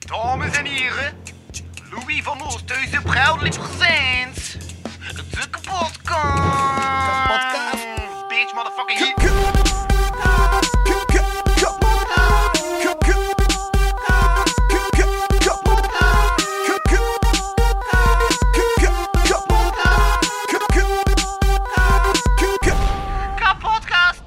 Dames en heren, Louis van Oosthuizen proudly presents de kapotkast. Bitch, motherfucking hit. Kapotkast.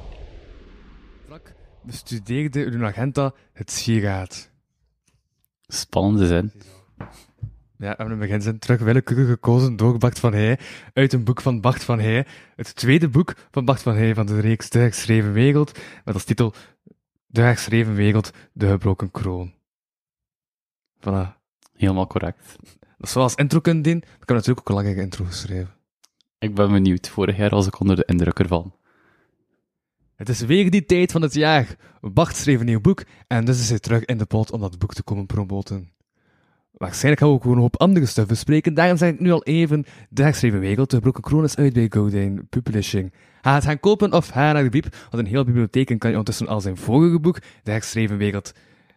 Bestudeerde uw agenda het sieraad. Spannende zin. Ja, we hebben in het begin zijn terug willekeurig gekozen door Bart van Heij, uit een boek van Bart van Heij. Het tweede boek van Bart van Heij van de reeks De Herschreven Wereld, met als titel De Herschreven Wereld, de gebroken kroon. Voilà. Helemaal correct. Dat is zoals intro kunnen doen, maar ik heb natuurlijk ook een lange intro geschreven. Ik ben benieuwd. Vorig jaar was ik onder de indruk ervan. Het is weer die tijd van het jaar. Bart schreef een nieuw boek en dus is hij terug in de pot om dat boek te komen promoten. Waarschijnlijk gaan we ook gewoon een hoop andere stuff bespreken, daarom zeg ik nu al even, De Herschreven Wereld, de gebroken kroon is uit bij Godin Publishing. Ga het gaan kopen of ga naar de bieb, want in heel bibliotheken kan je ondertussen al zijn vorige boek, De Herschreven Wereld,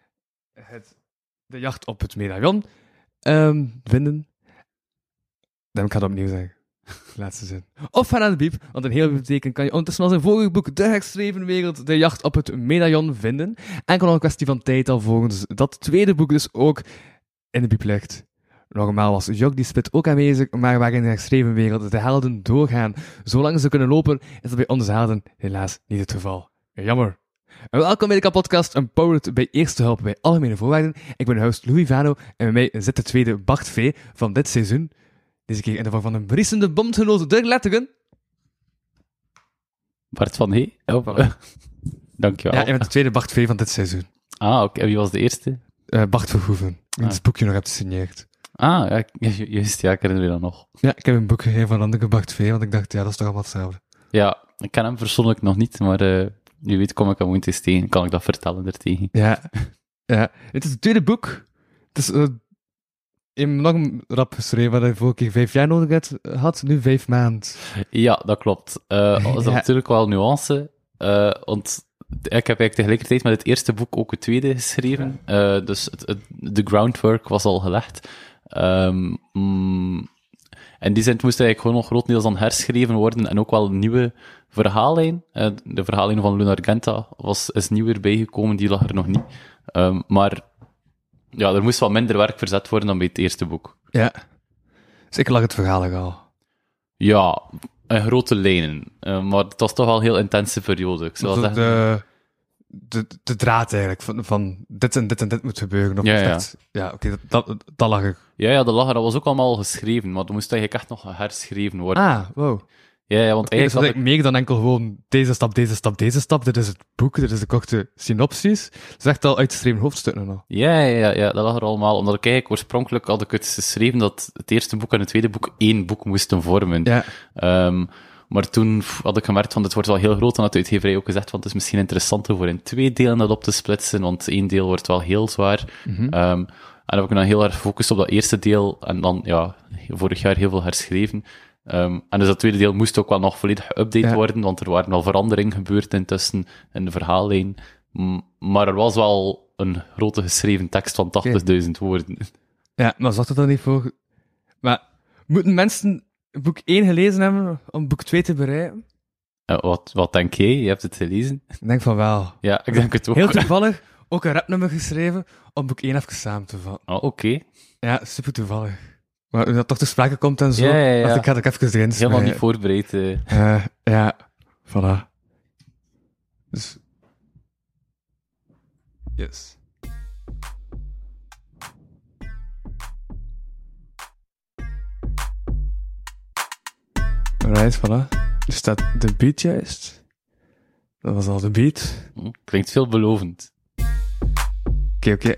De Jacht op het Medaillon, vinden. Dan kan ik dat opnieuw zeggen. Laatste zin. Of ga naar de bieb, want in heel bibliotheken kan je ondertussen al zijn vorige boek, De Herschreven Wereld, De Jacht op het Medaillon vinden. Enkel nog een kwestie van tijd alvorens dat tweede boek dus ook in de bieb ligt. Normaal was Jok die Spit ook aanwezig, maar waarin De Herschreven Wereld de helden doorgaan, zolang ze kunnen lopen, is dat bij onze helden helaas niet het geval. Jammer. En welkom bij de kapotkast, empowered bij eerste hulp bij algemene voorwaarden. Ik ben de host Louis Vano en bij mij zit de tweede Bart V van dit seizoen. Deze keer in de vorm van een briesende bondgenoot der letteren. Bart van Heij? Oh, Voilà. Dankjewel. Ja, je bent de tweede Bart V van dit seizoen. Ah, oké. En wie was de eerste? Bart Verhoeven, die het boekje nog hebt gesigneerd. Ah, ja, juist. Ja, ik herinner me dat nog. Ja, ik heb een boek gegeven van een andere Bart V, want ik dacht, ja, dat is toch allemaal hetzelfde. Ja, ik ken hem persoonlijk nog niet, maar wie weet kom ik hem ooit eens tegen. Kan ik dat vertellen ertegen? Ja, ja. Het is het tweede boek. Het is enorm rap geschreven, wat hij vorige keer 5 jaar nodig had, nu 5 maanden. Ja, dat klopt. Dat is Ja. natuurlijk wel een nuance, want ik heb eigenlijk tegelijkertijd met het eerste boek ook het tweede geschreven. Dus de groundwork was al gelegd. En die zin moest eigenlijk gewoon nog grotendeels dan herschreven worden en ook wel een nieuwe verhaallijn. De verhaallijn van Luna Argenta is nieuwer bijgekomen, die lag er nog niet. Maar ja, er moest wat minder werk verzet worden dan bij het eerste boek. Ja. Zeker lag het verhaal er al. Ja, in grote lijnen. Maar het was toch wel een heel intense periode. Ik zou zeggen. De draad eigenlijk, van dit en dit en dit moet gebeuren. Of Ja, echt, ja, oké, dat lag er. Ja, dat was ook allemaal geschreven, maar dat moest eigenlijk echt nog herschreven worden. Ah, wow. Ja, want Dus dat is eigenlijk had ik... eigenlijk meer dan enkel gewoon deze stap, deze stap, deze stap. Dit is het boek, dit is de korte synopsis. Het is echt al uitgeschreven hoofdstukken al. Ja, dat lag er allemaal. Omdat ik eigenlijk oorspronkelijk had ik het geschreven dat het eerste boek en het tweede boek 1 boek moesten vormen. Ja. Maar toen had ik gemerkt van dit wordt wel heel groot, en had de uitgeverij ook gezegd van het is misschien interessanter voor in 2 delen dat op te splitsen, want 1 deel wordt wel heel zwaar. Mhm. En dan heb ik me dan heel erg gefocust op dat eerste deel, en dan, ja, vorig jaar heel veel herschreven. En dus dat tweede deel moest ook wel nog volledig geüpdate worden, want er waren al veranderingen gebeurd intussen in de verhaallijn. Maar er was wel een grote geschreven tekst van 80.000 woorden. Ja, maar zorgt het er niet voor... Maar moeten mensen boek 1 gelezen hebben om boek 2 te bereiken? Wat denk jij? Je hebt het gelezen? Ik denk van wel. Ja, ik denk het ook. Heel toevallig ook een rapnummer geschreven om boek 1 even samen te vatten. Oh, oké. Ja, super toevallig. Maar dat toch te sprake komt en zo, Ja. dacht ik ga het even erin Helemaal niet smijten. voorbereid. Ja, voilà. Dus... Yes. Alright, voilà. Er staat de beat juist. Dat was al de beat. Klinkt veelbelovend. Oké.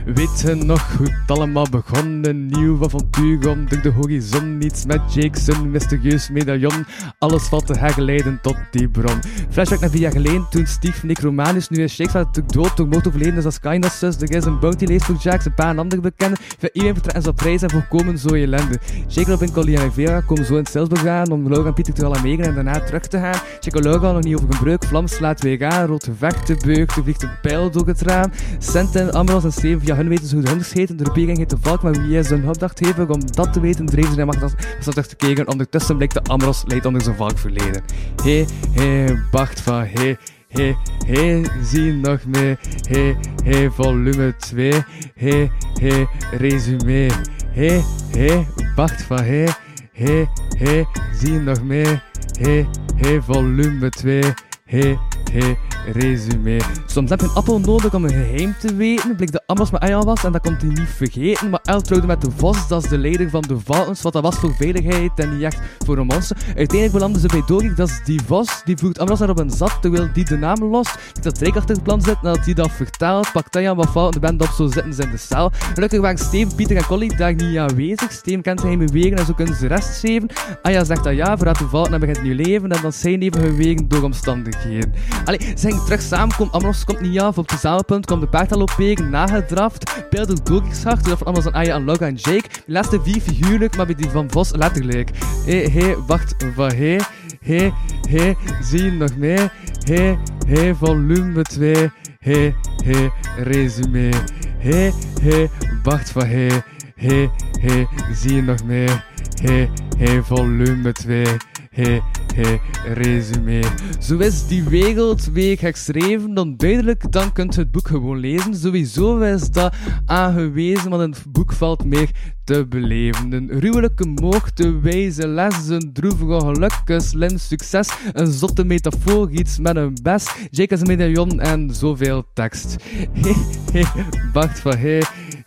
Weet je nog hoe het allemaal begon? Een nieuw avontuur onder de horizon. Iets met Jackson, mysterieus medaillon. Alles valt te herleiden tot die bron. Flashback naar 4 jaar geleden, toen Steve Necromanus. Nu is Shakespeare natuurlijk dood, door moord overleden. Dus als Kainas zus. Er is een bounty leest voor Jax, een paar andere bekenden. Via iedereen vertrekken ze op reis en voorkomen zo ellende. Jacob en Colleen en Vera komen zo in het Salzburg gaan om Logan en Pieter te gaan meegen en daarna terug te gaan. Check Logan nog niet over een breuk, Vlam slaat weer aan, rood gevecht te beug, er vliegt een pijl door het raam. Sent en Amros en Steven, via hun weten ze hoe de hunters heten. De Rebering heet de Valk, maar wie is hun opdrachtgever? Om dat te weten, dreven ze naar macht terug te kijken. Ondertussen blijkt de Amros leidt onder zijn valk verleden. Hey, Bart van hey, zie nog mee. Hey, volume 2. Hey, resume. Hey, Bart van hey, zie nog mee. Hey, volume 2. Hey, resume. Soms heb je een appel nodig om een geheim te weten. Bleek de Amros met Aya was en dat kon hij niet vergeten. Maar El trouwde met de Vos, dat is de leider van de Valkens. Wat dat was voor veiligheid en niet echt voor een monster. Uiteindelijk belanden ze bij Dorik, dat is die Vos. Die voert Amros naar op een zat, terwijl die de naam lost. Dat Drake achter het plan zit, nadat hij dat vertelt. Pakt Aya wat fout en de band op, zo zitten ze in de cel. Gelukkig waren Steven, Pieter en Collie daar niet aanwezig. Steven kent zijn bewegen en zo kunnen ze de rest zeven. Aya zegt dat ja, verraadt de Valk en begint nieuw leven. En dan zijn even gewegen door omstandigheden. Allee, ze gingen terug samen, Amros komt niet af. Op hetzelfde punt komt de paard al op wegen, nagedraft. Pijl door Doriks hart, dat van Amros en Aya en Logan en Jake. De laatste 4 figuurlijk, maar bij die van Vos letterlijk. Hey, wacht, van hey, zie je nog mee? Hey, volume 2. Hey, resume. Hey, wacht, van hey, zie je nog mee? Hey, volume 2. Hey, resume. Zo is die wereldweeg geschreven, dan duidelijk, dan kunt je het boek gewoon lezen. Sowieso is dat aangewezen, want in het boek valt meer te beleven. Een ruwelijke moord, de wijze les, een droevige geluk, een slim succes, een zotte metafoor, iets met een best, Jake is een medaillon en zoveel tekst. Hey, Bart van hey,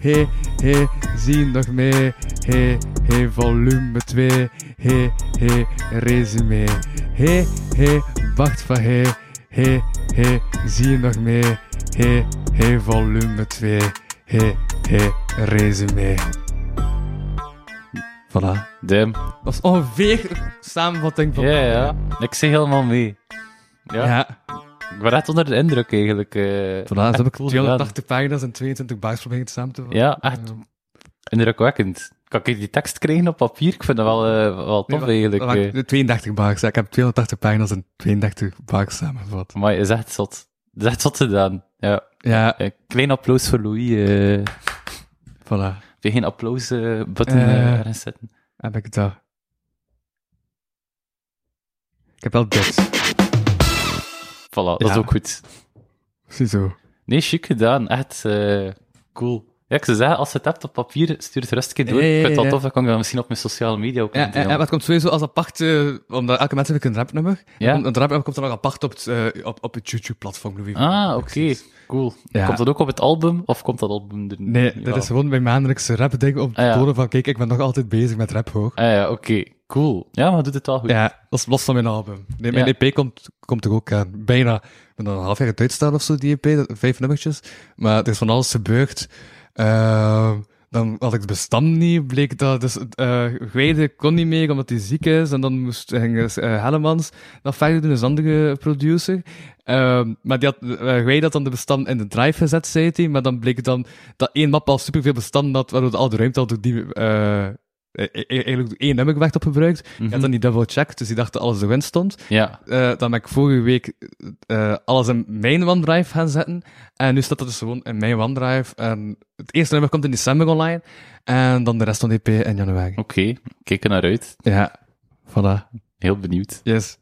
zie je nog mee? Hey, volume 2. Hey, resume. Hey, Bart van hey, zie je nog mee? Hey, volume 2. Hey, resume. Voilà. Damn. Dat is ongeveer een samenvatting van... Ja, ik zeg helemaal mee. Ja. Ik ben echt onder de indruk eigenlijk. Voilà, dan heb ik 280 pagina's en 22 bugs proberen samen te vatten. Ja, echt indrukwekkend. Kan ik die tekst krijgen op papier? Ik vind dat wel tof eigenlijk. 32 bugs. Ik heb 280 pagina's en 32 bugs samengevat. Maar het is echt zot. Het is echt zot gedaan. Ja. Een klein applaus voor Louis. Voilà. Heb je geen applaus-button erin zetten? Heb ik dat. Ik heb wel dit. Voilà, dat is ook goed. Ziezo. Nee, chic gedaan. Echt cool. Ja, ik zou zeggen, als je het hebt op papier, stuur het rustig door. Ik vind het wel tof, dan kan ik dat misschien op mijn sociale media ook doen. Maar het komt sowieso als apart, omdat elke mens heeft een rapnummer. Ja? Een rapnummer komt dan nog apart op het YouTube-platform. Oké. Cool. Ja. Komt dat ook op het album, of komt dat album er niet? Nee, dat is gewoon mijn maandelijkse rap-ding om te tonen van, kijk, ik ben nog altijd bezig met rap, hoor. Oké. Cool. Ja, maar doet het wel goed. Ja, dat is los van mijn album. Nee, mijn EP komt er ook aan. Bijna. Ik ben dan een half jaar uitstaan of zo, die EP, 5 nummertjes. Maar er is van alles gebeurd. Dan had ik het bestand niet, bleek dat dus Gwijde kon niet meer omdat hij ziek is, en dan ging Hellemans dat verder doen, dus andere producer. Maar die had, Gwijde had dan de bestand in de drive gezet, zei hij, maar dan bleek dan dat één map al superveel bestanden had, waardoor al de ruimte al door die eigenlijk 1 nummer werd opgebruikt. Ik had dan niet double-checked, dus ik dacht dat alles erin stond. Ja. Dan ben ik vorige week alles in mijn OneDrive gaan zetten. En nu staat dat dus gewoon in mijn OneDrive. En het eerste nummer komt in december online. En dan de rest van de EP in januari. Oké, kijk er naar uit. Ja, voilà. Heel benieuwd. Yes.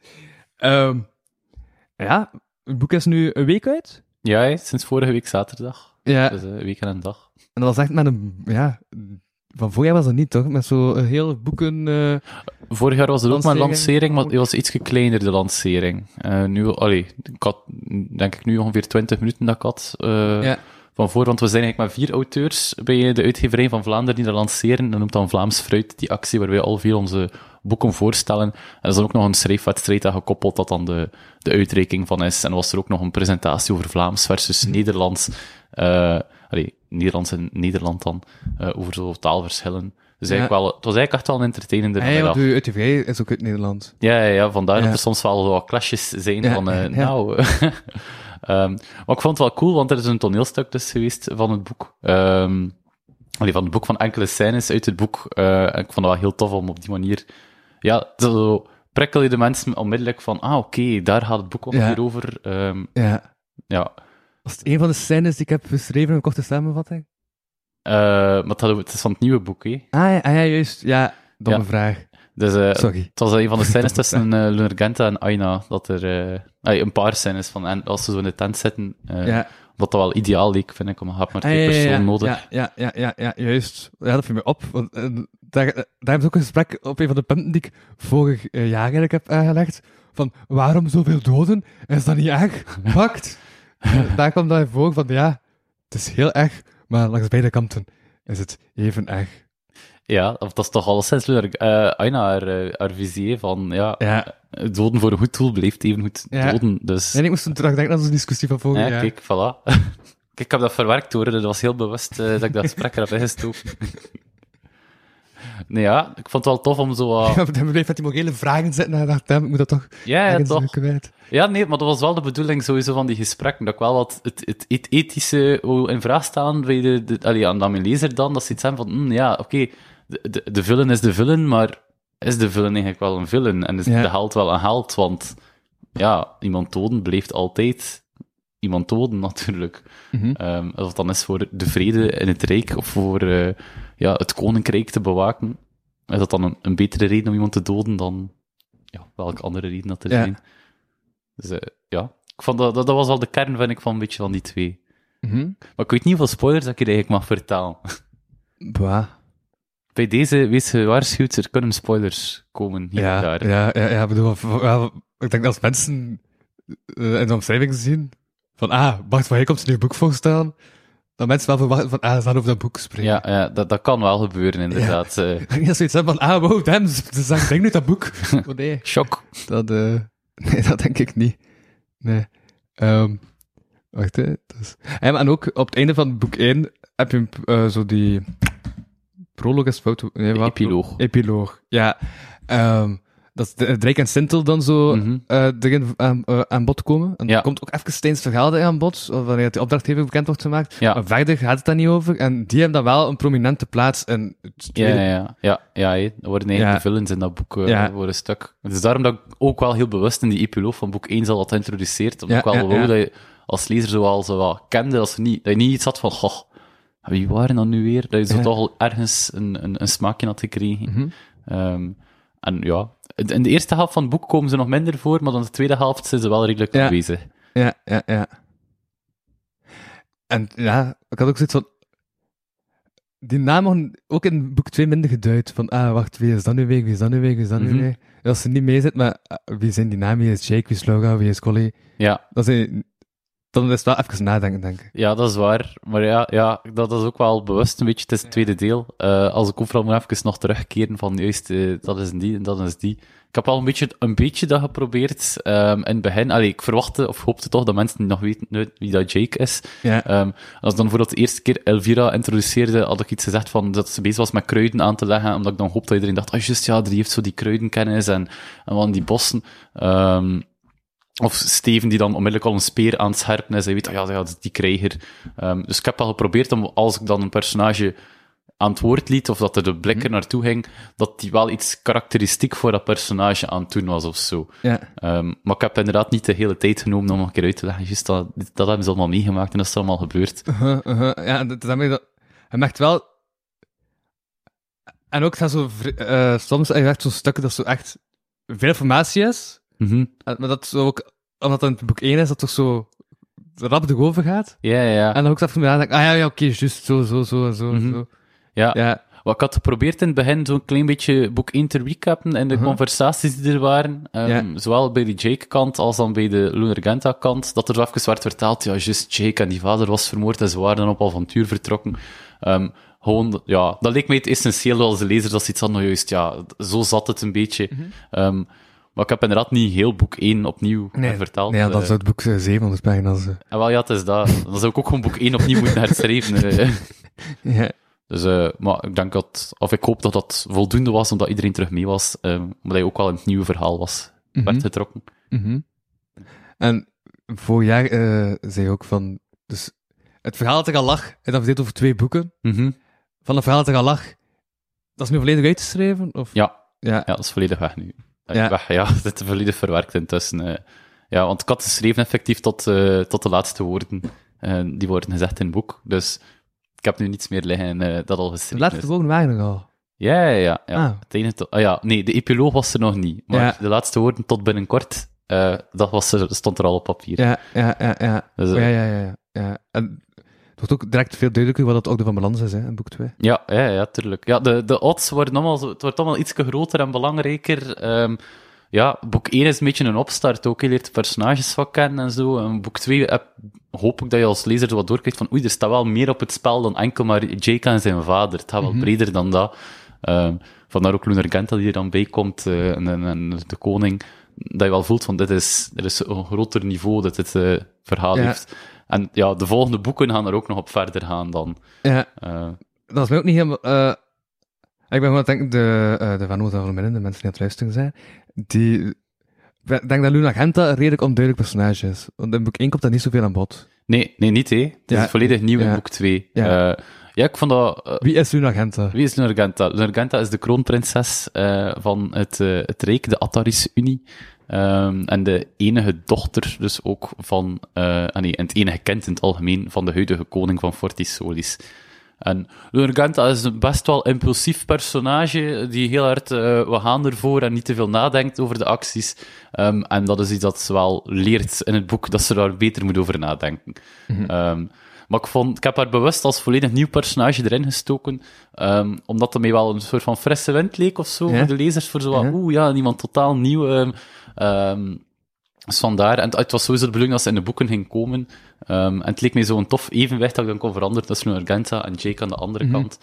Ja, het boek is nu een week uit. Ja, sinds vorige week zaterdag. Ja. Dus een week en een dag. En dat was echt met een... Ja, van vorig jaar was dat niet, toch? Met zo'n heel boeken... Vorig jaar was er ook maar een lancering, maar het was iets kleiner, de lancering. Ik had, denk ik, nu ongeveer 20 minuten dat ik had van voor, want we zijn eigenlijk met 4 auteurs bij de uitgeverij van Vlaanderen die dat lanceren. Dat noemt dan Vlaams Fruit, die actie waar wij al 4 onze boeken voorstellen. En er is dan ook nog een schrijfwedstrijd aan gekoppeld dat dan de uitreiking van is. En was er ook nog een presentatie over Vlaams versus Nederlands. Nederlands en Nederland dan, over zo taalverschillen. Dus Ja. eigenlijk wel, het was eigenlijk echt wel een entertainende Hey, want middag. uw UTV is ook uit Nederland. Ja, vandaar Ja. dat er soms wel zo wat clashes zijn Ja, van, ja. nou... maar ik vond het wel cool, want er is een toneelstuk dus geweest van het boek. Van het boek, van enkele scènes uit het boek. En ik vond het wel heel tof om op die manier... Ja, zo prikkel je de mensen onmiddellijk van, oké, daar gaat het boek ongeveer over. Ja. Ja. Was het een van de scènes die ik heb beschreven in een korte samenvatting? Maar het is van het nieuwe boek, hè. Ja, juist. Ja, domme Ja. vraag. Dus Sorry. het was een van de scènes tussen Lunargenta en Aina, dat er... een paar scènes van, en als ze zo in de tent zitten, Ja. wat dat wel ideaal leek, vind ik, om je hebt maar twee personen nodig. Ja, juist. Ja, dat viel me op. Want, daar hebben ze ook een gesprek op een van de punten die ik vorig jaar eigenlijk heb aangelegd. Van, waarom zoveel doden? Is dat niet erg? Pakt. Daar kwam dat voor van, ja, het is heel erg, maar langs beide kanten is het even erg. Ja, of dat is toch alleszins Aina, haar visie van, Ja. doden voor een goed doel blijft even goed Ja. doden. Dus, En ik moest toen terugdenken aan zo'n discussie van vorig ja, jaar. kijk, voilà. Kijk, ik heb dat verwerkt hoor, dat was heel bewust dat ik dat gesprek heb ingestoken. Nee, ja, ik vond het wel tof om zo... Ja, dan bleef met die morele vragen zitten en ik dacht, damn, ik moet dat toch Ja, ergens toch. kwijt. Ja, nee, maar dat was wel de bedoeling sowieso van die gesprekken, dat ik wel wat het ethische wil in vraag staan bij aan mijn lezer dan, dat ze iets hebben van, oké, de villain is de villain, maar is de villain eigenlijk wel een villain? En is Ja. de held wel een held? Want ja, iemand doden blijft altijd iemand doden, natuurlijk. Mhm. Of het dan is voor de vrede in het Rijk, of voor het koninkrijk te bewaken, is dat dan een betere reden om iemand te doden dan welke andere reden dat er Ja. zijn. Dus ik vond dat was wel de kern, vind ik, van een beetje van die twee. Mhm. Maar ik weet niet hoeveel spoilers dat ik je eigenlijk mag vertellen. Bah. Bij deze, wees gewaarschuwd, er kunnen spoilers komen hier en daar. Ik bedoel, ik denk dat als mensen in de omschrijving zien van, Bart van Heij komt zijn nieuw boek voorstellen, dat mensen wel verwachten van, ze gaan over dat boek spreken. Ja, dat kan wel gebeuren, inderdaad. Ik denk dat zoiets hebben van, wow, damn, ze zeggen, denk nu dat boek. Oh nee, Shock. nee, dat denk ik niet. Nee. Wacht, hè. Dus. En ook, op het einde van boek 1 heb je zo die... Proloog is fout. Nee, wat? Epiloog. Epiloog, ja. Dat Drake en Sintel dan zo erin aan bod komen. En Ja. er komt ook even Steens verhaal aan bod, wanneer de opdrachtgever bekend wordt gemaakt. Ja. Maar verder gaat het daar niet over. En die hebben dan wel een prominente plaats in het tweede. Ja, er worden eigenlijk de villains in dat boek voor een stuk. Het is daarom dat ik ook wel heel bewust in die epiloog van boek 1 al dat introduceert, omdat ik wel wou dat je als lezer zo wat kende, dat je niet iets had van, wie waren dan nu weer? Dat je zo toch al ergens een smaakje had gekregen. En ja, in de eerste helft van het boek komen ze nog minder voor, maar dan de tweede helft zijn ze wel redelijk aanwezig. Ja. En ja, ik had ook zoiets van... Die namen ook in boek 2 minder geduid. Van, wacht, wie is dat nu weer? Wie is dat nu weer? Wie is dat nu weer? Als ze niet mee zit, maar wie zijn die namen? Wie is Jake? Wie is Loga? Wie is Collie? Ja. Dan is het wel even nadenken, denk ik. Ja, dat is waar. Maar ja, dat is ook wel bewust een beetje. Het is het tweede deel. Als ik overal moet even nog terugkeren van juist, dat is die en dat is die. Ik heb wel een beetje dat geprobeerd in het begin. Allee, ik verwachtte of hoopte toch dat mensen nog weten wie dat Jake is. Ja. Als dan bijvoorbeeld de eerste keer Elvira introduceerde, had ik iets gezegd van dat ze bezig was met kruiden aan te leggen, omdat ik dan hoopte dat iedereen dacht, juist, die heeft zo die kruidenkennis en van die bossen. Of Steven die dan onmiddellijk al een speer aan het scherpen is. Hij weet, dat is die krijger. Dus ik heb al geprobeerd om, als ik dan een personage aan het woord liet, of dat er de blik er naartoe ging, dat die wel iets karakteristiek voor dat personage aan het doen was, of zo. Ja. Maar ik heb inderdaad niet de hele tijd genomen om nog een keer uit te leggen. Just dat hebben ze allemaal meegemaakt en dat is allemaal gebeurd. Ja, daarmee dat... Hij merkt wel... En ook dat zo... soms heb je echt zo'n stukken dat zo echt veel informatie is. Maar dat zo ook... Omdat het in boek 1 is, dat toch zo rap erover gaat. Ja. En dan ook even aan denken, oké, juist, zo. Ja. Wat ik had geprobeerd in het begin zo'n klein beetje boek 1 te recappen en de conversaties die er waren, zowel bij de Jake-kant als dan bij de Lunargenta-kant, dat er zo even werd verteld, juist Jake en die vader was vermoord en ze waren dan op avontuur vertrokken. Gewoon, dat leek mij het essentieel als de lezer, dat ze iets hadden, juist, zo zat het een beetje. Maar ik heb inderdaad niet heel boek 1 opnieuw vertaald. Nee, dan zou het boek 700 pagina's... En wel, ja, het is dat. Dan zou ik ook gewoon boek 1 opnieuw moeten herschrijven. Ja. Dus, maar ik denk ik hoop dat dat voldoende was, omdat iedereen terug mee was. Omdat je ook wel in het nieuwe verhaal werd getrokken. En vorig jaar zei je ook van... Dus het verhaal dat ik al lag, en dat verdeeld over 2 boeken. Van het verhaal dat ik al lag, dat is nu volledig uitgeschreven? Of? Ja, dat is volledig weg nu. Weg, ja, het is volledig verwerkt intussen. Ja, want ik had geschreven effectief tot de laatste woorden. Die worden gezegd in het boek. Dus ik heb nu niets meer liggen dat al geschreven is. De laatste woorden waren er al? Ja. Nee, de epiloog was er nog niet. Maar de laatste woorden tot binnenkort, dat stond er al op papier. Ja. Dus, ja. En het wordt ook direct veel duidelijker wat het Orde van Balans is, hè, in boek 2. Ja, tuurlijk. Ja, de odds worden het wordt allemaal iets groter en belangrijker. Boek 1 is een beetje een opstart ook. Je leert de personages wat kennen en zo. En boek 2 hoop ik dat je als lezer zo wat doorkrijgt van er staat wel meer op het spel dan enkel maar Jake en zijn vader. Het gaat wel breder dan dat. Vandaar ook Lunargenta die er dan bij komt en de koning. Dat je wel voelt van er is een groter niveau dat dit verhaal heeft. En ja, de volgende boeken gaan er ook nog op verder gaan dan. Ja, dat is mij ook niet helemaal... ik ben gewoon aan het denken, de Van Oza van Midden, de mensen die aan het luisteren zijn, ik denk dat Lunargenta een redelijk onduidelijk personage is. Want in boek 1 komt dat niet zoveel aan bod. Nee, niet, hè. Het is volledig nieuw in boek 2. Ja, ik vond dat... Wie is Lunargenta? Lunargenta is de kroonprinses van het Rijk, de Ataris-Unie. En de enige dochter dus ook van... en het enige kind in het algemeen van de huidige koning van Fortis Solis. En Lunargenta is een best wel impulsief personage, die heel hard, we gaan ervoor en niet te veel nadenkt over de acties. En dat is iets dat ze wel leert in het boek, dat ze daar beter moet over nadenken. Maar ik heb haar bewust als volledig nieuw personage erin gestoken, omdat het mij wel een soort van frisse wind leek of zo, voor de lezers, voor zo iemand totaal nieuw. Dus vandaar, en het was sowieso de bedoeling dat ze in de boeken ging komen. En het leek mij zo'n tof evenwicht dat ik dan kon veranderen tussen Lunargenta en Jake aan de andere kant.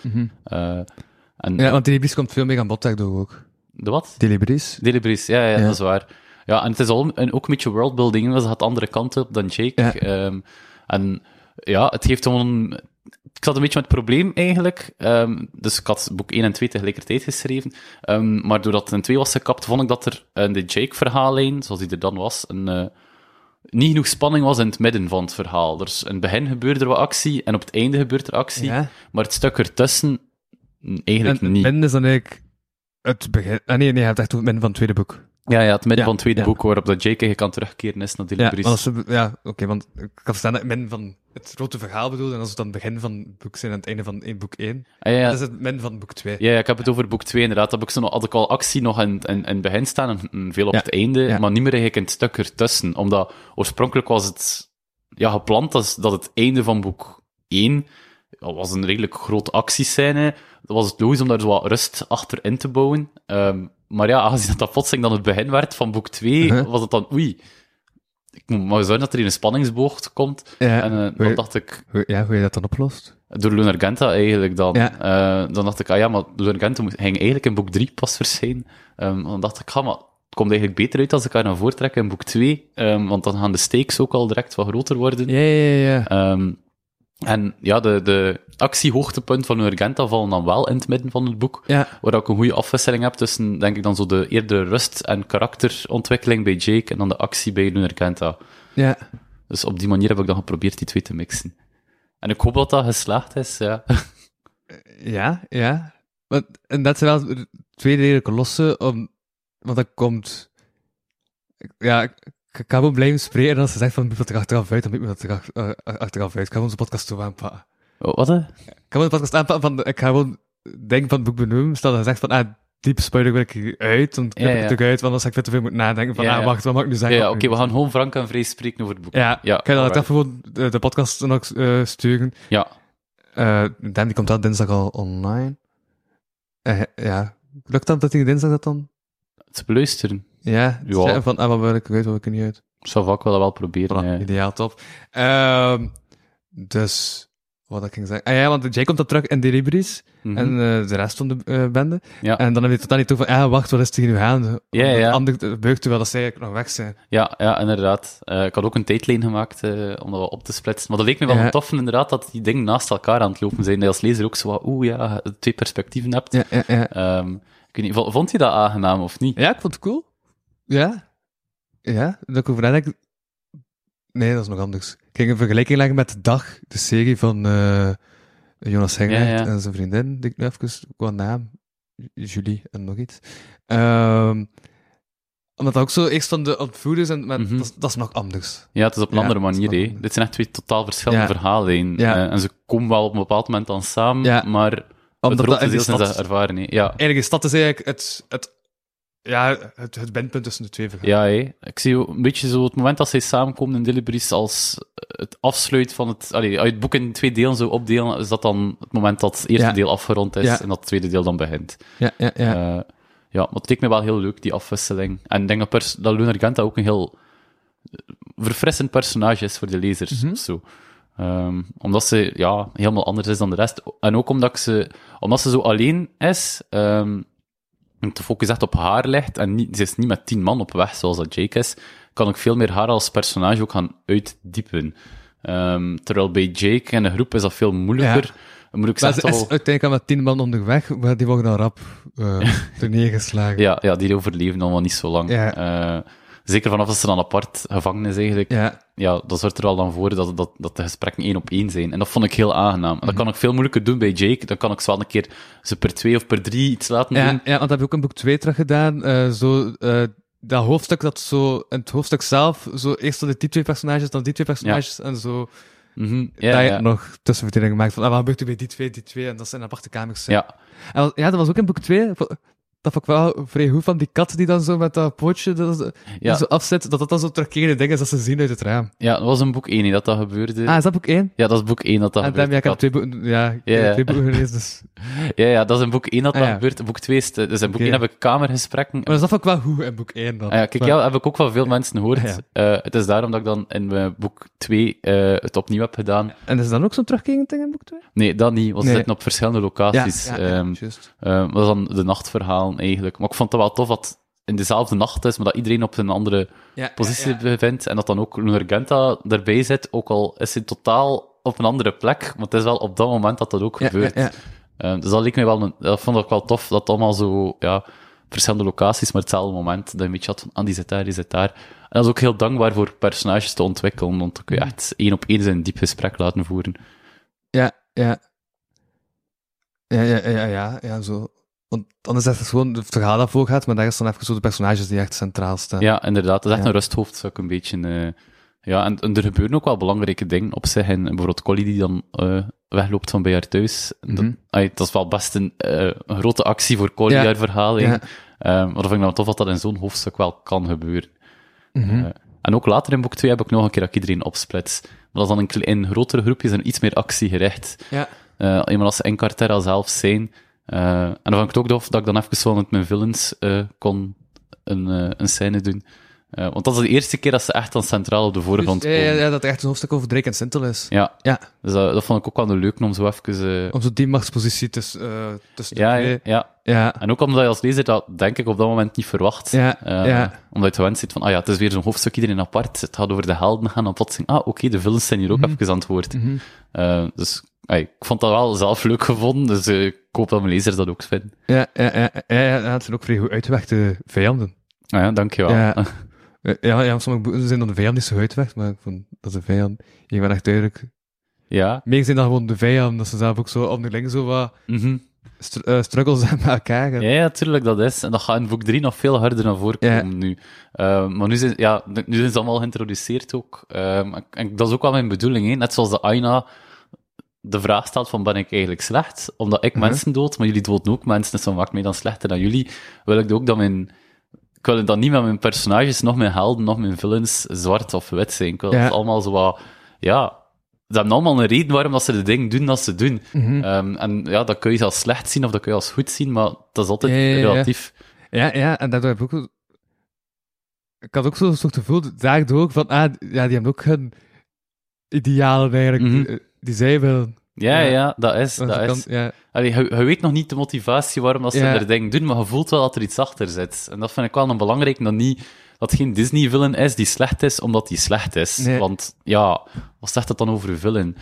Want Delibris komt veel meer aan bod daardoor ook. De wat? Delibris, ja, dat is waar. Ja, en het is ook een beetje worldbuilding, dat gaat andere kanten op dan Jake. En ja, het geeft gewoon... Ik zat een beetje met het probleem, eigenlijk. Dus ik had boek 1 en 2 tegelijkertijd geschreven. Maar doordat het in 2 was gekapt, vond ik dat er in de Jake-verhaallijn, zoals die er dan was, niet genoeg spanning was in het midden van het verhaal. Dus in het begin gebeurde er wat actie, en op het einde gebeurt er actie. Ja. Maar het stuk ertussen, eigenlijk niet. Het midden is dan eigenlijk het begin... Nee, je hebt echt het midden van het tweede boek. Ja, het midden van het tweede boek, waarop dat Jake eigenlijk kan terugkeren is naar Delibris. Want ik kan verstaan dat het midden van het grote verhaal bedoel, en als het dan het begin van het boek zijn en het einde van boek 1, dat is het midden van boek 2. Ja, ik heb het over boek 2, inderdaad. Had ik al actie nog in het begin staan, en veel op het einde, maar niet meer eigenlijk in het stuk ertussen. Omdat oorspronkelijk was het gepland dat het einde van boek 1 was een redelijk grote actiescène. Dat was het logisch om daar zo wat rust achterin te bouwen. Maar ja, aangezien dat plotseling dan het begin werd van boek 2, was het dan, ik moet maar zorgen dat er een spanningsboog komt. En dan dacht ik... Hoe je dat dan oplost? Door Lunargenta eigenlijk dan. Dan dacht ik, maar Lunargenta ging eigenlijk in boek 3 pas verschijnen. Dan dacht ik, maar het komt eigenlijk beter uit als ik haar naar voren trek in boek 2. Want dan gaan de stakes ook al direct wat groter worden. Ja. En ja, de actiehoogtepunt van Lunargenta vallen dan wel in het midden van het boek, waar ik een goede afwisseling heb tussen, denk ik dan zo de eerder rust- en karakterontwikkeling bij Jake en dan de actie bij Lunargenta. Ja. Dus op die manier heb ik dan geprobeerd die 2 te mixen. En ik hoop dat dat geslaagd is, ja. Ja. En dat zijn wel 2 redelijke lossen, want dat komt... Ik ga gewoon blijven spreken en als ze zegt van, moet dat er achteraf uit, dan moet me dat er achteraf uit. Ik ga gewoon onze podcast zo aanpakken. Wat, hè? Ik ga gewoon de podcast aanpakken ik ga gewoon denken van het boek benoemen, stel dat je zegt van, diep spoiler wil ik eruit, dan knip ik het ook uit, want als ik veel te veel moet nadenken van, wacht, wat mag ik nu zeggen? Oké, we gaan gewoon frank en vrij spreken over het boek. Ja, ik ga dan even gewoon de podcast nog sturen. Ja. Dan die komt dan dinsdag al online. Lukt dat hij dinsdag dat dan? Te beluisteren. Ja, van, wat wil ik eruit, wat wil ik niet uit? Zou ik wel proberen. Voilà, ideaal, top. Dus, wat ik ging zeggen. Ah ja, want Jake komt dan terug in de Libris en de rest van de bende. Ja. En dan heb je totaal niet over van, wacht, wat is er hier nu aan? Ja. Ander buigt terwijl dat zij eigenlijk nog weg zijn. Ja, inderdaad. Ik had ook een tijdlijn gemaakt om dat wat op te splitsen. Maar dat leek me wel tof, inderdaad, dat die dingen naast elkaar aan het lopen zijn. Dat je als lezer ook zo wat, twee perspectieven hebt. Ja. Ik weet niet, vond je dat aangenaam of niet? Ja, ik vond het cool. Ja, dat ik over nadenk. Nee, dat is nog anders. Ik ging een vergelijking leggen met De Dag, de serie van Jonas Hengert en zijn vriendin, die ik nu even qua naam, Julie en nog iets. Omdat dat ook zo eerst van de ontvoerders en dat is nog anders. Ja, het is op een andere manier. Dit zijn echt twee totaal verschillende verhalen. En ze komen wel op een bepaald moment dan samen, maar het grootste deel zijn ze ervaren. Eigenlijk is dat eigenlijk het bindpunt tussen de twee verhalen. Ja, ik zie een beetje zo het moment dat zij samenkomen in Deliveries als het afsluit van het... als je het boek in 2 delen zou opdelen, is dat dan het moment dat het eerste deel afgerond is en dat het tweede deel dan begint. Maar het leek me wel heel leuk, die afwisseling. En ik denk dat Luna Argenta ook een heel verfrissend personage is voor de lezers. Of zo. Omdat ze helemaal anders is dan de rest. En ook omdat ze zo alleen is... de focus echt op haar ligt, en ze is niet met 10 man op weg, zoals dat Jake is, kan ik veel meer haar als personage ook gaan uitdiepen. Terwijl bij Jake en de groep is dat veel moeilijker. Moet ik maar ze is uiteindelijk al met 10 man onderweg, maar die worden dan rap er neergeslagen. Ja, die overleven allemaal niet zo lang. Zeker vanaf dat ze dan apart gevangen is, eigenlijk. Dat zorgt er wel dan voor dat de gesprekken 1 op 1 zijn. En dat vond ik heel aangenaam. Dat kan ik veel moeilijker doen bij Jake. Dan kan ik zo wel een keer ze per 2 of per 3 iets laten doen. Ja, want dat heb ik ook in boek 2 terug gedaan. Dat hoofdstuk dat zo, in het hoofdstuk zelf, zo eerst zo die 2 personages, dan die 2 personages, en zo... dat je nog tussenverdelingen maakt van, wat gebeurt er bij die twee, en dat zijn aparte kamers zijn. Dat was ook in boek 2... Dat vond ik wel vrij goed van die kat die dan zo met dat pootje zo afzet, dat dan zo terugkerende ding is dat ze zien uit het raam. Ja, dat was in boek 1 dat gebeurde. Is dat boek 1? Ja, dat is boek 1 dat gebeurde. Ik heb 2 boeken, twee boeken gelezen, dus... Ja, dat is in boek 1 dat gebeurt. In boek 2 is dus in boek 1 heb ik kamergesprekken. Maar dat vond ik wel goed in boek 1 dan. Kijk, heb ik ook van veel mensen gehoord. Het is daarom dat ik dan in boek 2 het opnieuw heb gedaan. En is dan ook zo'n terugkerend ding in boek 2? Nee, dat niet, want ze zitten op verschillende locaties. Juist. Dat is dan de nachtverhalen eigenlijk. Maar ik vond het wel tof dat het in dezelfde nacht is, maar dat iedereen op een andere positie bevindt. En dat dan ook Luna Argenta erbij zit, ook al is hij totaal op een andere plek. Maar het is wel op dat moment dat ook gebeurt. Dus dat leek me wel dat vond ik wel tof, dat het allemaal zo, verschillende locaties, maar hetzelfde moment. Dat je een beetje had van, die zit daar, die zit daar. En dat is ook heel dankbaar voor personages te ontwikkelen, want dan kun je echt 1 op 1 een diep gesprek laten voeren. Ja, zo. Want anders is het gewoon het verhaal dat voorgaat, maar daar is dan even zo de personages die echt centraal staan. Ja, inderdaad. Dat is echt een rusthoofdstuk, een beetje. En er gebeuren ook wel belangrijke dingen op zich. En bijvoorbeeld Collie die dan wegloopt van bij haar thuis. Dat is wel best een grote actie voor Collie, haar verhaal. Maar dat vind ik nou tof dat dat in zo'n hoofdstuk wel kan gebeuren. En ook later in boek 2 heb ik nog een keer dat ik iedereen opsplits. Maar dat is dan in grotere groepjes en iets meer actiegericht. Eenmaal als ze in Carterra zelf zijn. En dan vond ik het ook tof dat ik dan even zo met mijn villains kon een scène doen. Want dat is de eerste keer dat ze echt dan centraal op de voorgrond komen. Ja, dat er echt een hoofdstuk over Drake en Sintel is. Ja. Dus dat vond ik ook wel leuk om zo even... om zo die machtspositie tussen de twee. Ja. En ook omdat je als lezer dat, denk ik, op dat moment niet verwacht. Omdat je gewend zit van, het is weer zo'n hoofdstuk, iedereen apart. Het gaat over de helden gaan, en plotseling, oké, de villains zijn hier ook even aan het woord. Dus... ik vond dat wel zelf leuk gevonden, dus ik hoop dat mijn lezers dat ook vinden. Ja, het zijn ook vrij goed uitgewerkte vijanden. Dankjewel. Sommige boeken zijn dan de vijand niet zo uitgewerkt, maar ik vond dat de vijand, ik ben echt duidelijk... Ja. Meer zijn dan gewoon de vijand, dat ze zelf ook zo onderling zo wat struggles hebben met elkaar. Ja, tuurlijk, dat is. En dat gaat in boek 3 nog veel harder naar voren komen nu. Maar nu zijn ze allemaal geïntroduceerd ook. En dat is ook wel mijn bedoeling, hè. Net zoals de Aina de vraag stelt van, ben ik eigenlijk slecht? Omdat ik mensen dood, maar jullie doden ook mensen, dus dat maakt mij dan slechter dan jullie. Wil ik ook dat ik wil dan niet met mijn personages, nog mijn helden, nog mijn villains, zwart of wit zijn. Ik wil dat allemaal zo wat... Ze hebben allemaal een reden waarom dat ze de dingen doen dat ze doen. En dat kun je als slecht zien, of dat kun je als goed zien, maar dat is altijd relatief. Ja, en daardoor heb ik ook... Ik had ook zo'n soort gevoel, daardoor van, die hebben ook hun idealen eigenlijk, die zij willen Ja, dat is. Want Dat je is. kan- ja. Allee, je weet nog niet de motivatie waarom dat ze Ja. er dingen doen, maar je voelt wel dat er iets achter zit. En dat vind ik wel een belangrijk, dat het geen Disney-villain is die slecht is, omdat die slecht is. Nee. Want, ja, wat zegt dat dan over een villain?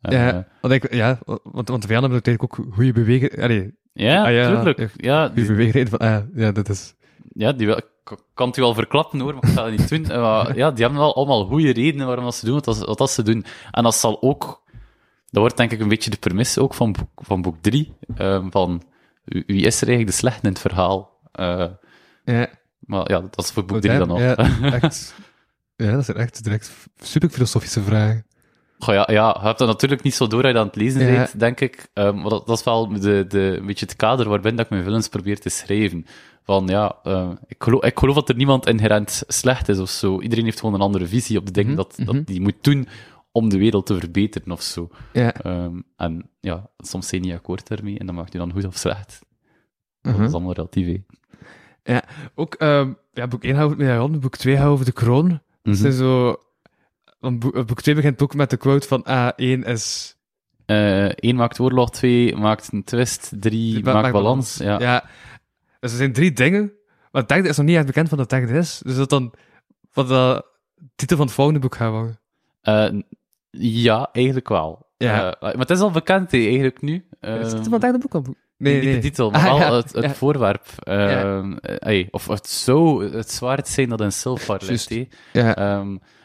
Want de vijanden hebben natuurlijk ook goede bewegen. Allee, Ja, ja, tuurlijk. Ja, goede beweegreden van, ja, dat is... ja, ik kan het u wel verklappen hoor, maar ik ga dat niet doen. Maar, ja, die hebben wel allemaal goede redenen waarom dat ze doen wat dat ze doen. En dat zal ook, dat wordt denk ik een beetje de premisse ook van boek 3. Van wie is er eigenlijk de slechte in het verhaal? Ja, Maar ja, dat is voor boek 3 dan nog. Ja, echt... Ja, dat zijn echt direct super filosofische vragen. Goh, ja, je hebt dat natuurlijk niet zo door als je aan het lezen Ja. bent, denk ik. Maar dat is wel een beetje het kader waarbinnen dat ik mijn villains probeer te schrijven. Van ja, ik geloof dat er niemand inherent slecht is of zo. Iedereen heeft gewoon een andere visie op de dingen dat die moet doen om de wereld te verbeteren of zo. Ja. En ja, soms zijn je niet akkoord daarmee en dan maakt je dan goed of slecht. Dat Mhm. is allemaal relatief, hè. Ja, ook boek 1 houdt me aan, boek 2 houdt over de kroon. Dat zijn zo... Want boek 2 begint ook met de quote van 1 is... 1 maakt oorlog, 2 maakt een twist, 3 maakt balans. Ja. Dus er zijn 3 dingen, maar het derde is nog niet echt bekend van wat het derde is. Dus dat dan van de titel van het volgende boek gaat worden. Ja, eigenlijk wel. Ja. Maar het is al bekend, hè, eigenlijk nu. Is de titel van het derde boek al? Niet de titel, maar wel het voorwerp. Ja. Of het zou het zwaard zijn dat in Silfar ligt. Juist. Hè. Ja.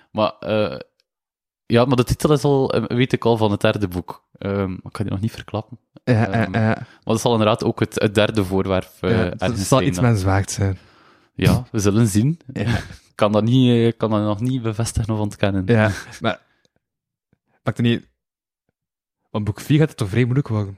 Maar de titel is al, weet ik al, van het derde boek. Ik kan die nog niet verklappen. Maar dat zal inderdaad ook het derde voorwerp Het ergens zal zijn. iets met zwaard zijn. Ja, we zullen zien. Ja. Ik kan dat nog niet bevestigen of ontkennen. Ja, maar... Maakt het niet... Want boek 4 gaat het toch vrij moeilijk worden?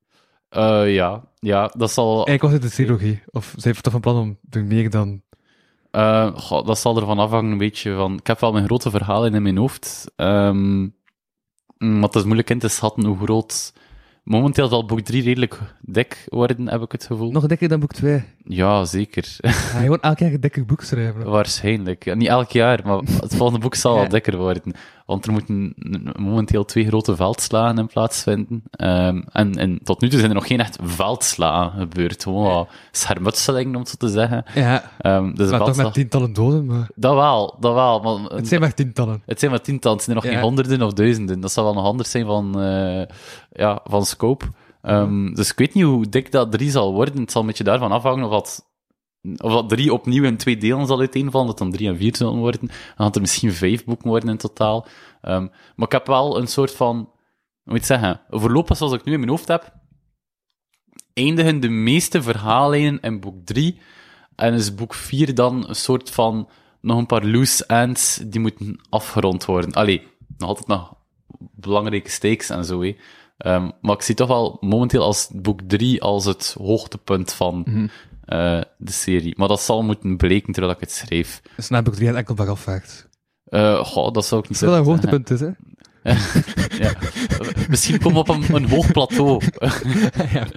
Ja, dat zal... Eigenlijk was het een trilogie. Of zijn we toch van plan om er meer dan... Dat zal ervan afhangen een beetje van... Ik heb wel mijn grote verhalen in mijn hoofd. Maar het is moeilijk in te schatten hoe groot... Momenteel zal boek 3 redelijk dik worden, heb ik het gevoel. Nog dikker dan boek 2. Ja, zeker. Ga je gewoon elke keer een dikker boek schrijven? Waarschijnlijk. Ja, niet elk jaar, maar het volgende boek zal wel Ja. dikker worden. Want er moeten momenteel 2 grote veldslagen in plaatsvinden. En tot nu toe zijn er nog geen echt veldslagen gebeurd. Gewoon wat schermutselingen, om het zo te zeggen. Ja, Dus maar toch met tientallen doden, maar... Dat wel. Maar Het zijn maar tientallen. het zijn maar tientallen, het zijn er nog Ja. geen honderden of duizenden. Dat zou wel nog anders zijn van scope. Dus ik weet niet hoe dik dat 3 zal worden. Het zal een beetje daarvan afhangen of dat 3 opnieuw in 2 delen zal uiteenvallen, dat dan 3 en 4 zullen worden. Dan gaat er misschien 5 boeken worden in totaal. Maar ik heb wel een soort van, hoe moet je het zeggen, voorlopig zoals ik nu in mijn hoofd heb, eindigen de meeste verhaallijnen in boek 3 en is boek 4 dan een soort van nog een paar loose ends die moeten afgerond worden. Allee, nog altijd nog belangrijke stakes en zo, hè. Maar ik zie toch wel momenteel als boek 3 als het hoogtepunt van de serie. Maar dat zal moeten bleken terwijl ik het schrijf. Dus na boek 3 het enkel afvaakt. Dat zou ik niet Dat is wel een zeggen. hoogtepunt is, hè? Ja. Misschien komen we op een hoog plateau. Ja.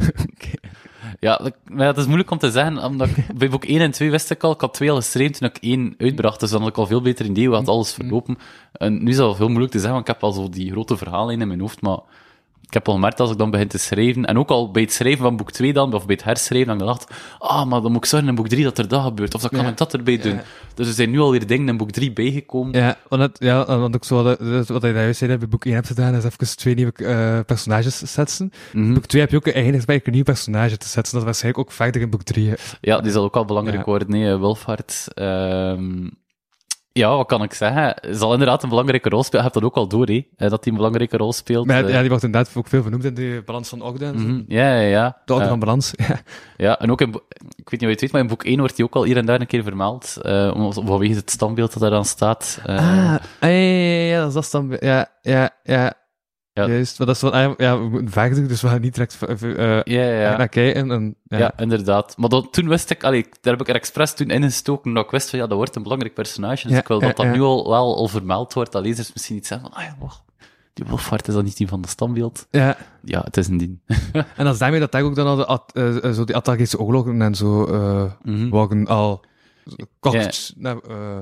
Maar het is moeilijk om te zeggen, omdat bij boek 1 en 2 wist ik had 2 al geschreven toen ik 1 uitbracht, dus dan had ik al veel beter idee hoe had alles verlopen. En nu is het al veel moeilijk te zeggen, want ik heb al zo die grote verhalen in mijn hoofd, maar ik heb al gemerkt als ik dan begin te schrijven, en ook al bij het schrijven van boek 2 dan, of bij het herschrijven, dan dacht ik, maar dan moet ik zorgen in boek 3 dat er dat gebeurt, of dan kan ik dat erbij doen. Dus er zijn nu alweer dingen in boek 3 bijgekomen. Ja, want ik zo wat hij juist zei, bij boek 1 hebt gedaan, is even 2 nieuwe personages zetten. Boek 2 heb je ook eigenlijk bij een nieuw personage te zetten, dat is waarschijnlijk ook verder in boek 3. Hè. Ja, die zal ook wel belangrijk worden, nee, Wilfhard. Ja, wat kan ik zeggen? Zal inderdaad een belangrijke rol spelen. Je hebt dat ook al door, hè? Dat hij een belangrijke rol speelt. Maar die wordt inderdaad ook veel vernoemd in de balans van Ogden. En zo. Ja. De orde van balans, ja. Ja, en ook ik weet niet of je het weet, maar in boek 1 wordt hij ook al hier en daar een keer vermeld. Vanwege het standbeeld dat daar dan staat. Ja, dat is dat standbeeld. Ja. Juist, maar dat is wel, we moeten verder, dus we gaan niet direct naar kijken. Ja, inderdaad. Maar toen wist ik, daar heb ik er expres toen ingestoken, dat ik wist van, dat wordt een belangrijk personage, dus ik wil dat nu al vermeld wordt, dat lezers misschien niet zeggen van, wacht, die Wolfhard is dat niet die van de standbeeld? Ja, het is een dien. En dat is daarmee dat daar ook dan al zo die Atlantische oorlogen en zo worden al kort...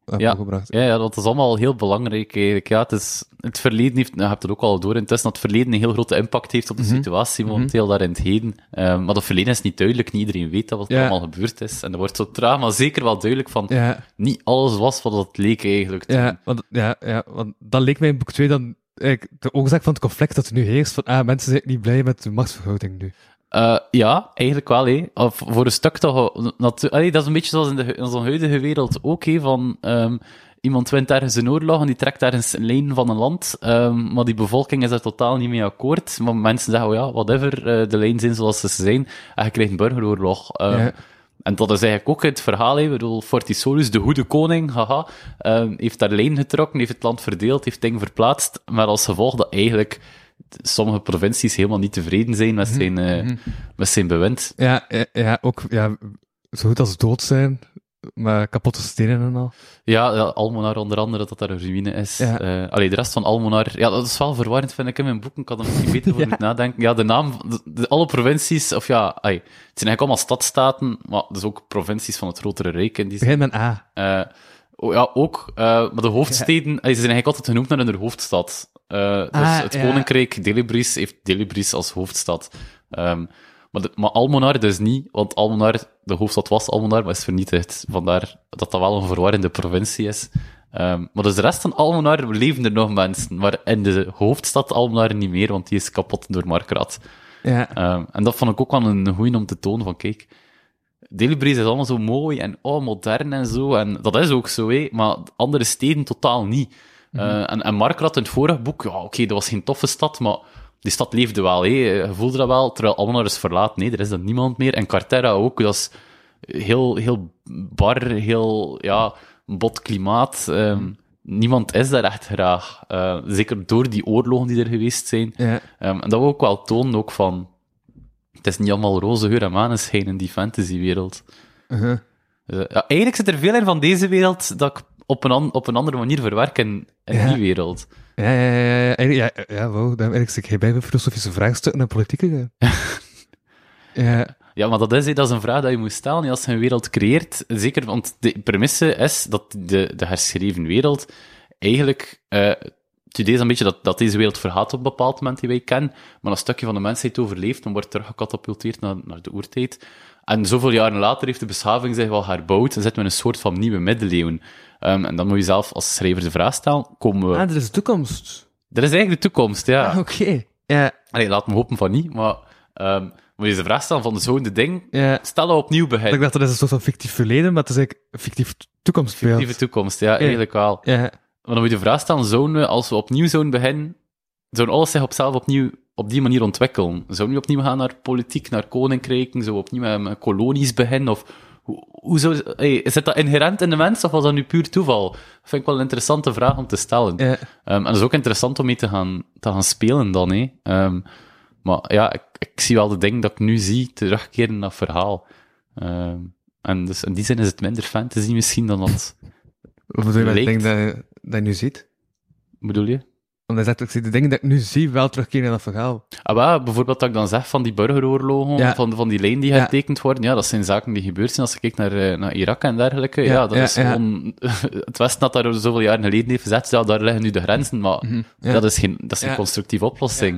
gebracht. Ja, dat is allemaal heel belangrijk eigenlijk. Ja, het verleden heeft, je hebt het ook al door intussen, dat het verleden een heel grote impact heeft op de situatie momenteel daar in het heden. Maar dat verleden is niet duidelijk, niet iedereen weet dat wat er allemaal gebeurd is. En er wordt zo traag, maar zeker wel duidelijk van, niet alles was wat het leek eigenlijk. Want dat leek mij in boek 2 dan de oorzaak van het conflict dat er nu heerst, van mensen zijn niet blij met de machtsverhouding nu. Ja, eigenlijk wel, hè. Of voor een stuk toch... dat is een beetje zoals in zo'n huidige wereld ook, hè, van... iemand wint ergens een oorlog en die trekt ergens een lijn van een land, maar die bevolking is er totaal niet mee akkoord. Maar mensen zeggen, whatever, de lijnen zijn zoals ze zijn, en je krijgt een burgeroorlog. En dat is eigenlijk ook het verhaal, hè. Ik bedoel, Fortisolus, de goede koning, heeft daar lijn getrokken, heeft het land verdeeld, heeft dingen verplaatst, maar als gevolg dat eigenlijk sommige provincies helemaal niet tevreden zijn met zijn bewind. Ook zo goed als dood zijn, maar kapotte stenen en al. Ja, Almonar onder andere, dat daar een ruïne is. De rest van Almonar... Ja, dat is wel verwarrend, vind ik, in mijn boeken. Ik had er misschien beter voor moeten nadenken. Ja, de naam... alle provincies... het zijn eigenlijk allemaal stadstaten, maar dus ook provincies van het grotere rijk. Begin met A. Maar de hoofdsteden... Ze zijn eigenlijk altijd genoemd naar hun hoofdstad. Het koninkrijk Delibris heeft Delibris als hoofdstad. Maar Almonar dus niet, want Almonar, de hoofdstad was Almonar, maar is vernietigd. Vandaar dat dat wel een verwarrende provincie is. Maar dus de rest van Almonar leven er nog mensen, maar in de hoofdstad Almonar niet meer, want die is kapot door Markgrad. En dat vond ik ook wel een goeie om te tonen, van kijk, Delibris is allemaal zo mooi en modern en zo, en dat is ook zo, maar andere steden totaal niet. En Markgrad in het vorige boek, dat was geen toffe stad, maar die stad leefde wel, je voelde dat wel, terwijl Almonar is verlaten, er is dan niemand meer. En Carterra ook, dat is heel bar, heel bot klimaat. Niemand is daar echt graag. Zeker door die oorlogen die er geweest zijn. En dat we ook wel tonen, ook van, het is niet allemaal roze geur en maneschijn in die fantasywereld. Eigenlijk zit er veel in van deze wereld dat ik op een andere manier verwerk in die wereld. Eigenlijk zit jij bij filosofische vraagstukken en politieke. Ja, maar dat is een vraag dat je moet stellen als je een wereld creëert. Zeker, want de premisse is dat de herschreven wereld eigenlijk... het idee is een beetje dat deze wereld vergaat op een bepaald moment die wij kennen, maar een stukje van de mensheid overleeft en wordt teruggecatapulteerd naar de oertijd. En zoveel jaren later heeft de beschaving zich wel herbouwd en zitten we in een soort van nieuwe middeleeuwen. En dan moet je zelf als schrijver de vraag stellen, komen we... dat is de toekomst. Dat is eigenlijk de toekomst, ja. Oké. Laat me hopen van niet, maar moet je de vraag stellen van zo'n ding, stel dat opnieuw begint. Ik dacht, dat is een soort van fictief verleden, maar het is eigenlijk een fictief toekomstbeeld. Fictieve toekomst, eigenlijk wel. Maar dan moet je de vraag stellen, zouden we, als we opnieuw zouden beginnen, zouden alles zich opnieuw op die manier ontwikkelen? Zouden we opnieuw gaan naar politiek, naar koninkrijken, zo opnieuw met kolonies beginnen, of... is dat inherent in de mens, of was dat nu puur toeval? Dat vind ik wel een interessante vraag om te stellen. En dat is ook interessant om mee te gaan spelen dan, maar ik zie wel de dingen dat ik nu zie terugkeren naar het verhaal. En dus in die zin is het minder fantasy misschien dan dat. Wat bedoel je met de dingen dat je nu ziet? Bedoel je? Omdat ik zie de dingen dat ik nu zie wel terugkeren naar dat verhaal. Bijvoorbeeld dat ik dan zeg van die burgeroorlogen, van die lijn die getekend worden, dat zijn zaken die gebeurd zijn als je kijkt naar Irak en dergelijke. Dat is gewoon... Het Westen dat daar zoveel jaren geleden heeft gezet, daar liggen nu de grenzen, maar dat is geen constructieve oplossing.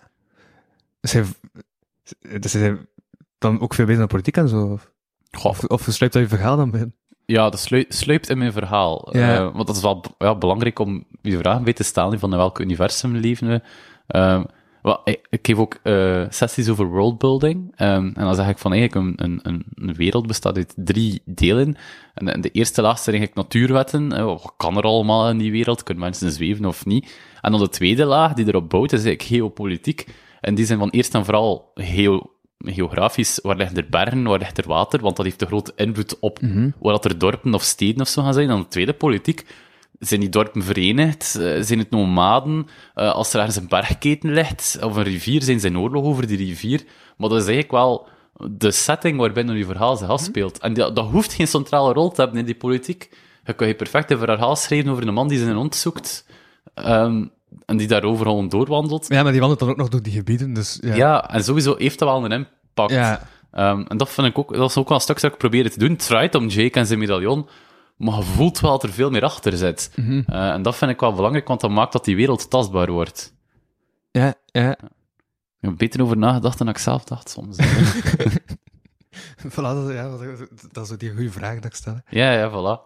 Dus hij dan ook veel bezig met politiek en zo? Of sluipt dat je verhaal dan binnen? Ja, dat sluipt in mijn verhaal. Want dat is wel belangrijk om je vragen bij te stellen van in welk universum leven we. Ik geef ook sessies over worldbuilding. En dan zeg ik van eigenlijk een wereld bestaat uit 3 delen. En de eerste laag zijn eigenlijk natuurwetten. Wat kan er allemaal in die wereld? Kunnen mensen zweven of niet? En dan de tweede laag die erop bouwt is eigenlijk geopolitiek. En die zijn van eerst en vooral geografisch, waar liggen er bergen, waar ligt er water, want dat heeft een grote invloed op waar dat er dorpen of steden of zo gaan zijn. En de tweede, politiek. Zijn die dorpen verenigd? Zijn het nomaden? Als er ergens een bergketen ligt, of een rivier, zijn ze in oorlog over die rivier. Maar dat is eigenlijk wel de setting waarbinnen je verhaal zich afspeelt. En dat hoeft geen centrale rol te hebben in die politiek. Je kan je perfect een verhaal schrijven over een man die zijn hond zoekt, en die daar overal doorwandelt. Ja, maar die wandelt dan ook nog door die gebieden, dus... Ja, en sowieso heeft dat wel een impact. En dat vind ik ook... Dat is ook wel een stuk dat ik probeer te doen. Het draait om Jake en zijn medaillon, maar je voelt wel dat er veel meer achter zit. En dat vind ik wel belangrijk, want dat maakt dat die wereld tastbaar wordt. Ja, ja. Ik heb er beter over nagedacht dan ik zelf dacht soms. Voilà, dat is ook die goede vraag dat ik stel. Ja, voilà.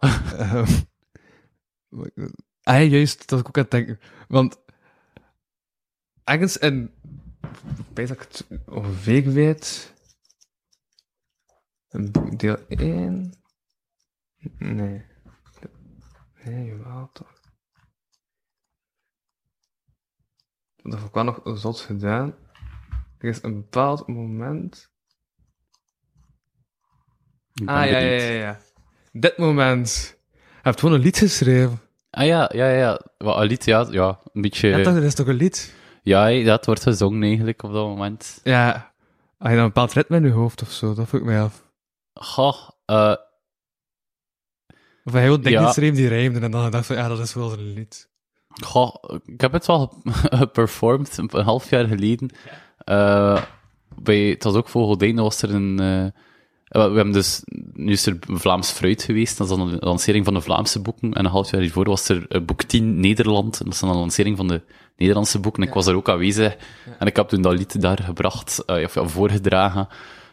Juist, dat ik ook aan het denken. Want ergens in... Ik weet dat ik het ongeveer weet... Deel 1... Nee, jawel, toch. Dat heb ik wel nog zot gedaan. Er is een bepaald moment... Ja. Dit moment. Hij heeft gewoon een lied geschreven. Ja. Wat, een lied, ja, een beetje... Ja, dat is toch een lied? Ja, dat wordt gezongen eigenlijk op dat moment. Ja. Had je dan een bepaald ritme in je hoofd of zo? Dat vroeg ik mij af. Goh, Of hij gewoon dingen schreef die rijmden en dan dacht van, ja, dat is wel een lied. Goh, ik heb het wel geperformed, een half jaar geleden. Het was ook voor Gordijnen was er een... we hebben dus... Nu is er Vlaams Fruit geweest, dat is dan de lancering van de Vlaamse boeken. En een half jaar hiervoor was er boek 10 Nederland, en dat is dan de lancering van de Nederlandse boeken. Ik was er ook aanwezig, en ik heb toen dat lied daar gebracht, voorgedragen.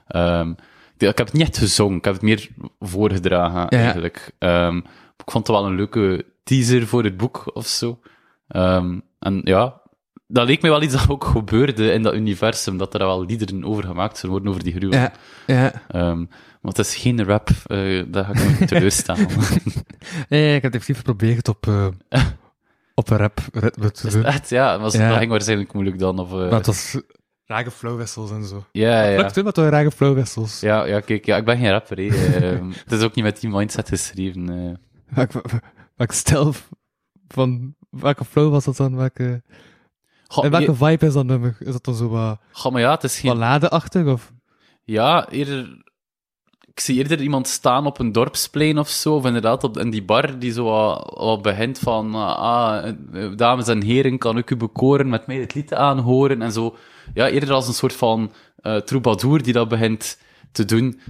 Ik heb het niet echt gezongen, ik heb het meer voorgedragen, eigenlijk. Ik vond het wel een leuke teaser voor het boek, of zo. En ja, dat leek me wel iets dat ook gebeurde in dat universum, dat er wel liederen over gemaakt zullen worden, over die gruwel. Ja. Maar het is geen rap, daar ga ik me teleurstaan. Nee, ik heb het even geprobeerd op een rap-ritme te doen. Echt, ja, maar dat ging waarschijnlijk moeilijk dan. Maar het was rage flowwissels en zo. Ja. Het lukt, hè, met de rage flowwissels. Ja, kijk, ik ben geen rapper, hè. Het is ook niet met die mindset geschreven. Welke stijl van... Welke flow was dat dan? Welke vibe is dat nummer? Is dat dan zo wat... maar ja, het is geen... Balladeachtig, of... Ja, eerder... Ik zie eerder iemand staan op een dorpsplein of zo, of inderdaad in die bar die zo wat begint van dames en heren, kan ik u bekoren met mij het lied aanhoren en zo. Ja, eerder als een soort van troubadour die dat begint te doen.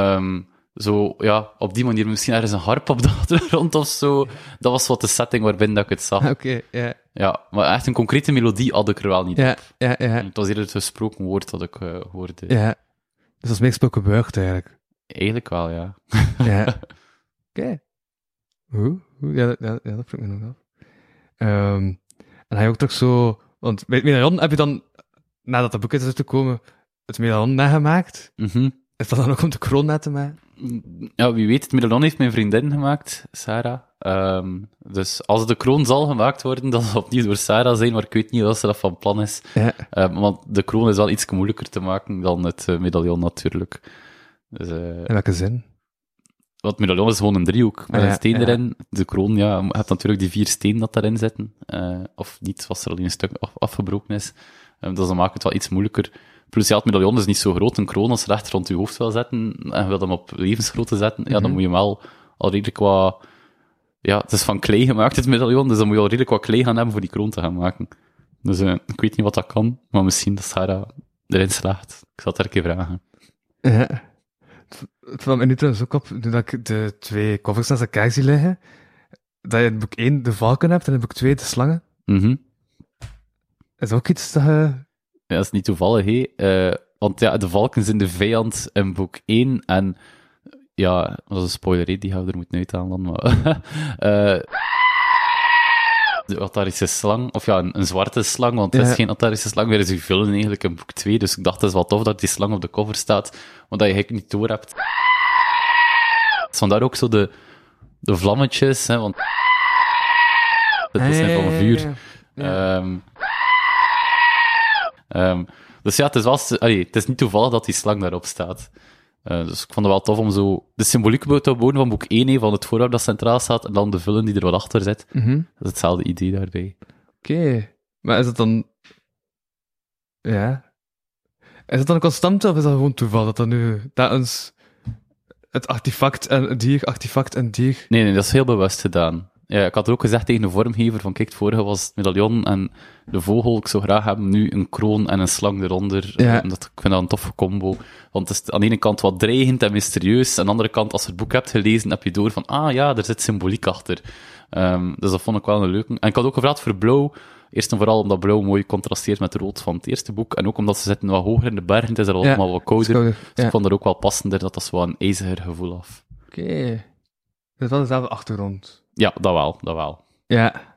Zo, ja, op die manier misschien ergens een harp op de achtergrond of zo. Dat was wat de setting waarbinnen dat ik het zag. Oké. Ja, maar echt een concrete melodie had ik er wel niet op. Ja. Het was eerder het gesproken woord dat ik hoorde. Ja, dus dat is meer gesproken woord eigenlijk. Eigenlijk wel, ja. Ja. Oké. Hoe? Ja, dat vroeg ik me nog af. En hij ook toch zo... Want bij het medaillon heb je dan, nadat dat boek is uitgekomen, het medaillon nagemaakt. Is dat dan ook om de kroon na te maken? Ja, wie weet. Het medaillon heeft mijn vriendin gemaakt, Sarah. Dus als de kroon zal gemaakt worden, dan zal het opnieuw door Sarah zijn, maar ik weet niet of ze dat van plan is. Ja. Want de kroon is wel iets moeilijker te maken dan het medaillon, natuurlijk. Dus, in welke zin? Want het medaillon is gewoon een driehoek met een steen erin. De kroon, ja, je hebt natuurlijk die 4 stenen dat daarin zitten. Of niet, als er al een stuk afgebroken is. Dus dan maakt het wel iets moeilijker. Plus, ja, het medaillon is niet zo groot. Een kroon, als je recht rond je hoofd wil zetten, en je wil hem op levensgrootte zetten, ja, dan moet je hem wel al redelijk wat... Ja, het is van klei gemaakt, het medaillon, dus dan moet je al redelijk wat klei gaan hebben voor die kroon te gaan maken. Dus ik weet niet wat dat kan, maar misschien dat Sarah erin slaagt. Ik zal het haar een keer vragen. Ja. Het valt me nu trouwens ook op, toen ik de 2 covers naast elkaar zie liggen, dat je in boek 1 de valken hebt en in boek 2 de slangen. Is ook iets dat je... Ja, dat is niet toevallig, hé. Want ja, de valken zijn de vijand in boek 1 en... Ja, dat is een spoiler, hé, die gaan we er moeten uithalen dan, maar... de Atarische slang, of ja, een zwarte slang, want het is geen Atarische slang, weer is die vullen eigenlijk in boek 2, dus ik dacht, het is wel tof dat die slang op de cover staat, want dat je eigenlijk niet door hebt. Dus vandaar ook zo de vlammetjes, hè, want het is net van vuur. Dus ja, het is wel, het is niet toevallig dat die slang daarop staat. Dus ik vond het wel tof om zo de symboliek te wonen van boek 1, van het voorwerp dat centraal staat, en dan de vullen die er wat achter zit. Dat is hetzelfde idee daarbij. Oké. Maar is het dan... Ja. Is het dan een constante, of is dat gewoon toeval, dat dan nu... Dat is het artefact en dier, artefact en dier... Nee, dat is heel bewust gedaan. Ja, ik had ook gezegd tegen de vormgever van, kijk, het vorige was het medaillon en de vogel. Ik zou graag hebben nu een kroon en een slang eronder. Ja. Omdat ik vind dat een toffe combo. Want het is aan de ene kant wat dreigend en mysterieus. Aan de andere kant, als je het boek hebt gelezen, heb je door van, ah ja, er zit symboliek achter. Dus dat vond ik wel een leuke. En ik had ook gevraagd voor blauw. Eerst en vooral omdat blauw mooi contrasteert met rood van het eerste boek. En ook omdat ze zitten wat hoger in de bergen. Het is er allemaal wat kouder. Dus ik vond er ook wel passender dat zo een ijziger gevoel af. Oké. Het is wel dezelfde achtergrond. Ja, dat wel. Ja.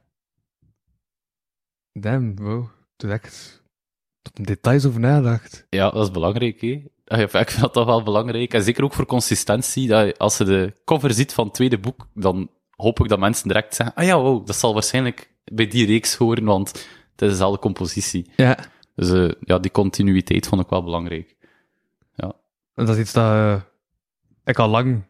Damn, wow. Het is echt tot een details over nagedacht. Ja, dat is belangrijk, hè. Ik vind dat toch wel belangrijk. En zeker ook voor consistentie. Dat als je de cover ziet van het tweede boek, dan hoop ik dat mensen direct zeggen, ah ja, wow, dat zal waarschijnlijk bij die reeks horen, want het is dezelfde compositie. Ja. Dus die continuïteit vond ik wel belangrijk. Ja. En dat is iets dat ik al lang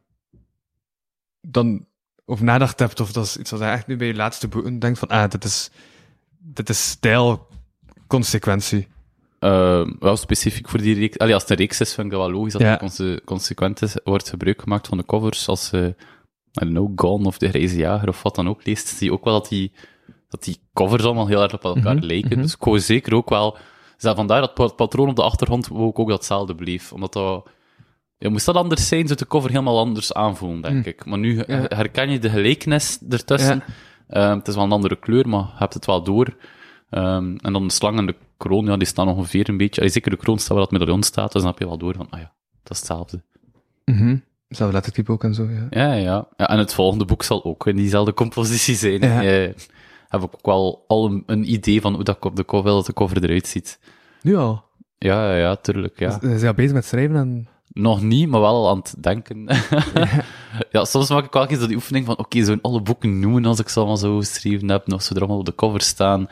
dan over nagedacht heb, of dat is iets wat je echt nu bij je laatste boeken denkt van, dit is stijl, consequentie. Wel specifiek voor die reeks. Allee, als het een reeks is, vind ik dat wel logisch dat er consequent is, wordt gebruik gemaakt van de covers. Als I don't know, Gone of De Grijze Jager of wat dan ook leest, zie je ook wel dat die covers allemaal heel erg op elkaar lijken. Dus ik wou zeker ook wel... Dus vandaar dat het patroon op de achtergrond wou ik ook datzelfde bleef. Omdat dat... Ja, moest dat anders zijn, zou de cover helemaal anders aanvoelen, denk ik. Maar nu herken je de gelijkenis ertussen. Ja. Het is wel een andere kleur, maar je hebt het wel door. En dan de slang en de kroon, ja, die staan ongeveer een beetje... Zeker de kroon staat waar dat medaillon staat, dus dan heb je wel door van, ah ja, dat is hetzelfde. Hetzelfde lettertype ook en zo, ja. Ja, en het volgende boek zal ook in diezelfde compositie zijn. Ja. Heb ik ook wel al een idee van hoe dat op de cover eruit ziet. Nu al? Ja, tuurlijk, ja. Is hij al bezig met schrijven en... Nog niet, maar wel aan het denken. Ja, soms maak ik wel eens die oefening van, oké, zo in alle boeken noemen als ik ze allemaal zo geschreven heb, nog zo er allemaal op de cover staan.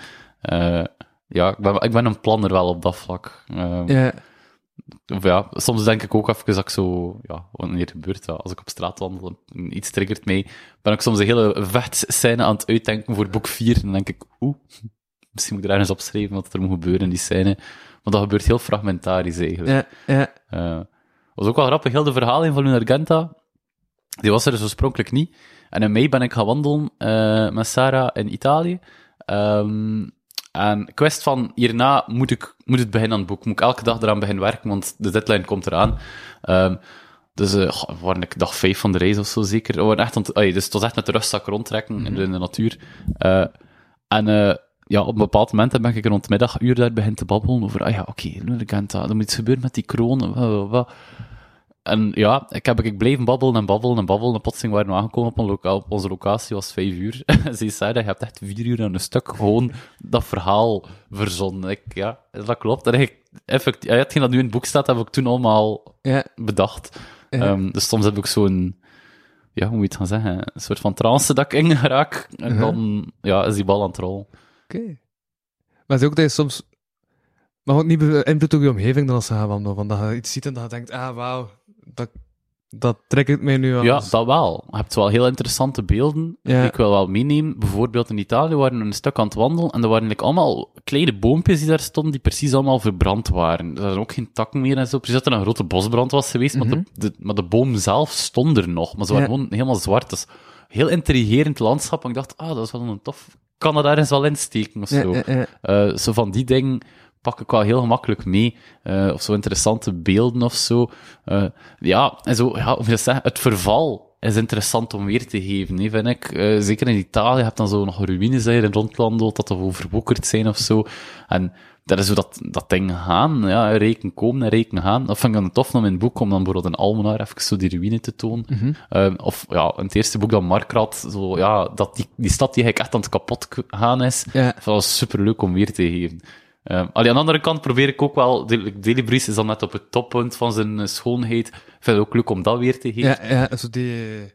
Ja, ik ben een planner wel op dat vlak. Of ja, soms denk ik ook even dat ik zo, ja, wanneer gebeurt dat? Als ik op straat wandel en iets triggert mij, ben ik soms een hele vechtscène aan het uitdenken voor boek 4. En dan denk ik, misschien moet ik er ergens opschrijven wat er moet gebeuren in die scène. Want dat gebeurt heel fragmentarisch eigenlijk. Was ook wel grappig, heel de verhaling van Luna Argenta, die was er dus oorspronkelijk niet. En in mei ben ik gaan wandelen met Sarah in Italië. En ik wist van, hierna moet het beginnen aan het boek. Moet ik elke dag eraan beginnen werken, want de deadline komt eraan. Dus we waren dag 5 van de reis of zo zeker. We waren echt dus het was echt met de rustzak rondtrekken in de natuur. Ja, op een bepaald moment ben ik rond middaguur daar begin te babbelen over, Luna Argenta, er moet iets gebeuren met die kroon. En ja, ik bleef babbelen. En plotseling waren we aangekomen op onze locatie, was 5 uur. Ze zei, je hebt echt 4 uur aan een stuk gewoon dat verhaal verzonnen. Ja, dat klopt. En hetgeen dat nu in het boek staat, heb ik toen allemaal bedacht. Dus soms heb ik zo'n, ja, hoe moet je het gaan zeggen, een soort van trance dat ik in raak. En dan is die bal aan het rollen. Oké. Maar het is ook dat je soms... Maar ook niet beïnvloedt ook je omgeving dan als ze gaan wandelen. Want dat je iets ziet en dat je denkt, wauw, dat trekt het mij nu aan. Ja, dat wel. Je hebt wel heel interessante beelden. Ja. Ik wil wel meenemen. Bijvoorbeeld in Italië waren we een stuk aan het wandelen en er waren allemaal kleine boompjes die daar stonden, die precies allemaal verbrand waren. Er waren ook geen takken meer en zo. Precies dat er een grote bosbrand was geweest, maar de boom zelf stond er nog. Maar ze waren gewoon helemaal zwart. Dus heel intrigerend landschap. En ik dacht, dat is wel een tof... Kan dat ergens wel insteken of zo. Zo van die dingen pak ik wel heel gemakkelijk mee. Of zo interessante beelden of zo. En zo, hoe moet je dat zeggen? Het verval is interessant om weer te geven, vind ik. Zeker in Italië, je hebt dan zo nog ruïnes daar in rondwandelt, dat er overwoekerd zijn of zo. En dat is zo dat ding gaan, reken komen en reken gaan. Dat vind ik dan tof om in het boek, om dan bijvoorbeeld in Almenaar even zo die ruïne te tonen. Of in het eerste boek dat Mark had, zo, dat die stad die eigenlijk echt aan het kapot gaan is. Dat was superleuk om weer te geven. Aan de andere kant probeer ik ook wel, Delibris is dan net op het toppunt van zijn schoonheid. Ik vind het ook leuk om dat weer te geven. Ja, zo die...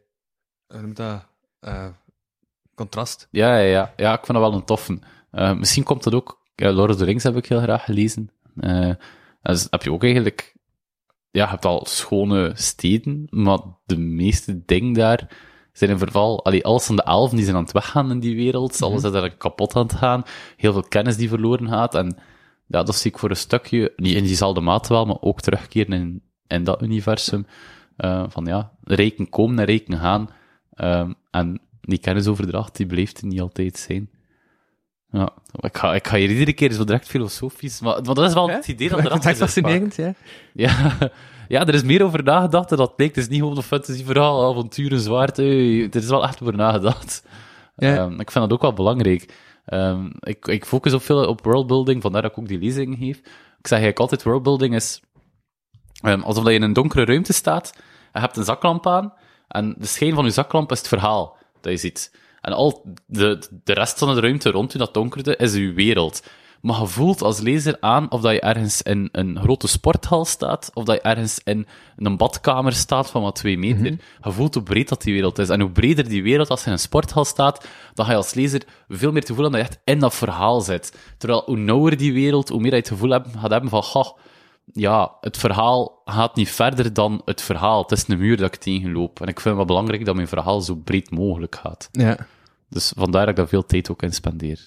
contrast. Ja, ik vind dat wel een toffe. Misschien komt dat ook... Lord of the Rings heb ik heel graag gelezen. Dus heb je ook eigenlijk... Ja, je hebt al schone steden, maar de meeste dingen daar zijn in verval. Alles van de elfen die zijn aan het weggaan in die wereld. Alles is eigenlijk kapot aan het gaan. Heel veel kennis die verloren gaat. En ja, dat zie ik voor een stukje, niet in diezelfde mate wel, maar ook terugkeren in dat universum. Reken komen en reken gaan. En die kennisoverdracht, die blijft er niet altijd zijn. Ja, ik ga hier iedere keer zo direct filosofisch, maar dat is wel het idee dat Ik erachter vind het zit. fascinerend, ja. Ja, er is meer over nagedacht dan dat lijkt. Het is niet gewoon een fantasyverhaal, avonturen, zwaard. Er is wel echt over nagedacht. Ja. Ik vind dat ook wel belangrijk. Ik focus ook veel op worldbuilding, vandaar dat ik ook die lezingen geef. Ik zeg eigenlijk altijd, worldbuilding is alsof je in een donkere ruimte staat, en je hebt een zaklamp aan, en de schijn van je zaklamp is het verhaal dat je ziet. En al de rest van de ruimte rond u, dat donkerde, is uw wereld. Maar je voelt als lezer aan of dat je ergens in een grote sporthal staat, of dat je ergens in een badkamer staat van wat 2 meter. Je voelt hoe breed dat die wereld is. En hoe breder die wereld als je in een sporthal staat, dan ga je als lezer veel meer te voelen dat je echt in dat verhaal zit. Terwijl hoe nauwer die wereld, hoe meer je het gevoel gaat hebben van, ja, het verhaal gaat niet verder dan het verhaal. Het is een muur dat ik tegenloop. En ik vind het wel belangrijk dat mijn verhaal zo breed mogelijk gaat. Ja. Dus vandaar dat ik daar veel tijd ook in spendeer.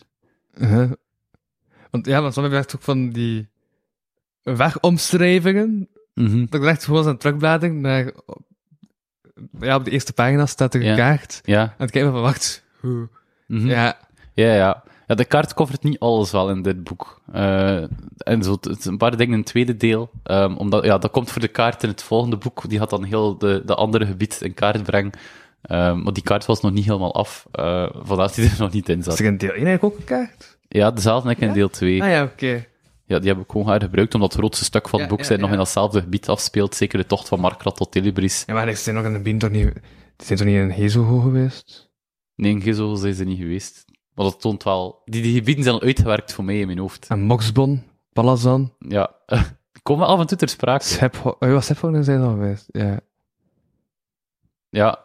Want soms heb je echt ook van die wegomschrijvingen, dat ik echt gewoon aan het terugbladeren naar, op de eerste pagina staat er een kaart, Ja. en dan kijken van, wacht, hoe, Ja, de kaart covert niet alles wel in dit boek. En zo, het is een paar dingen in het tweede deel. Omdat, dat komt voor de kaart in het volgende boek. Die gaat dan heel de andere gebied in kaart brengen. Maar die kaart was nog niet helemaal af. Vandaar dat die er nog niet in zat. is er in deel 1 eigenlijk ook een kaart? Ja, dezelfde ik in deel 2. Ah ja, oké. Ja, die heb ik gewoon gebruikt, omdat het grootste stuk van het boek nog in datzelfde gebied afspeelt. Zeker de tocht van Markgrad tot Tilibris. Ja, maar die zijn nog in de bieden toch niet, die zijn toch niet in Hezoho geweest? Nee, in Gizo zijn ze niet geweest. Maar dat toont wel... Die gebieden zijn al uitgewerkt voor mij in mijn hoofd. En Moxbon, Palazan, Ja, komen af en toe ter sprake. Schephouden zijn al geweest, ja. Ja,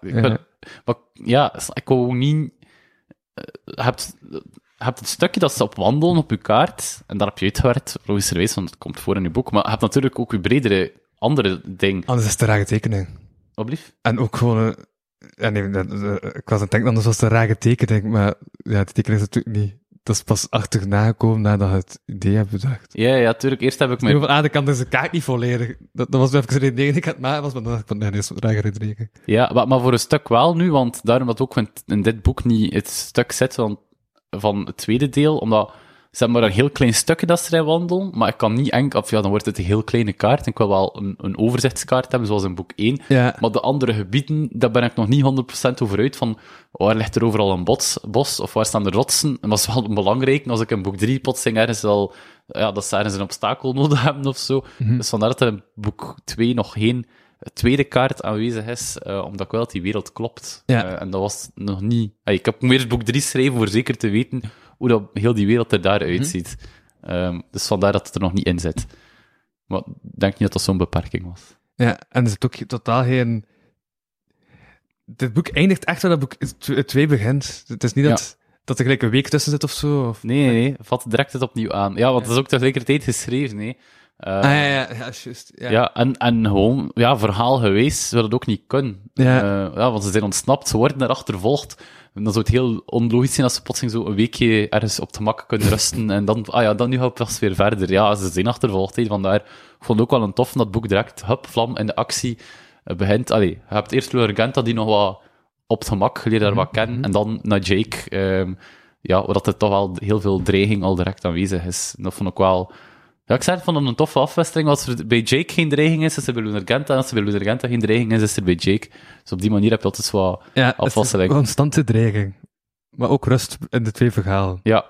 ik wou niet... Je hebt het stukje dat ze op wandelen op je kaart, en daar heb je uitgewerkt, logischerwijs, want het komt voor in je boek, maar je hebt natuurlijk ook je bredere andere ding. Anders is het een rare tekening. Alblieft? En ook gewoon... ik was aan het denken, anders was het een rare tekening, maar ja, die tekening is natuurlijk niet... Dat is pas achterna gekomen nadat je het idee hebt bedacht. Ja, tuurlijk. Eerst heb ik Van, de kant is de kaart niet volledig. Dat was even een redenering die ik aan het maken was, maar dan dacht ik van, nee, dat is een rare redenering. Ja, maar voor een stuk wel nu, want daarom dat ook in dit boek niet het stuk zit van het tweede deel, omdat ze hebben maar een heel klein stukje dat ze erin wandelen, maar ik kan niet enkel... dan wordt het een heel kleine kaart. Ik wil wel een overzichtskaart hebben, zoals in boek 1. Ja. Maar de andere gebieden, daar ben ik nog niet 100% over uit, van waar ligt er overal een bos, of waar staan de rotsen? En dat is wel belangrijk, als ik in boek 3 plotseling ergens wel... dat ze ergens een obstakel nodig hebben, of zo. Dus vandaar dat er in boek 2 nog geen tweede kaart aanwezig is, omdat ik wel dat die wereld klopt. Ja. En dat was nog niet... ik heb meer boek 3 schrijven voor zeker te weten hoe dat heel die wereld er daaruit ziet. Dus vandaar dat het er nog niet in zit. Maar ik denk niet dat dat zo'n beperking was. Ja, en er zit ook totaal geen... Dit boek eindigt echt waar dat boek 2 begint. Het is niet dat er gelijk een week tussen zit of zo. Of... Nee, vat direct het opnieuw aan. Ja, want het is ook tegelijkertijd geschreven, nee. Juist. Ja, en gewoon, verhaal geweest, zou dat ook niet kunnen. Want ze zijn ontsnapt, ze worden er achtervolgd. En dan zou het heel onlogisch zijn als ze plotseling zo een weekje ergens op het gemak kunnen rusten. En dan, dan nu gaat het pas weer verder. Ja, ze zijn achtervolgd, vandaar. Ik vond het ook wel een tof dat boek direct, vlam in de actie begint. Je hebt eerst Lurgenta die nog wat op het gemak geleerd daar wat kennen. En dan naar Jake, waar dat er toch wel heel veel dreiging al direct aanwezig is. En dat vond ik wel... Ja, ik zei het, vond het een toffe afwisseling. Als er bij Jake geen dreiging is er bij Lurgenta. En als er bij Lurgenta geen dreiging is er bij Jake. Dus op die manier heb je altijd wat afwisseling. Ja, constante dreiging. Maar ook rust in de 2 verhalen. Ja.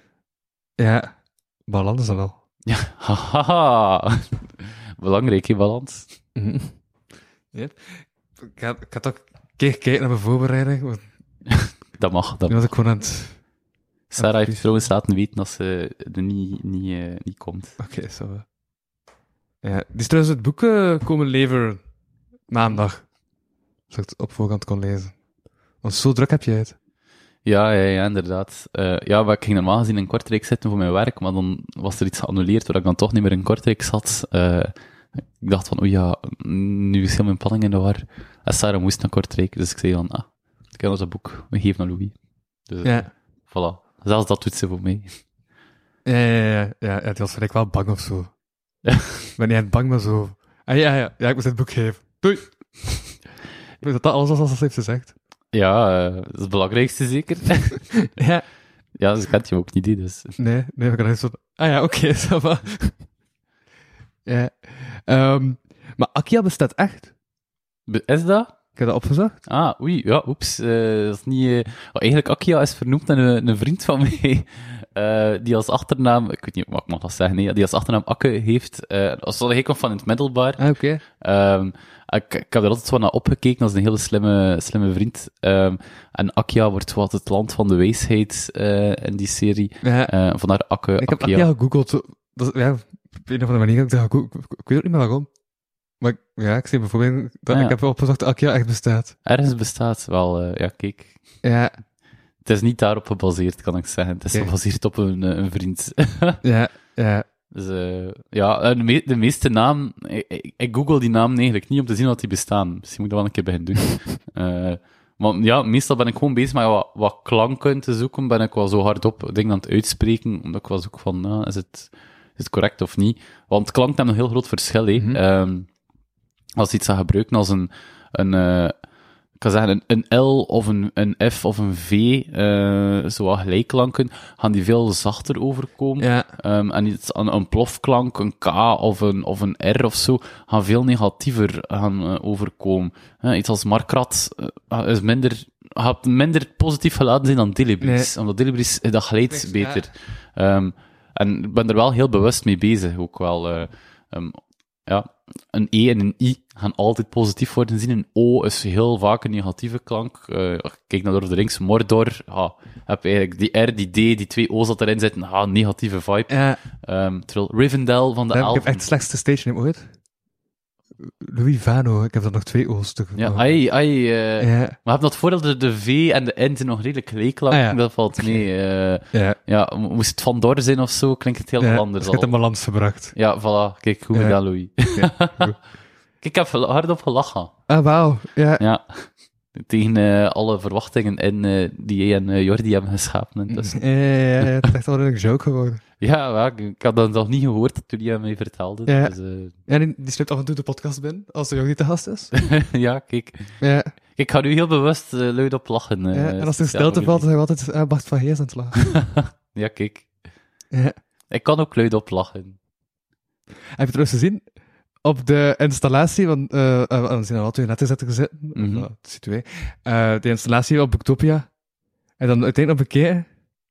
Ja, balans dan wel. Ja, haha. Belangrijk, hè, balans. Yep. Ik ga toch een keer kijken naar mijn voorbereiding. Want Dat mag. nu was ik gewoon aan het... Sarah heeft trouwens laten weten dat ze er niet komt. Oké, zo. Ja, die is trouwens het boek komen leveren maandag. Als ik het op voorhand kon lezen. Want zo druk heb je het. Ja, inderdaad. Maar ik ging normaal gezien in Kortrijk zitten voor mijn werk, maar dan was er iets geannuleerd, waar ik dan toch niet meer in Kortrijk zat. Ik dacht van, nu is heel mijn planning in de war. En Sarah moest naar Kortrijk, dus ik zei van, ik heb ons dat boek, we geven aan Louis. Dus, voilà. Zelfs dat doet ze voor mij. Ja, die was gelijk wel bang of zo. Ik ben niet bang, maar zo... Ja, ik moet dit boek geven. Doei! Dat alles was als ze heeft gezegd. Ja, dat is het belangrijkste zeker. Ja. Ja, ze kent je ook niet, dus. Nee, ik had echt zo... Ah ja, oké, ça va. Ja. Maar Akia bestaat echt. Is dat? Ik heb dat opgezocht. Ah, oei, ja, oeps. Dat is niet... eigenlijk, Akia is vernoemd naar een vriend van mij, die als achternaam... Ik weet niet wat ik mag dat zeggen, nee, die als achternaam Akke heeft. Dat zal hij kwam van in het middelbaar. Ah, oké. Ik heb er altijd zo naar opgekeken als een hele slimme vriend. En Akia wordt wat het land van de wijsheid in die serie. Ja. Vandaar Akke, Ik heb Akia. Akia gegoogeld. Dat, ja, op een of andere manier heb ik dat gegoogeld. Ik weet ook niet meer waarom. Maar ik zie bijvoorbeeld dat Ja. ik heb opgezocht dat Akia echt bestaat. Ergens bestaat wel, ja, kijk. Ja, Het is niet daarop gebaseerd, kan ik zeggen. Het is Oké. gebaseerd op een vriend. ja. Dus ja, de meeste naam... Ik google die naam eigenlijk niet om te zien dat die bestaan. Misschien moet ik dat wel een keer beginnen doen. Maar ja, meestal ben ik gewoon bezig met wat klanken te zoeken. Ben ik wel zo hardop dingen aan het uitspreken, omdat ik wel zoek van, is het correct of niet? Want klank heeft een heel groot verschil, hè. Mhm. Als je iets gaat gebruiken als ik kan zeggen, een L of een F of een V, zo wat gelijkklanken, gaan die veel zachter overkomen. Ja. En iets aan een plofklank, een K of een R of zo, gaan veel negatiever gaan overkomen. Iets als Markrat is gaat minder positief geladen zijn dan Dilibris. Omdat Dilibris, dat glijdt Ja. beter. En ik ben er wel heel bewust mee bezig, ook wel. Ja, een E en een I gaan altijd positief worden zien. Een O is heel vaak een negatieve klank. Kijk naar Lord of the Rings, Mordor. Heb eigenlijk die R, die D, die twee O's dat erin zitten. Negatieve vibe. Ja. Terwijl Rivendell van de Ik heb elfen. echt het slechtste stage name ooit. Louis Vano, ik heb er nog 2 O's te Ja, gevonden. ja. Ja. Maar je hebt dat voordeel dat de V en de N zijn nog redelijk gelijkklank. Ah, ja. Dat valt mee. Ja. Ja, moest het Van Dor zijn of zo, klinkt het helemaal Ja, anders. dus ik heb al. een balans gebracht. Ja, voilà. Kijk, goed Ja. gedaan, Louis. Ja, goed. Ik heb hardop gelachen. Ah, wauw. Ja. Ja, tegen alle verwachtingen in die jij en Jordi hebben geschapen. Intussen. Ja, het is echt wel een joke geworden. Ja, ik had dat nog niet gehoord toen jij mij vertelde. Ja. Dus, Ja, die sluit af en toe de podcast binnen, als er ook niet te gast is. ja, kijk. Ja. Ik ga nu heel bewust luid op lachen. Ja, en als er stilte valt, dan zijn we altijd Bart van Hees aan het lachen. Ja, kijk. Ja. Ik kan ook luid op lachen. Heb je trouwens gezien, op de installatie, want we zijn al 2 netten zetten gezet, Mhm. dat is 2, de installatie op Booktopia, en dan uiteindelijk bekeken,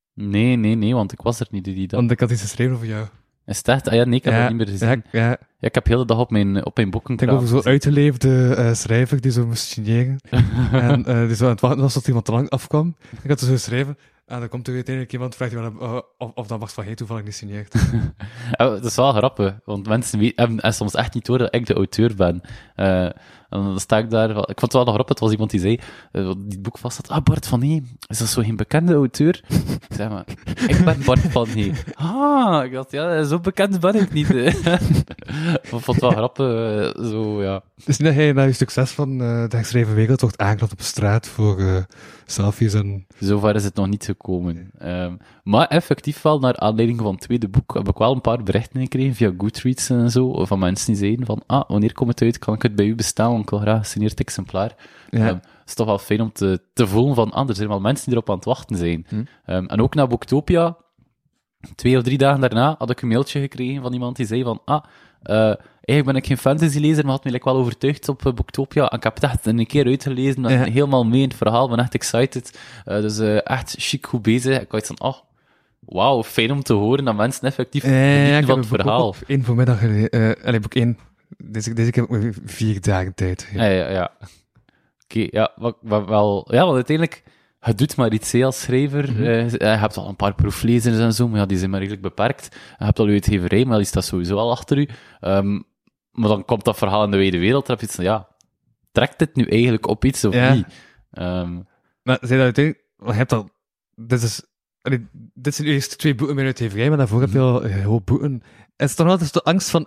Nee, want ik was er niet die dag. want ik had iets geschreven voor jou. Is het echt? Ah ja, nee, ik heb het niet meer gezien. Ja, Ja, ik heb de hele dag op mijn boeken ik denk over zo'n uitgeleefde schrijver die zo moest signeren, en die zo aan het wachten was tot iemand te lang afkwam. Ik had zo geschreven, en dan komt er uiteindelijk iemand vraagt of dat Bart van Hees toevallig niet signeert. Het is wel grappig, want mensen hebben soms echt niet door dat ik de auteur ben. En dan sta ik daar... Ik vond het wel nog grappig, het was iemand die zei, die het boek vast had, Bart van Hey, is dat zo geen bekende auteur? Ik zei maar, ik ben Bart van Hey. Ik dacht, ja, zo bekend ben ik niet. Ik vond het wel grappig, zo, ja. Dus net hij na je succes van de geschreven wereld wordt aangeklapt op straat voor selfies en... Zover is het nog niet gekomen. Maar effectief wel, naar aanleiding van het tweede boek, heb ik wel een paar berichten gekregen via Goodreads en zo, van mensen die zeiden van, wanneer komt het uit? Kan ik het bij u bestellen? Want ik wil graag een gesigneerd exemplaar. Ja. Het is toch wel fijn om te voelen van, er zijn wel mensen die erop aan het wachten zijn. En ook na Booktopia, 2 of 3 dagen daarna, had ik een mailtje gekregen van iemand die zei van, eigenlijk ben ik geen fantasylezer, maar had me like wel overtuigd op Booktopia. En ik heb het echt een keer uitgelezen, ben helemaal mee in het verhaal, ben echt excited. Dus echt chic goed bezig. Ik had iets van, wauw, fijn om te horen dat mensen effectief genieten van het verhaal. Op 1 voormiddag geleden, boek 1, deze keer heb ik maar 4 dagen tijd. Ja. Oké, ja, wel, ja, want uiteindelijk, je doet maar iets als schrijver. Je hebt al een paar proeflezers en zo, maar ja, die zijn maar redelijk beperkt. Je hebt al je uitgeverij, maar die staat sowieso al achter u. Maar dan komt dat verhaal in de wijde wereld, dan heb je iets van, ja, trekt dit nu eigenlijk op iets of niet? Maar zei dat uiteindelijk, want je hebt al, dit zijn de eerste 2 boeken met uitgeverij, maar daarvoor heb je al een hoop boeken. Is het dan altijd de angst van,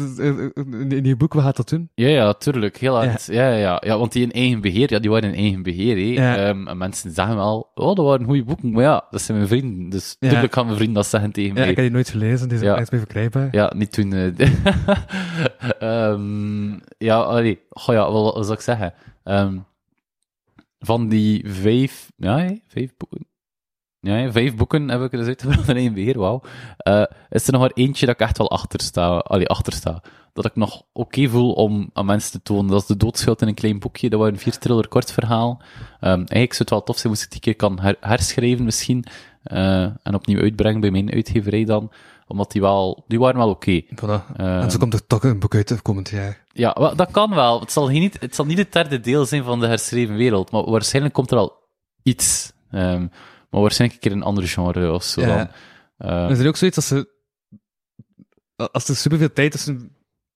in die boek, wat gaat dat doen? Ja, tuurlijk. Heel hard. Ja, want die in eigen beheer, die waren in eigen beheer. Hè. Ja. En mensen zeggen wel, dat waren goede boeken. Maar ja, dat zijn mijn vrienden. Dus natuurlijk gaan mijn vrienden dat zeggen tegen Ja, mij. ik heb die nooit gelezen, die zijn echt mee verkrijgbaar. Ja, niet toen... wat zou ik zeggen? van die 5 boeken. Ja, 5 boeken heb ik er dus uitgebracht in één beheer, wauw. Is er nog maar eentje dat ik echt wel achter sta. Dat ik nog oké voel om aan mensen te tonen. Dat is De Doodschuld in een klein boekje. Dat was een 4-triller kort verhaal. Eigenlijk zou het wel tof zijn moest ik die keer kan herschrijven misschien. En opnieuw uitbrengen bij mijn uitgeverij dan. Omdat die waren wel oké. Voilà. En zo komt er toch een boek uit komend jaar. Ja, dat kan wel. Het zal niet het derde deel zijn van de herschreven wereld. Maar waarschijnlijk komt er al iets. Maar waarschijnlijk een keer een ander genre of zo dan. Is er ook zoiets als er superveel tijd tussen...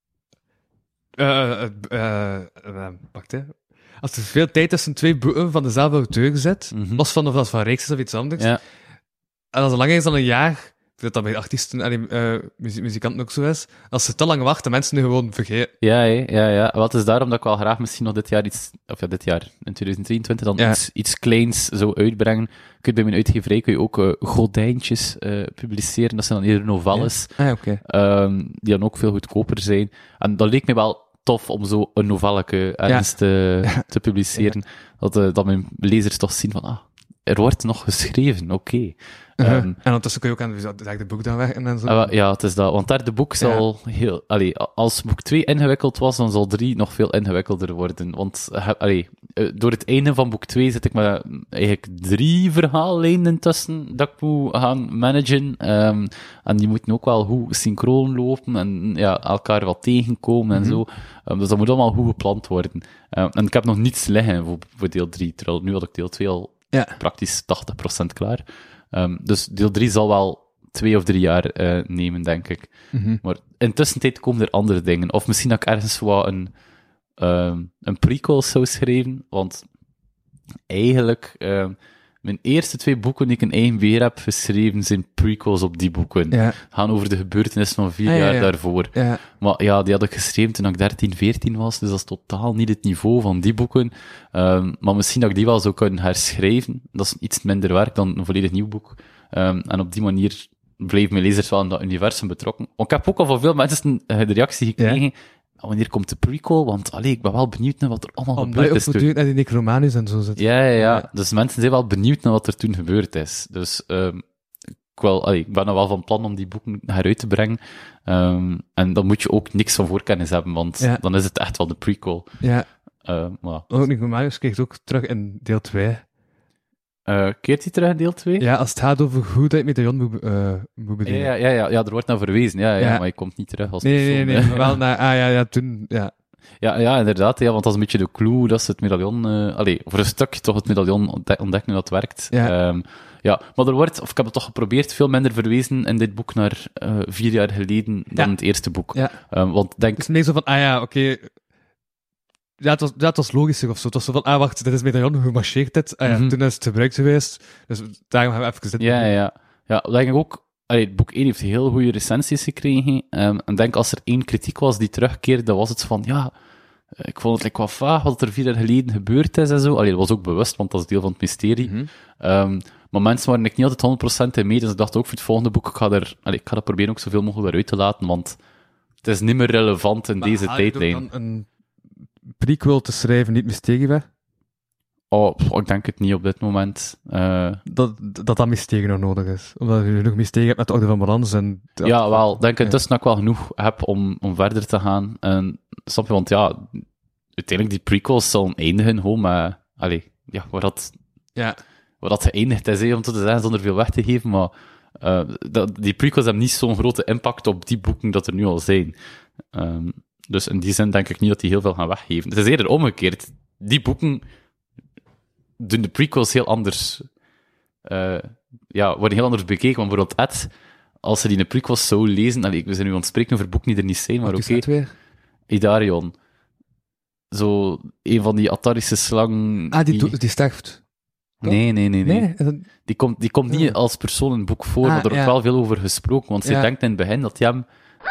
wacht, hè. Als er veel tijd tussen 2 boeken van dezelfde auteur zit, los van of dat van reeks is of iets anders, en als het langer is dan een jaar, ik weet dat bij artiesten, muzikanten ook zo is, als ze te lang wachten, mensen nu gewoon vergeten. Ja. Wat is daarom dat ik wel graag misschien nog dit jaar in 2023 dan iets kleins zou uitbrengen. Bij mijn uitgeverij kun je ook gordijntjes publiceren. Dat zijn dan eerder novelles. Ja. Okay. Die dan ook veel goedkoper zijn. En dat leek me wel tof om zo een novelletje ergens te publiceren. Dat mijn lezers toch zien van, er wordt nog geschreven, oké. En ondertussen kun je ook aan de boek dan weg en zo. Ja, het is dat. Want derde boek zal heel... als boek 2 ingewikkeld was, dan zal 3 nog veel ingewikkelder worden. Want door het einde van boek 2 zit ik met eigenlijk 3 verhaallijnen tussen dat ik moet gaan managen. En die moeten ook wel goed synchroon lopen en elkaar wat tegenkomen en zo. Dus dat moet allemaal goed gepland worden. En ik heb nog niets liggen voor deel 3. Terwijl nu had ik deel 2 al praktisch 80% klaar. Dus deel 3 zal wel 2 of 3 jaar nemen, denk ik. Maar intussen tijd komen er andere dingen. Of misschien dat ik ergens wat een prequel zou schrijven. Want eigenlijk, mijn eerste 2 boeken die ik in eigen beheer heb geschreven, zijn prequels op die boeken. Gaan over de gebeurtenissen van 4 jaar daarvoor. Ja. Maar die had ik geschreven toen ik 13, 14 was, dus dat is totaal niet het niveau van die boeken. Maar misschien dat ik die wel zou kunnen herschrijven. Dat is iets minder werk dan een volledig nieuw boek. En op die manier blijven mijn lezers wel in dat universum betrokken. Want ik heb ook al van veel mensen de reactie gekregen, wanneer komt de prequel? Want ik ben wel benieuwd naar wat er allemaal gebeurd is. Omdat je ook naar die Necromanus en zo zit. Ja. Dus mensen zijn wel benieuwd naar wat er toen gebeurd is. Dus ik ben er wel van plan om die boeken heruit te brengen. En dan moet je ook niks van voorkennis hebben, want dan is het echt wel de prequel. Ja. Ook Necromanus kreeg het ook terug in deel 2. Keert hij terug in deel 2? Ja, als het gaat over hoe dat je medaillon moet bedienen. Ja, er wordt naar verwezen. Ja, maar je komt niet terug als persoon. Nee, maar wel naar... toen... Ja, inderdaad. Ja, want dat is een beetje de clue dat ze het medaillon... voor een stuk toch het medaillon ontdekken hoe dat werkt. Maar er wordt, of ik heb het toch geprobeerd, veel minder verwezen in dit boek naar 4 jaar geleden dan het eerste boek. Want denk... Het is meer zo van, oké... Ja, het was logischer of zo. Het was zo van, wacht, dit is medaillon, hoe marcheert dit? Toen is het gebruikt geweest, dus daarom gaan we even zitten. Ja, denk ik ook, het boek 1 heeft heel goede recensies gekregen, en denk als er 1 kritiek was die terugkeerde, dan was het van, ik vond het wat vaag wat er 4 jaar geleden gebeurd is en zo. Dat was ook bewust, want dat is deel van het mysterie. Maar mensen waren ik niet altijd 100% in mee, dus ik dacht ook voor het volgende boek, ik ga dat proberen ook zoveel mogelijk eruit te laten, want het is niet meer relevant in deze tijdlijn. Een prequel te schrijven niet mysterie weg? Ik denk het niet op dit moment. Dat mysterie nog nodig is. Omdat je genoeg mysterie hebt met de orde van balans. Wel. Denk intussen dat ik wel genoeg heb om verder te gaan. En, snap je? Want uiteindelijk die prequels zullen eindigen gewoon met... waar dat geëindigd is, om te zeggen, zonder veel weg te geven. Maar die prequels hebben niet zo'n grote impact op die boeken dat er nu al zijn. Dus in die zin denk ik niet dat die heel veel gaan weggeven. Het is eerder omgekeerd. Die boeken doen de prequels heel anders. Worden heel anders bekeken. Want bijvoorbeeld Ed, als ze die in de prequels zou lezen... we zijn nu aan het spreken over boeken die er niet zijn, maar oké. Idarion. Zo, een van die Atarische slang... Die sterft. Nee. Die komt niet als persoon in het boek voor, maar er wordt wel veel over gesproken. Want ze denkt in het begin dat hij hem...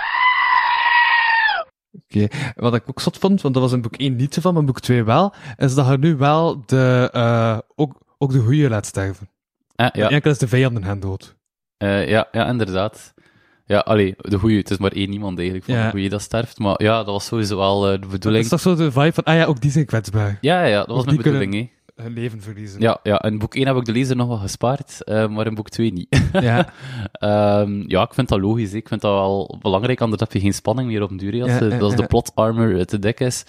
Oké. Wat ik ook zot vond, want dat was in boek 1 niet zo van, maar in boek 2 wel, is dat je nu wel ook de goeie laat sterven. Enkel is de vijand in hen dood. Inderdaad. De goeie, het is maar 1 iemand eigenlijk van de goeie dat sterft, maar dat was sowieso wel de bedoeling. Het is toch zo de vibe van, ook die zijn kwetsbaar. Dat was mijn bedoeling, hun leven verliezen. Ja, in boek 1 heb ik de lezer nog wel gespaard, maar in boek 2 niet. Ja. Ja, ik vind dat logisch. Ik vind dat wel belangrijk, anders heb je geen spanning meer op een duur. Als de plot armor te dik is.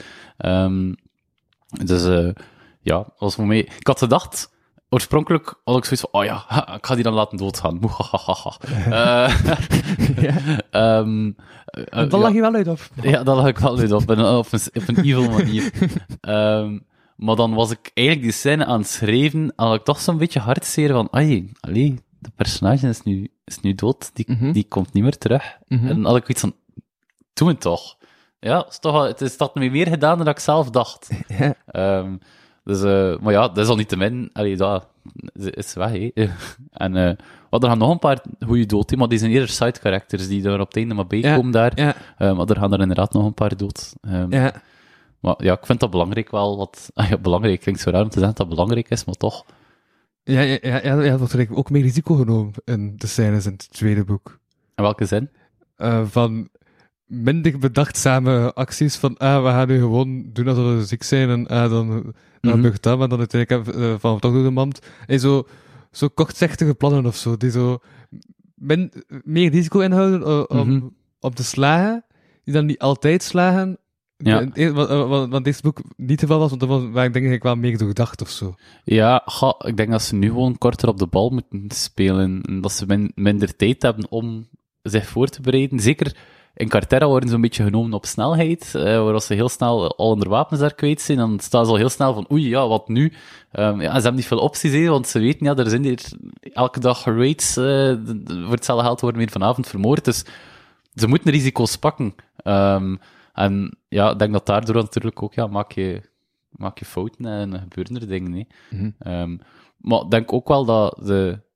Dus ja, was voor mij... Ik had gedacht... Oorspronkelijk had ik zoiets van, ik ga die dan laten doodgaan. Dat lag je wel uit op. Ja, dat lag ik wel uit op een evil manier. Maar dan was ik eigenlijk die scène aan het schrijven, en had ik toch zo'n beetje hartzeer van, de personage is nu dood, die komt niet meer terug. En dan had ik iets van, doe het toch. Ja, het is toch meer gedaan dan ik zelf dacht. Dus, maar ja, dat is al niet te min. Dat is weg, hè. En er gaan nog een paar goede dood, maar die zijn eerder side-characters die er op het einde maar bij komen daar. Ja. Maar er gaan er inderdaad nog een paar dood. Maar ja, ik vind dat belangrijk wel. Belangrijk klinkt zo raar om te zeggen dat dat belangrijk is, maar toch. Ja, wordt er ook meer risico genomen in de scènes in het tweede boek. In welke zin? Van minder bedachtzame acties van, we gaan nu gewoon doen alsof we ziek zijn en dan gebeurt dat, maar dan uiteindelijk van toch door de mand. En zo kortzichtige plannen of zo, die zo meer risico inhouden om te slagen, die dan niet altijd slagen. Ja. Want dit boek niet het geval was, want dat was waar ik denk ik wel meer doordacht of zo. Ja, ik denk dat ze nu gewoon korter op de bal moeten spelen, en dat ze minder tijd hebben om zich voor te bereiden. Zeker in Carterra worden ze een beetje genomen op snelheid, waar ze heel snel al hun wapens daar kwijt zijn, dan staan ze al heel snel van, wat nu? Ze hebben niet veel opties, want ze weten, er zijn hier elke dag raids, voor hetzelfde geld worden weer vanavond vermoord, dus ze moeten risico's pakken. En ja, ik denk dat daardoor natuurlijk ook, maak je fouten en gebeuren er dingen, hè. Maar ik denk ook wel dat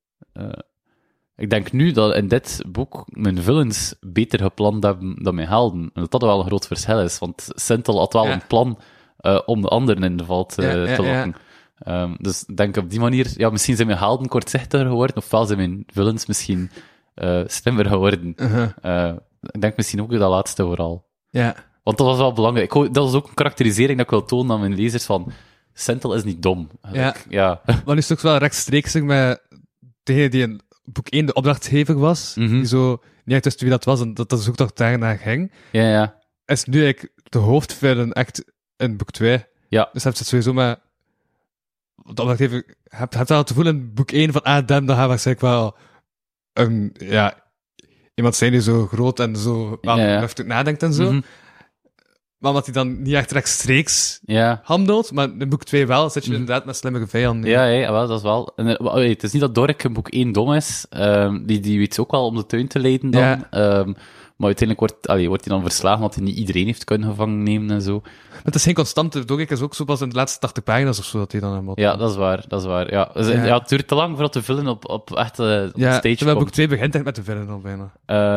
ik denk nu dat in dit boek mijn villains beter gepland hebben dan mijn helden. En dat wel een groot verschil is, want Sintel had wel een plan om de anderen in de val te lokken. Dus ik denk op die manier, misschien zijn mijn helden kortzichtiger geworden, ofwel zijn mijn villains misschien slimmer geworden. Ik denk misschien ook dat laatste vooral. Ja. Want dat was wel belangrijk. Dat was ook een karakterisering dat ik wil tonen aan mijn lezers van, Sintel is niet dom. Ja. Maar nu is het ook wel rechtstreeks met degene die in boek 1 de opdrachtgever was, die zo niet echt wist wie dat was, en dat de zoektocht daarna ging. Ja. Is nu eigenlijk de hoofdvillain echt in boek 2. Ja. Dus heb je het sowieso met de opdrachtgever, heb je al te voelen in boek 1 van, dan gaan we waarschijnlijk wel iemand zijn die zo groot en zo heftig nadenkt en zo. Maar omdat hij dan niet echt rechtstreeks handelt, maar in boek 2 wel, zit je inderdaad met slimmere vijanden. Ja, wel, dat is wel. En, het is niet dat Dork in boek 1 dom is, die weet ook wel om de tuin te leiden dan. Maar uiteindelijk wordt hij dan verslagen, omdat hij niet iedereen heeft kunnen gevangen nemen en zo. Maar het is geen constante, Dork is ook zo pas in de laatste 80 pagina's of zo, dat hij dan helemaal... Ja, dat is waar. Ja. Dus, het duurt te lang voordat de villain op echt op de stage komt. Boek 2 begint echt met de villain al bijna.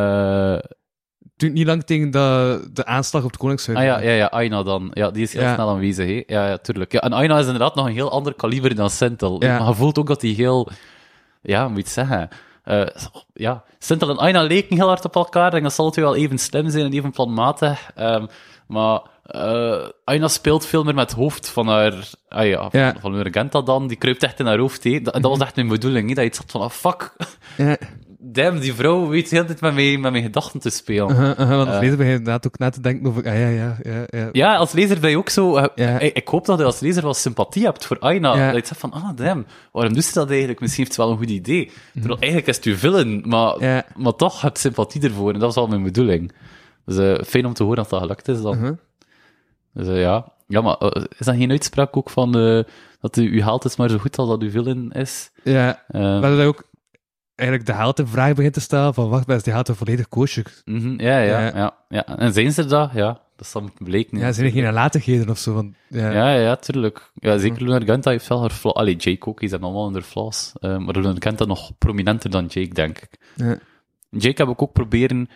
Het duurt niet lang tegen de aanslag op het Koningshuis. Ja, Aina dan. Ja, die is heel snel aanwezig, hè. Ja, tuurlijk. Ja, en Aina is inderdaad nog een heel ander kaliber dan Sintel. Maar je voelt ook dat hij heel... Ja, hoe moet je het zeggen? Sintel en Aina leken heel hard op elkaar. Ik denk dat ze alle twee wel even slim zijn en even planmatig. Maar Aina speelt veel meer met het hoofd van haar... van haar Genta dan. Die kruipt echt in haar hoofd, hè. Dat was echt mijn bedoeling, hè. Dat je iets had van, fuck... Damn, die vrouw weet heel tijd met mijn gedachten te spelen. Want als lezer ben je inderdaad ook na te denken over... Ja, als lezer ben je ook zo... Ik hoop dat je als lezer wel sympathie hebt voor Aina. Dat je zegt van, damn, waarom doet ze dat eigenlijk? Misschien heeft ze wel een goed idee. Terwijl eigenlijk is het je villain, maar toch heb je sympathie ervoor. En dat was wel mijn bedoeling. Dus fijn om te horen dat dat gelukt is dan. Dus ja. Ja, maar is dat geen uitspraak ook van... dat uw held is maar zo goed als dat uw villain is? Ja, maar dat ook... eigenlijk de held in vraag begint te stellen van, wacht, is die held volledig kosher? Ja. En zijn ze dat? Ja, dat zal moeten bleken. Ja, zijn er geen nalatigheden of zo? Want, ja, tuurlijk. Ja, zeker Lunar Genta heeft wel haar flaws. Allee, Jake ook, die zijn allemaal in haar flaws. Maar Lunar Genta nog prominenter dan Jake, denk ik. Ja. Jake heb ik ook proberen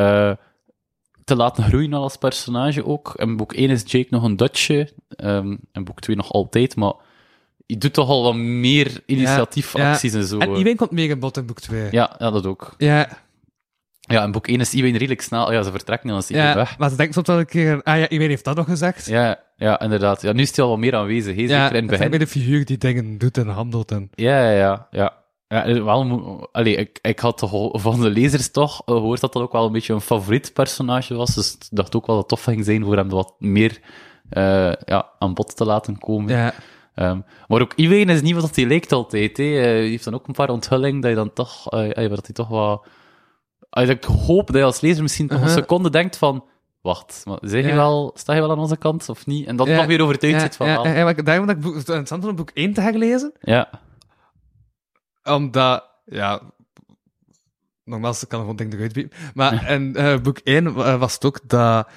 te laten groeien als personage ook. In boek 1 is Jake nog een Dutchje. In boek 2 nog altijd, maar... Je doet toch al wat meer initiatiefacties en zo. En Iwijn komt meer in bod in boek 2. Ja, dat ook. Ja. Ja, in boek 1 is Iwijn redelijk snel... Ja, ze vertrekken en dan is Iwijn Ja, weg. maar ze denkt soms wel een keer... Ah ja, iedereen heeft dat nog gezegd. Ja, inderdaad. Ja, nu is hij al wat meer aanwezig, hè, zeker in het dat is begin. bij de figuur die dingen doet en handelt. En... Ja, wel, ik had toch van de lezers toch gehoord dat dat ook wel een beetje een favoriet personage was, dus ik dacht ook wel dat het tof ging zijn voor hem wat meer aan bod te laten komen. Ja. Maar ook Iwijn is niet wat hij lijkt altijd. Hè. Hij heeft dan ook een paar onthullingen dat je dan toch, dat hij toch wat... Ik hoop dat je als lezer misschien nog een seconde denkt van, wacht, maar sta je wel aan onze kant, of niet? En dat nog weer overtuigd zit van... maar daarom dat ik het interessant vond om boek 1 te gaan lezen. Ja. Omdat, nogmaals, ik kan er gewoon dingen eruit bieden. Maar in boek 1 was het ook dat...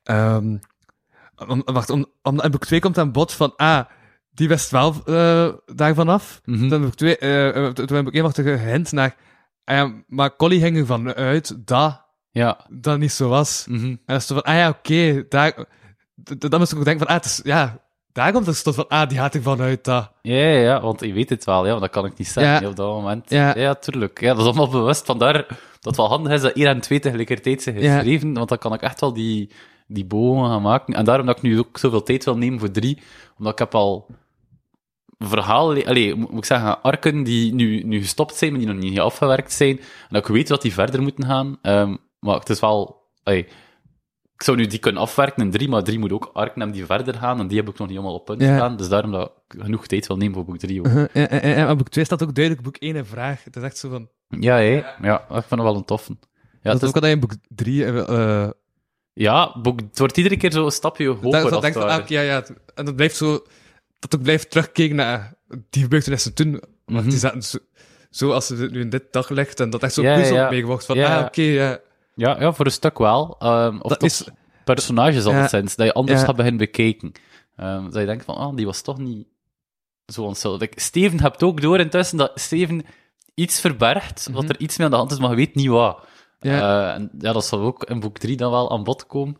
omdat in boek 2 komt aan bod van, die wist wel daarvan af. Mhm. Toen in boek 2, toen in boek 1 was er gehint naar... maar Collie ging ervan uit dat dat niet zo was. Mhm. En dat is zo van, oké, dan moest ik ook denken van, het is, daar komt het tot van, die gaat ervan uit dat... Ja, want je weet het wel, want dat kan ik niet zeggen op dat moment. Ja, tuurlijk. Ja, dat is allemaal bewust. Vandaar dat het wel handig is dat 1 en 2 tegelijkertijd zijn geschreven, want dan kan ik echt wel die bogen gaan maken. En daarom dat ik nu ook zoveel tijd wil nemen voor 3, omdat ik heb al moet ik zeggen, arken die nu gestopt zijn, maar die nog niet afgewerkt zijn, en dat ik weet dat die verder moeten gaan. Maar het is wel... ik zou nu die kunnen afwerken in 3, maar 3 moet ook arken hebben die verder gaan, en die heb ik nog niet allemaal op punt staan, dus daarom dat ik genoeg tijd wil nemen voor boek 3 ook. En boek 2 staat ook duidelijk boek 1 in vraag. Het is echt zo van... Ja, ik vind het wel een toffe. Ja, dat is ook al dat je in boek 3... het wordt iedere keer zo een stapje hoger. Dat denk van, en dat blijft zo... Dat ook blijft terugkijken naar die gebeurtenissen toen. Want die zaten zo als ze nu in dit daglicht, en dat echt zo puzzel mee wordt. Van, Ja, voor een stuk wel. Of dat is personages alleszins, dat je anders gaat beginnen bekijken. Dat je denkt van, die was toch niet zo onschuldig. Steven hebt ook door intussen dat Steven iets verbergt, wat er iets mee aan de hand is, maar je weet niet wat. Dat zal ook in boek 3 dan wel aan bod komen.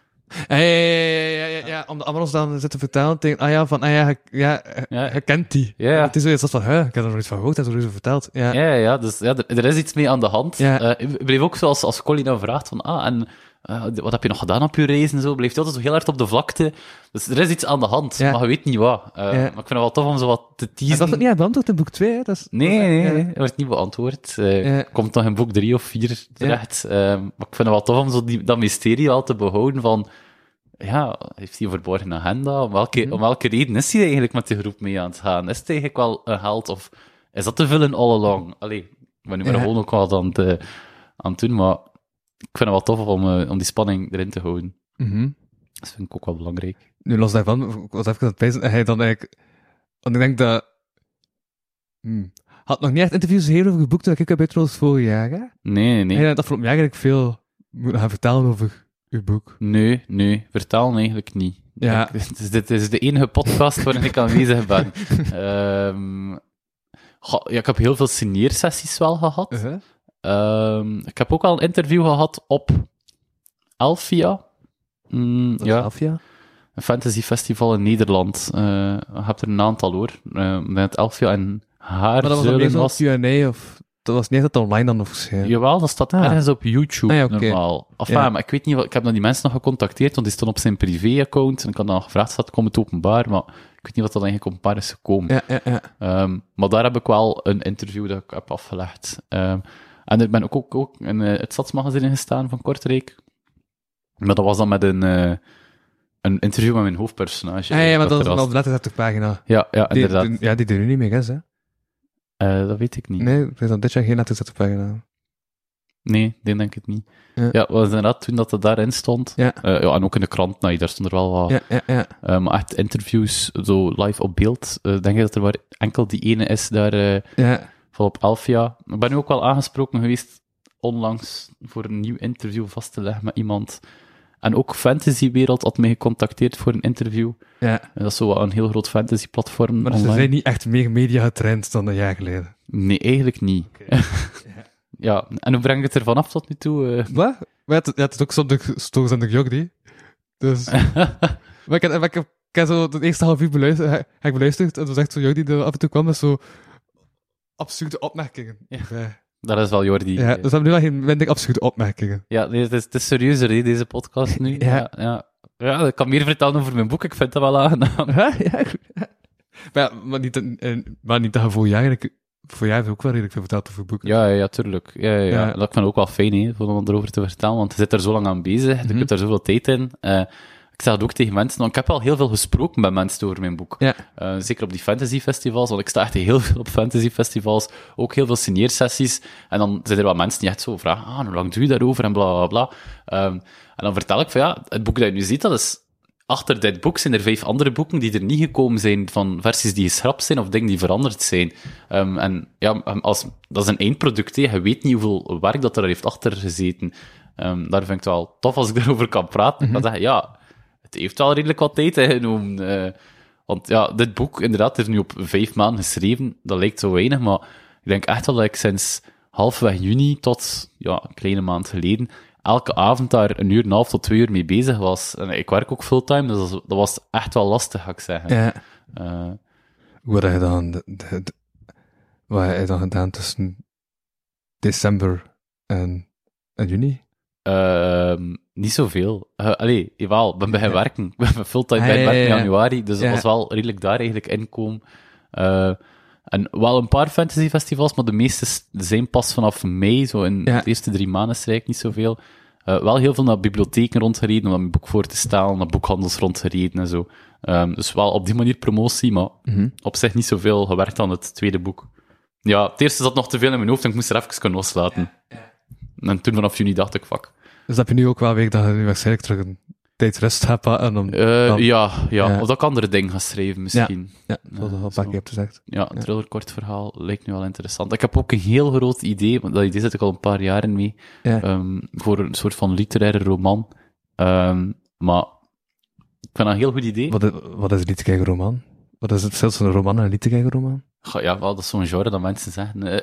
Om de Amaros dan zitten vertellen tegen, je kent die. Het is zoiets van, ik heb er nog iets van gehoord, hij heeft er zo verteld. Dus er is iets mee aan de hand. Ik bleef ook zoals als Colin dan vraagt van, wat heb je nog gedaan op je reis en zo, bleef hij altijd zo heel hard op de vlakte. Dus er is iets aan de hand, maar je weet niet wat. Maar ik vind het wel tof om zo wat te teasen. Dat wordt niet beantwoord in boek 2, hè? Nee, dat wordt niet beantwoord. Komt nog in boek 3 of 4 terecht. Maar ik vind het wel tof om zo dat mysterie wel te behouden van, heeft hij een verborgen agenda? Om welke reden is hij eigenlijk met de groep mee aan het gaan? Is het eigenlijk wel een held, of is dat te veel in all along? Ik ben nu maar gewoon ook wel aan het doen, maar ik vind het wel tof om die spanning erin te houden. Dat vind ik ook wel belangrijk. Nu, los daarvan, ik was even aan het pijzen, en hij dan eigenlijk... Want ik denk dat... Had nog niet echt interviews gegeven over het boek dat ik heb uitgerold vorig jaar, hè? Nee. Hij had afgelopen jaar eigenlijk veel moeten gaan vertellen over uw boek. Nee, vertellen eigenlijk niet. Ja. Dit is de enige podcast waarin ik aanwezig ben. Ik heb heel veel signeersessies wel gehad. Ik heb ook al een interview gehad op Elfia. Elfia? Een fantasyfestival in Nederland. Je hebt er een aantal hoor. Met Elfia en Maar dat was dan meer zo'n Q&A, of... Dat was niet dat het online dan nog verscheen. Jawel, dat staat ergens op YouTube normaal. Ja. Maar ik weet niet, ik heb dan die mensen nog gecontacteerd, want die stonden op zijn privé-account, en ik had dan gevraagd, staat komt het openbaar, maar ik weet niet wat dat eigenlijk openbaar is gekomen. Maar daar heb ik wel een interview dat ik heb afgelegd. En ik ben ook in het Stadsmagazine gestaan van Kortrijk. Maar dat was dan met een interview met mijn hoofdpersonage. Maar dat was op de 30-pagina. Ja, inderdaad. Die er nu niet meer is, hè? Dat weet ik niet. Nee, er is dan dit jaar geen 30-pagina. Nee, die denk ik niet. Ja, was inderdaad toen dat het daarin stond. En ook in de krant, daar stond er wel wat. Maar echt interviews, zo live op beeld, denk ik dat er maar enkel die ene is daar van op Elfia. Ik ben nu ook wel aangesproken geweest onlangs voor een nieuw interview vast te leggen met iemand. En ook Fantasywereld had mij gecontacteerd voor een interview. En dat is zo een heel groot fantasy-platform. Maar ze zijn niet echt meer media getraind dan een jaar geleden. Nee, eigenlijk niet. Ja, en hoe breng je het ervan af tot nu toe? Wat? Het is ook zondag Jogdi. Dus... maar ik heb zo het eerste half uur beluisterd, en toen zegt zo Jogdi die af en toe kwam met zo absurde opmerkingen. Dat is wel Jordi. Ja, dus we hebben nu wel geen minder absurde opmerkingen. Ja, nee, het is serieuzer, hè, deze podcast nu. Ja. Ja, ik kan meer vertellen over mijn boek, ik vind dat wel aangenaam. Ja, maar niet dat je voor jou heb je ook wel redelijk veel verteld over boeken. Ja, tuurlijk. Ja. Dat vind ik ook wel fijn, hè, om erover te vertellen, want je zit er zo lang aan bezig, je kunt er zoveel tijd in. Ik zeg het ook tegen mensen, want ik heb al heel veel gesproken met mensen over mijn boek. Ja. Zeker op die fantasyfestivals, want ik sta echt heel veel op fantasyfestivals, ook heel veel signeersessies. En dan zijn er wat mensen die echt zo vragen, hoe lang doe je daarover, en bla, bla, bla. En dan vertel ik van, ja, het boek dat je nu ziet, dat is... Achter dit boek zijn er 5 andere boeken die er niet gekomen zijn, van versies die geschrapt zijn of dingen die veranderd zijn. En ja, dat is een eindproduct, hè. Je weet niet hoeveel werk dat er heeft achter gezeten. Daar vind ik het wel tof als ik daarover kan praten. Ik kan zeggen, ja, het heeft wel redelijk wat tijd ingenomen. Want ja, dit boek, inderdaad, is nu op 5 maanden geschreven. Dat lijkt zo weinig, maar ik denk echt wel dat ik sinds halfweg juni tot een kleine maand geleden elke avond daar 1,5 uur tot 2 uur mee bezig was. En ik werk ook fulltime, dus dat was echt wel lastig, ga ik zeggen. Ja. Wat heb je dan gedaan tussen december en juni? Niet zoveel. Jawel, ik ben bij werken. Ik ben fulltime bij werken in januari, dus dat was wel redelijk daar eigenlijk inkomen. En wel een paar fantasyfestivals, maar de meeste zijn pas vanaf mei, zo in de eerste 3 maanden strijk niet zoveel. Wel heel veel naar bibliotheken rondgereden, om mijn boek voor te stellen, naar boekhandels rondgereden en zo. Dus wel op die manier promotie, maar op zich niet zoveel gewerkt aan het tweede boek. Ja, het eerste zat nog te veel in mijn hoofd en ik moest er even kunnen loslaten. En toen vanaf juni dacht ik, fuck. Dus heb je nu ook wel weer dat je nu waarschijnlijk terug een tijd rust hebt en dan... Of dat ik andere dingen ga schrijven, misschien. Ja, zoals je al een paar keer hebt gezegd. Ja, een thriller-kort verhaal lijkt nu wel interessant. Ik heb ook een heel groot idee, want dat idee zit ik al een paar jaren mee, voor een soort van literaire roman. Maar ik vind dat een heel goed idee. Wat is een literaire roman? Wat is het verschil tussen een roman en een literaire roman? Ja, wel, dat is zo'n genre dat mensen zeggen.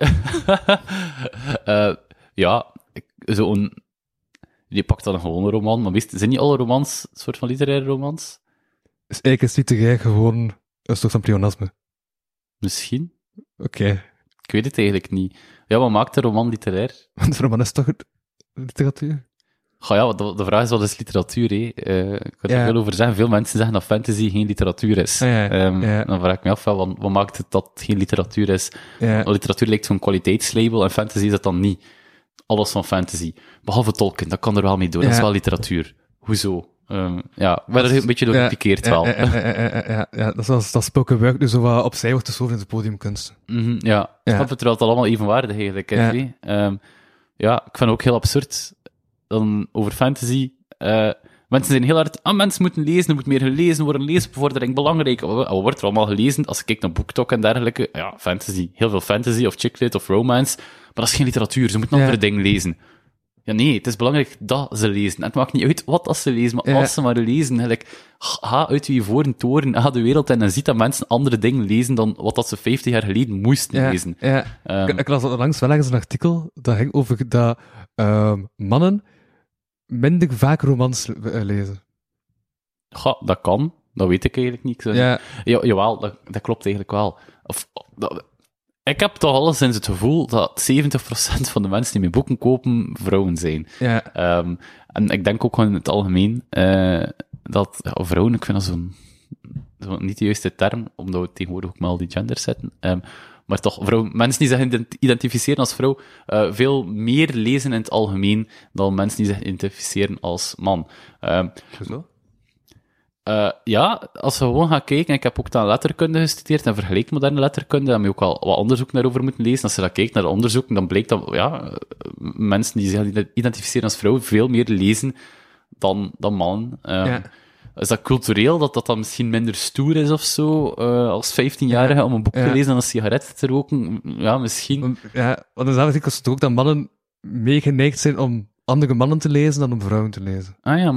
Je pakt dan een gewone roman, maar zijn niet alle romans een soort van literaire romans? Dus eigenlijk is literair gewoon een soort van pleonasme. Misschien. Oké. Ik weet het eigenlijk niet. Ja, wat maakt een roman literair? Want een roman is toch literatuur? Ja, de vraag is, wat is literatuur, hè? Ik kan er veel over zeggen. Veel mensen zeggen dat fantasy geen literatuur is. Dan vraag ik me af, wat maakt het dat het geen literatuur is? Literatuur lijkt zo'n kwaliteitslabel, en fantasy is dat dan niet. Alles van fantasy. Behalve Tolkien, dat kan er wel mee door. Dat is wel literatuur. Hoezo? Ik ben er een beetje door gepikeerd wel. Ja, dat is dat spoken word nu zo wat opzij wordt geschoven in de podiumkunst. Terwijl het allemaal evenwaardig eigenlijk is. Ik vind het ook heel absurd dan over fantasy. Mensen zijn heel hard, mensen moeten lezen, er moet meer gelezen worden, leesbevordering belangrijk. Wat wordt er allemaal gelezen? Als je kijkt naar BookTok en dergelijke, fantasy, heel veel fantasy, of chicklit, of romance, maar dat is geen literatuur, ze moeten andere dingen lezen. Ja, nee, het is belangrijk dat ze lezen. En het maakt niet uit wat ze lezen, maar als ze maar lezen, ga uit je toren, ga de wereld in en ziet dat mensen andere dingen lezen dan wat dat ze 50 jaar geleden moesten lezen. Ik las langs wel ergens een artikel, dat ging over dat mannen minder vaak romans lezen. Dat kan. Dat weet ik eigenlijk niet. Jawel, dat klopt eigenlijk wel. Ik heb toch alleszins het gevoel dat 70% van de mensen die mijn boeken kopen, vrouwen zijn. En ik denk ook gewoon in het algemeen dat vrouwen, ik vind dat zo'n niet de juiste term, omdat we tegenwoordig ook maar al die genders zetten. Maar toch, mensen die zich identificeren als vrouw, veel meer lezen in het algemeen dan mensen die zich identificeren als man. Hoezo? Als we gewoon gaan kijken, ik heb ook dan letterkunde gestudeerd en vergelijk moderne letterkunde, en we ook wel wat onderzoek daarover moeten lezen. Als je dat kijkt naar de onderzoek, dan blijkt dat mensen die zich identificeren als vrouw veel meer lezen dan mannen. Is dat cultureel, dat dan misschien minder stoer is of zo, als 15-jarige om een boek te lezen en een sigaret te roken? Ja, misschien. Ja, want dan is het ook dat mannen meer geneigd zijn om andere mannen te lezen dan om vrouwen te lezen.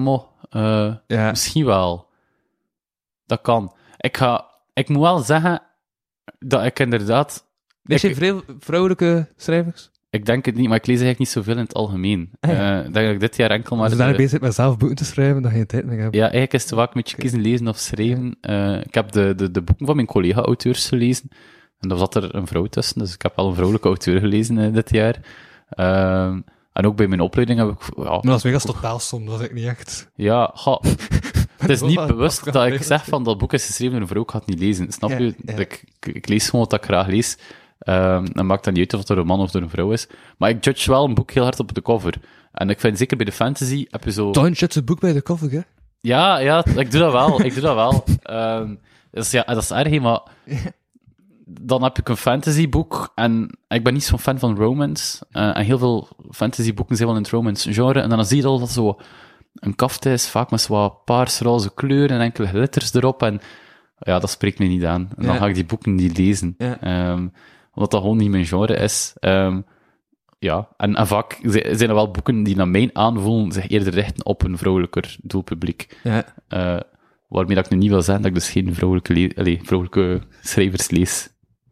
Misschien wel. Dat kan. Ik moet wel zeggen dat ik inderdaad... Lees je veel vrouwelijke schrijvers? Ik denk het niet, maar ik lees eigenlijk niet zoveel in het algemeen. Ik denk dat ik dit jaar enkel maar... Dus daar bezig met zelf boeken te schrijven, dat je geen tijd meer hebt. Ja, eigenlijk is het vaak een beetje kiezen, lezen of schrijven. Ik heb de boeken van mijn collega-auteurs gelezen. En daar zat er een vrouw tussen, dus ik heb wel een vrouwelijke auteur gelezen dit jaar. En ook bij mijn opleiding heb ik... Ja, Maar Las Vegas totaal stom, dat is ik niet echt. ja, het is niet Wel bewust dat ik afgelegd. zeg van dat boek is geschreven door een vrouw, ik ga het niet lezen. Snap Ja, je? ja. Ik lees gewoon wat ik graag lees. Dan maakt dat niet uit of het door een man of door een vrouw is. Maar ik judge wel een boek heel hard op de cover. En ik vind zeker bij de fantasy heb je zo... Don't judge het boek bij de cover, hè? Ja, ik doe dat wel. Ik doe dat wel. Dus ja, dat is erg, hè, maar... Dan heb ik een fantasyboek, en ik ben niet zo'n fan van romance. En heel veel fantasyboeken zijn wel in het romance-genre. En dan zie je al dat zo een kaft is, vaak met zo wat paars-roze kleur en enkele glitters erop. En ja, dat spreekt me niet aan. En dan Ja. ga ik die boeken niet lezen. Ja. Omdat dat gewoon niet mijn genre is. Ja, en vaak zijn er wel boeken die naar mijn aanvoelen zich eerder richten op een vrouwelijker doelpubliek. Ja. Waarmee dat ik nu niet wil zeggen dat ik dus geen vrouwelijke schrijvers lees.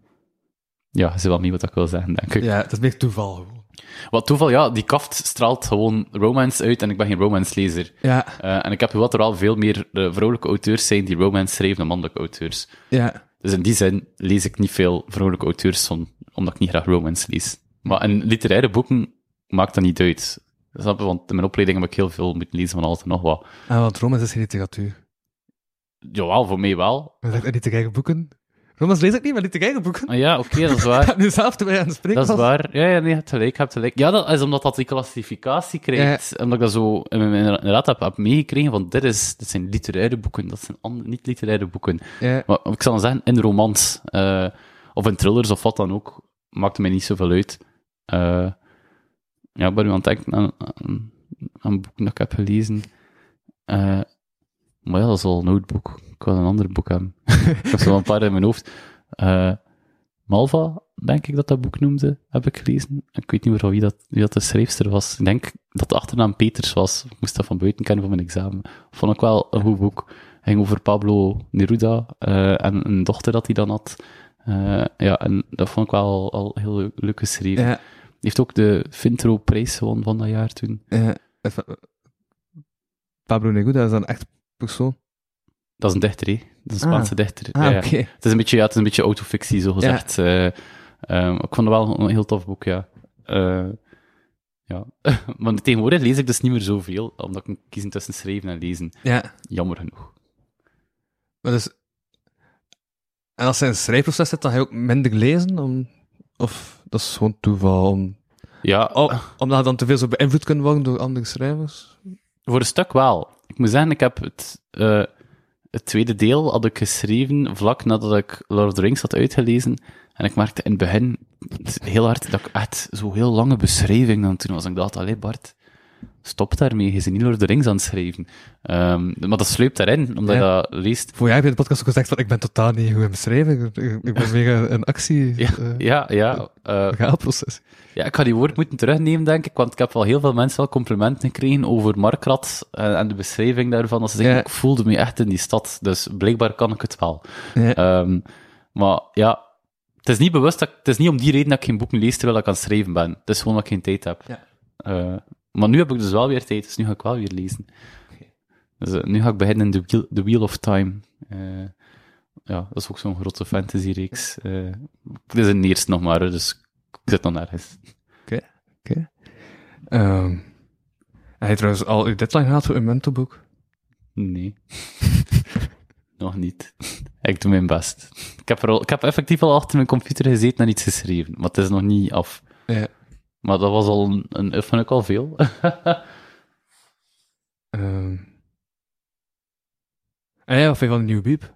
Ja, dat is wel niet wat ik wil zeggen, denk ik. Ja, het is meer toeval gewoon. Wat toeval, ja, die kaft straalt gewoon romance uit en ik ben geen romance-lezer. Ja. En ik heb gehoord dat er wel veel meer vrouwelijke auteurs zijn die romance schrijven dan mannelijke auteurs. Ja. Dus in die zin lees ik niet veel vrouwelijke auteurs omdat ik niet graag romance lees. Maar in literaire boeken maakt dat niet uit. Snap je? Want in mijn opleiding heb ik heel veel moeten lezen van alles en nog wat. Ah, want romance is geen literatuur. Jawel, voor mij wel. Maar dat literaire boeken? Romance lees ik niet, maar literaire boeken. Ah, ja, oké, dat is Ik waar. heb nu zelf terwijl aan het spreken Dat is was. waar. Ja, nee, je hebt gelijk. Ja, dat is omdat dat die klassificatie krijgt. Omdat ik dat zo inderdaad heb meegekregen van dit zijn literaire boeken, dat zijn niet literaire boeken. Ja. Maar ik zal dan zeggen, in romans, of in thrillers of wat dan ook, maakt mij niet zoveel uit. Ja, ik ben nu aan het denken aan een boek dat ik heb gelezen. Maar ja, dat is al een oud boek. Ik wil een ander boek hebben. Ik heb zo een paar in mijn hoofd. Malva, denk ik dat boek noemde, heb ik gelezen. Ik weet niet meer van wie dat de schrijfster was. Ik denk dat de achternaam Peters was. Ik moest dat van buiten kennen van mijn examen. Vond ik wel een goed boek. Het ging over Pablo Neruda en een dochter dat hij dan had. Ja, en dat vond ik wel al heel leuk geschreven. Ja. Die heeft ook de Vintro-prijs gewonnen van dat jaar toen. Pablo Neruda is dan echt persoon. Dat is een dichter, hè? Dat is een Spaanse dichter. Ah, Ja, ja. oké. Het is een beetje autofictie, zo gezegd. Ik vond het wel een heel tof boek, ja. Ja. Maar tegenwoordig lees ik dus niet meer zoveel, omdat ik moet kiezen tussen schrijven en lezen. Ja. Jammer genoeg. Maar dus... En als hij in een schrijfproces zit, dan ga je ook minder lezen? Of dat is gewoon toeval? Ja, Omdat je dan te veel zo beïnvloed kunt worden door andere schrijvers? voor een stuk wel. Ik moet zeggen, ik heb het tweede deel had ik geschreven vlak nadat ik Lord of the Rings had uitgelezen. En ik merkte in het begin heel hard dat ik echt zo heel lange beschrijvingen aan toen was. En ik dacht, allee Bart, stop daarmee, je bent niet Lord of the Rings aan het schrijven. Maar dat sluipt daarin, omdat je dat leest. Voor jij heb je in de podcast ook gezegd van ik ben totaal niet goed in beschrijven. Ik ben meer een actie... Ja. Gaalproces. Ja, ik ga die woord moeten terugnemen, denk ik, want ik heb wel heel veel mensen wel complimenten gekregen over Markrad en de beschrijving daarvan. Dat ze zeggen, ik voelde me echt in die stad, dus blijkbaar kan ik het wel. Ja. Maar ja, het is niet bewust, het is niet om die reden dat ik geen boeken lees terwijl ik aan het schrijven ben. Het is gewoon dat ik geen tijd heb. Ja. Maar nu heb ik dus wel weer tijd, dus nu ga ik wel weer lezen. Dus nu ga ik beginnen in The Wheel of Time. Ja, dat is ook zo'n grote fantasy-reeks. Het is een eerste nog maar, dus ik zit nog nergens. Oké. Heb je trouwens al je deadline gehad voor een mentorboek? Nee. Nog niet. Ik doe mijn best. Ik heb effectief al achter mijn computer gezeten en iets geschreven, maar het is nog niet af. Ja. Maar dat was al dat vond ik al veel. En ja, wat vind je van de nieuwe Biep?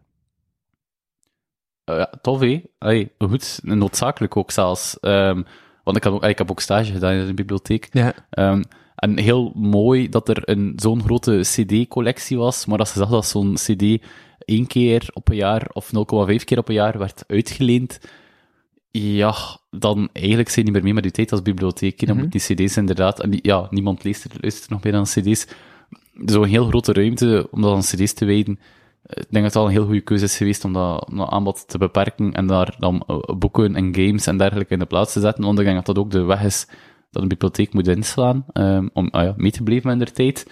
Ja, tof, hé. Allee, goed, noodzakelijk ook zelfs. Want ik heb ook stage gedaan in de bibliotheek. Ja. En heel mooi dat er zo'n grote CD-collectie was, maar als je zag dat zo'n CD 1 keer op een jaar of 0,5 keer op een jaar werd uitgeleend, ja, dan eigenlijk zijn die niet meer mee met je tijd als bibliotheek. Dan moet die CD's inderdaad, en niemand luistert nog meer aan CD's. Zo'n heel grote ruimte om dat aan CD's te wijden. Ik denk dat het wel een heel goede keuze is geweest om dat aanbod te beperken en daar dan boeken en games en dergelijke in de plaats te zetten, want ik denk dat dat ook de weg is dat een bibliotheek moet inslaan, om mee te blijven met de tijd.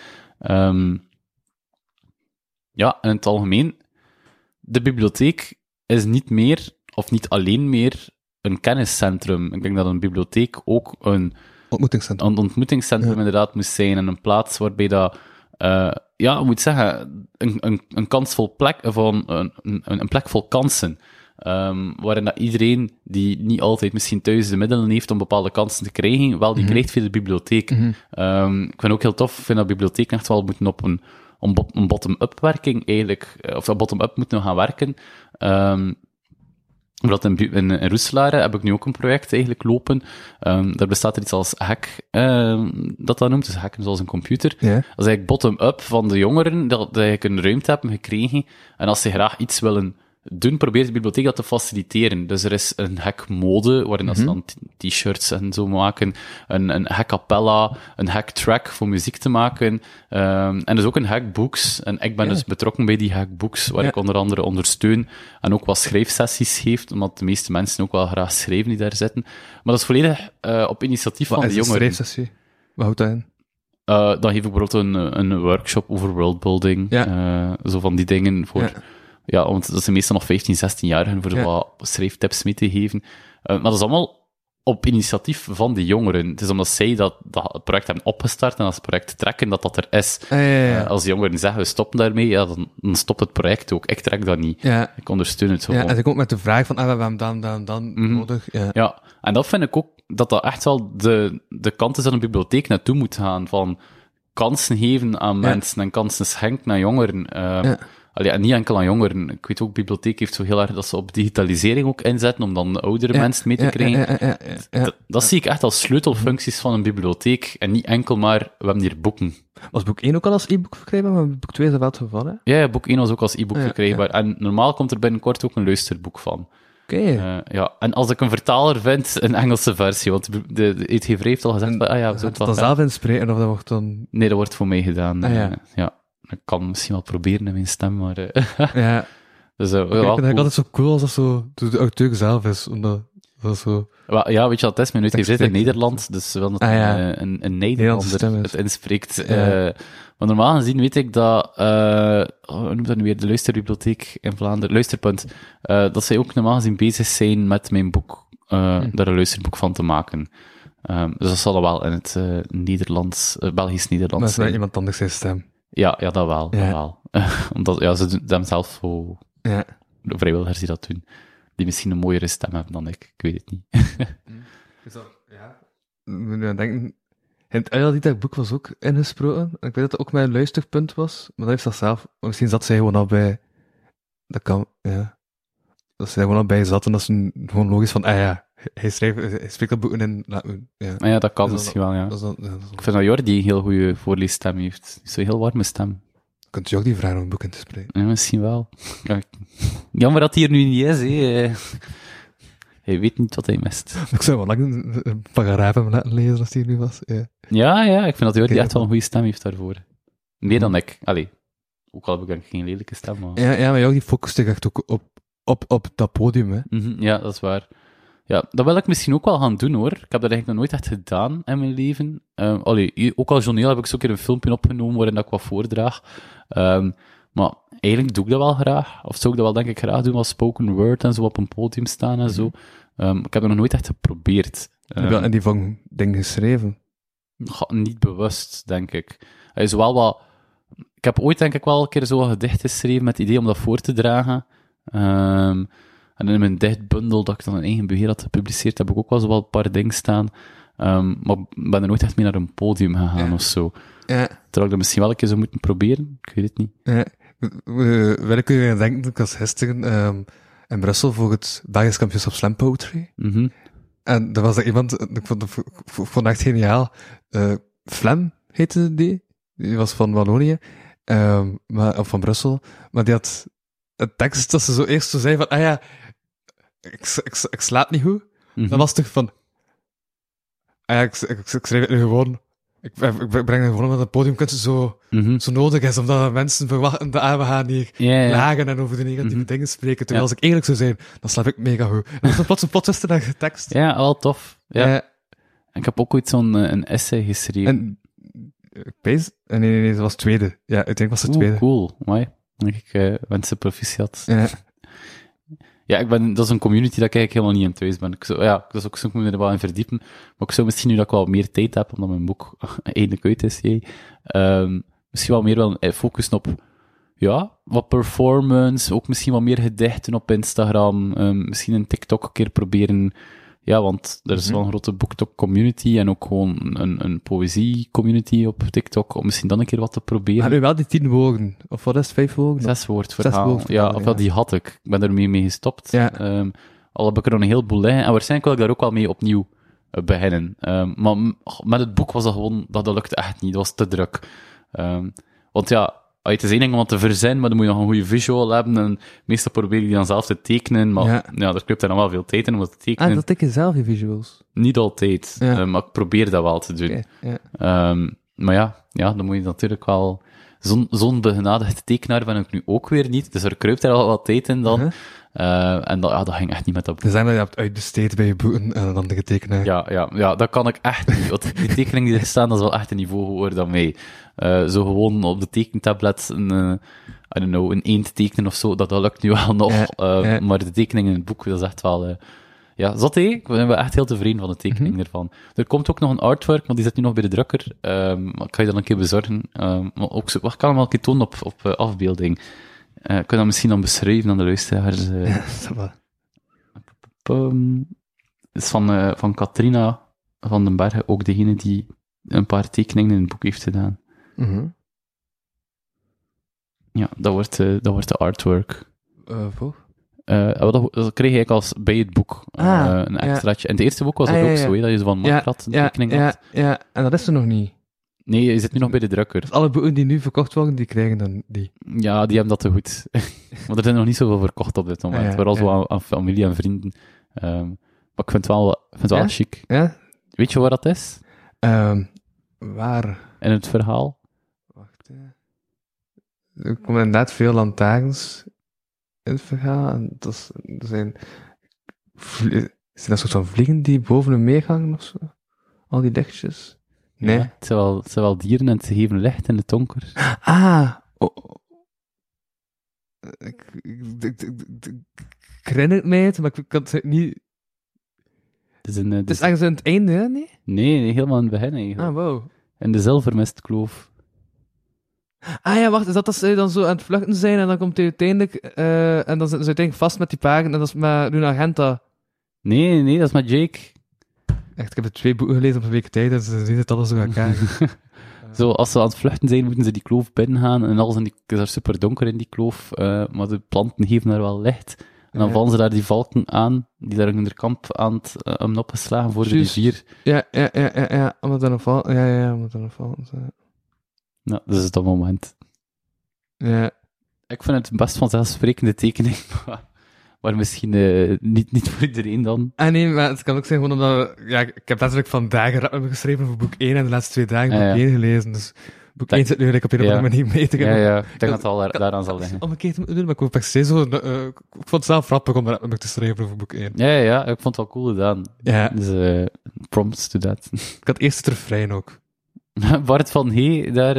Ja, in het algemeen, de bibliotheek is niet meer of niet alleen meer een kenniscentrum. Ik denk dat een bibliotheek ook een ontmoetingscentrum inderdaad moest zijn, en een plaats waarbij dat, ik moet zeggen, een kansvol plek, van een plek vol kansen. Waarin dat iedereen die niet altijd misschien thuis de middelen heeft om bepaalde kansen te krijgen, wel, die krijgt via de bibliotheek. Ik vind ook heel tof, ik vind dat bibliotheken echt wel moeten op een bottom-up werking eigenlijk, of dat bottom-up moeten gaan werken. Omdat in Roeselare heb ik nu ook een project eigenlijk lopen. Daar bestaat er iets als Hack, dat noemt. Dus hacken zoals een computer. Ja. Dat is eigenlijk bottom-up van de jongeren, dat eigenlijk een ruimte hebben gekregen. En als ze graag iets willen doen, probeert de bibliotheek dat te faciliteren. Dus er is een hackmode, waarin ze dan t-shirts en zo maken, een hackapella, een hacktrack voor muziek te maken, en dus ook een hackbooks. En ik ben dus betrokken bij die hackbooks, waar ik onder andere ondersteun, en ook wat schrijfsessies geef, omdat de meeste mensen ook wel graag schrijven die daar zitten. Maar dat is volledig op initiatief van de jongeren. Wat is een schrijfsessie? Wat houdt dat in? Dan geef ik bijvoorbeeld een workshop over worldbuilding, zo van die dingen voor... Ja, want dat zijn meestal nog 15, 16-jarigen voor wat schrijftips mee te geven. Maar dat is allemaal op initiatief van de jongeren. Het is omdat zij dat project hebben opgestart en als het project trekken, dat er is. Als de jongeren zeggen, we stoppen daarmee, dan stopt het project ook. Ik trek dat niet. Ja. Ik ondersteun het gewoon. Ja, en ik ook met de vraag van, we hebben dan nodig. Ja, en dat vind ik ook, dat echt wel de kant is dat een bibliotheek naartoe moet gaan, van kansen geven aan mensen en kansen schenken aan jongeren. Allee, en niet enkel aan jongeren. Ik weet ook, de bibliotheek heeft zo heel erg dat ze op digitalisering ook inzetten, om dan oudere mensen mee te krijgen. Dat zie ik echt als sleutelfuncties van een bibliotheek, en niet enkel maar, we hebben hier boeken. Was boek 1 ook al als e-book verkrijgbaar, maar boek 2 is dat wel het geval, hè? Ja, boek 1 was ook als e-book verkrijgbaar. En normaal komt er binnenkort ook een luisterboek van. En als ik een vertaler vind, een Engelse versie, want de uitgever heeft al gezegd, we zullen dat zelf inspreken, of dat wordt dan... Nee, dat wordt voor mij gedaan. Ik kan misschien wel proberen in mijn stem, maar... Dus, ik vind het altijd zo cool als dat zo de auteur zelf is, omdat dat zo... Ja, weet je wat het is? Mijn uitgever zit in Nederland, dus wel dat een Nederlander het inspreekt. Maar normaal gezien weet ik dat... hoe noemt dat nu weer? De Luisterbibliotheek in Vlaanderen, Luisterpunt. Dat zij ook normaal gezien bezig zijn met mijn boek, daar een luisterboek van te maken. Dus dat zal wel in het Nederlands, Belgisch-Nederlands zijn. Maar is iemand anders zijn stem. Ja, dat wel. Dat wel. Omdat ze doen hem zelf zo... De vrijwilligers die dat doen. Die misschien een mooiere stem hebben dan ik. Ik weet het niet. Moet je aan denken... dat boek was ook ingesproken. Ik weet dat het ook mijn luisterpunt was, maar dat heeft dat zelf... Misschien zat zij gewoon al bij... Dat kan, dat zij gewoon al bij zat en dat is gewoon logisch van, hij spreekt dat boeken in... dat kan misschien wel, ja. Ik vind dat Jordi een heel goede voorleesstem heeft. Zo'n heel warme stem. Kunt je ook die vragen om een boek in te spreken? Ja, misschien wel. Jammer dat hij hier nu niet is, Hij weet niet wat hij mist. Ik zou wel lang een paragraaf hebben laten lezen als hij er nu was. Ja, ik vind dat Jordi echt wel een goede stem heeft daarvoor. Meer dan ik. Allee, ook al heb ik dan geen lelijke stem, maar... Ja, maar Jordi focust zich echt ook op dat podium, hè. Ja, dat is waar. Ja, dat wil ik misschien ook wel gaan doen, hoor. Ik heb dat eigenlijk nog nooit echt gedaan in mijn leven. Ook al Joneel heb ik zo een keer een filmpje opgenomen waarin ik wat voordraag. Maar eigenlijk doe ik dat wel graag. Of zou ik dat wel, denk ik, graag doen, als spoken word en zo op een podium staan en zo. Ik heb dat nog nooit echt geprobeerd. Heb je en die van dingen geschreven? Niet bewust, denk ik. Hij is wel wat... Ik heb ooit, denk ik, wel een keer zo een gedicht geschreven met het idee om dat voor te dragen. En in mijn dichtbundel, dat ik dan een eigen beheer had gepubliceerd, heb ik ook wel zo wel een paar dingen staan. Maar ik ben er nooit echt mee naar een podium gegaan of zo. Terwijl ik dat misschien wel een keer zou moeten proberen. Ik weet het niet. Wil ik je denken, ik was gisteren in Brussel voor het Belgisch kampioenschap Slam Poetry. En er was er iemand, ik vond het echt geniaal. Flem heette die. Die was van Wallonië. Of van Brussel. Maar die had een tekst dat ze zo eerst zo zei van, ik slaap niet goed. Dan was het toch van, ik schrijf het nu gewoon. Ik breng het gewoon omdat het podiumkunst zo nodig is, omdat mensen verwachten dat we gaan hier lagen en over de negatieve dingen spreken. Terwijl als ik eerlijk zou zijn, dan slaap ik mega goed. En dat is plots een potwiste tekst. Ja, wel tof. Ja. Ik heb ook ooit een essay geschreven. Nee, dat was het tweede. Ja, ik denk was het tweede. Cool, mooi. Ik wens ze proficiat. Ja, dat is een community dat ik eigenlijk helemaal niet in thuis ben. Dus ik zou me er wel in verdiepen. Maar ik zou misschien, nu dat ik wel meer tijd heb, omdat mijn boek eindelijk uit is, misschien wel meer willen focussen op, wat performance, ook misschien wat meer gedichten op Instagram, misschien een TikTok een keer proberen. Ja, want er is wel een grote BookTok-community en ook gewoon een poëzie-community op TikTok, om misschien dan een keer wat te proberen. Maar nu wel die 10 woorden. Of wat is het, 5 woorden? 6 woordverhaal. Ja, Die had ik. Ik ben ermee mee gestopt. Ja. Al heb ik er nog een heleboel liggen. En waarschijnlijk wil ik daar ook wel mee opnieuw beginnen. Maar met het boek was dat gewoon... Dat lukte echt niet. Dat was te druk. Want ja, het is één ding om het te verzinnen, maar dan moet je nog een goede visual hebben. En meestal probeer je die dan zelf te tekenen. Maar ja er kruipt er dan wel veel tijd in om dat te tekenen. Dat teken zelf, je visuals? Niet altijd. Ja. Maar ik probeer dat wel te doen. Okay, ja. Maar dan moet je natuurlijk wel... Zo'n begenadigd tekenaar ben ik nu ook weer niet. Dus er kruipt er al wat tijd in dan. En dat ging echt niet met dat boek. Dus dan dat je hebt uitbesteed bij je boeken en dan de getekenen. Ja, dat kan ik echt niet. Want die tekeningen die er staan, dat is wel echt een niveau hoger dan mij. Zo gewoon op de tekentablet een eend tekenen of zo, dat lukt nu wel nog. Maar de tekeningen in het boek, dat is echt wel... zot, hé. Ik ben echt heel tevreden van de tekening ervan. Er komt ook nog een artwork, want die zit nu nog bij de drukker. Maar ik ga je dan een keer bezorgen. Maar ook wat kan hem wel een keer tonen op afbeelding. Ik kan dat misschien dan beschrijven aan de luisteraars. Dat is van Katrina van den Bergen, ook degene die een paar tekeningen in het boek heeft gedaan. Ja, dat wordt de artwork. Dat kreeg ik als bij het boek een extraatje. En het eerste boek was dat ook zo, dat je zo van Markrat een tekening had. Ja, en dat is er nog niet. Nee, je zit nu nog bij de drukker. Dus alle boeken die nu verkocht worden, die krijgen dan die. Ja, die hebben dat te goed. Maar er zijn nog niet zoveel verkocht op dit moment. Vooral zo aan familie en vrienden. Maar ik vind het wel chic. Ja? Weet je waar dat is? Waar? In het verhaal? Wacht, er komen inderdaad veel lantaarns in het verhaal. En er zijn dat soort van vliegen die boven een meer hangen of zo? Al die lichtjes? Nee. Ja, het zijn wel dieren en ze geven licht in het donker. Ik herinner het mij, maar ik kan het niet... Het is ergens aan het einde, hè? Nee, helemaal in het begin eigenlijk. Wow. In de zilvermistkloof. Wacht, is dat ze dan zo aan het vluchten zijn en dan komt hij uiteindelijk... en dan zitten ze uiteindelijk vast met die paarden en dat is met Luna Genta. Nee, dat is met Jake. Echt, ik heb 2 boeken gelezen op een week tijd en ze zien het alles zo aan elkaar. Zo, als ze aan het vluchten zijn, moeten ze die kloof binnengaan en alles is er super donker in die kloof, maar de planten geven daar wel licht. En dan vallen ze daar die valken aan, die daar in de kamp aan het hebben opgeslagen voor de rivier. Ja, omdat er nog valt. Ja, omdat er nog valt. Ja, dat is dat moment. Ja. Ik vind het best vanzelfsprekende tekening, maar misschien niet voor iedereen dan. Nee, maar het kan ook zijn gewoon omdat... Ja, ik heb letterlijk vandaag een rap geschreven voor boek 1 en de laatste 2 dagen boek 1 gelezen, dus... Boek 1 zit nu op een of andere manier mee te gaan. Ja, ik denk dat het al daaraan zal liggen. Om een keer te moeten doen, maar ik hoop per se zo... ik vond het zelf grappig om daar te schrijven over boek 1. Ja, ik vond het wel cool gedaan. Ja. Dus prompts to that. Ik had eerst het refrein ook. Bart van daar...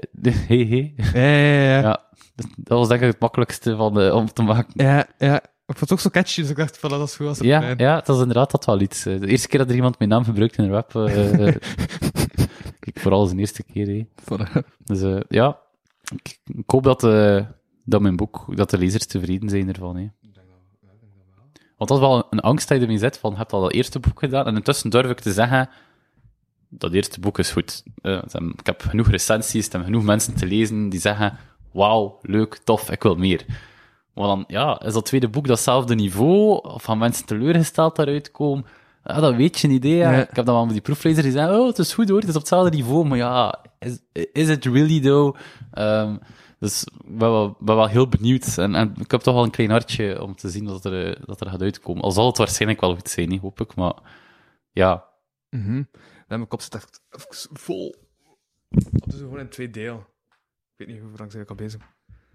Ja. Dat was denk ik het makkelijkste om te maken. Ja. Ik vond het ook zo catchy, dus ik dacht van, dat is goed als het refrein. Ja, dat is inderdaad dat wel iets. De eerste keer dat er iemand mijn naam gebruikt in een rap... vooral zijn eerste keer, Dus ik hoop dat mijn boek, dat de lezers tevreden zijn ervan, Want dat is wel een angst dat je ermee zit, van, je hebt al dat eerste boek gedaan, en intussen durf ik te zeggen, dat eerste boek is goed. Ik heb genoeg recensies, ik heb genoeg mensen te lezen die zeggen, wauw, leuk, tof, ik wil meer. Maar dan, is dat tweede boek datzelfde niveau, of gaan mensen teleurgesteld daaruit komen? Ja, dat weet je niet, hè. Ja. Ik heb dan wel met die proeflezer die zei, het is goed hoor, het is op hetzelfde niveau, maar is it really though? Dus ik ben wel heel benieuwd. En ik heb toch wel een klein hartje om te zien dat er gaat uitkomen. Al zal het waarschijnlijk wel goed zijn, hoop ik, maar ja. Mijn kop zit echt even vol. Dat is gewoon in 2 deel. Ik weet niet hoe lang zijn ik al bezig.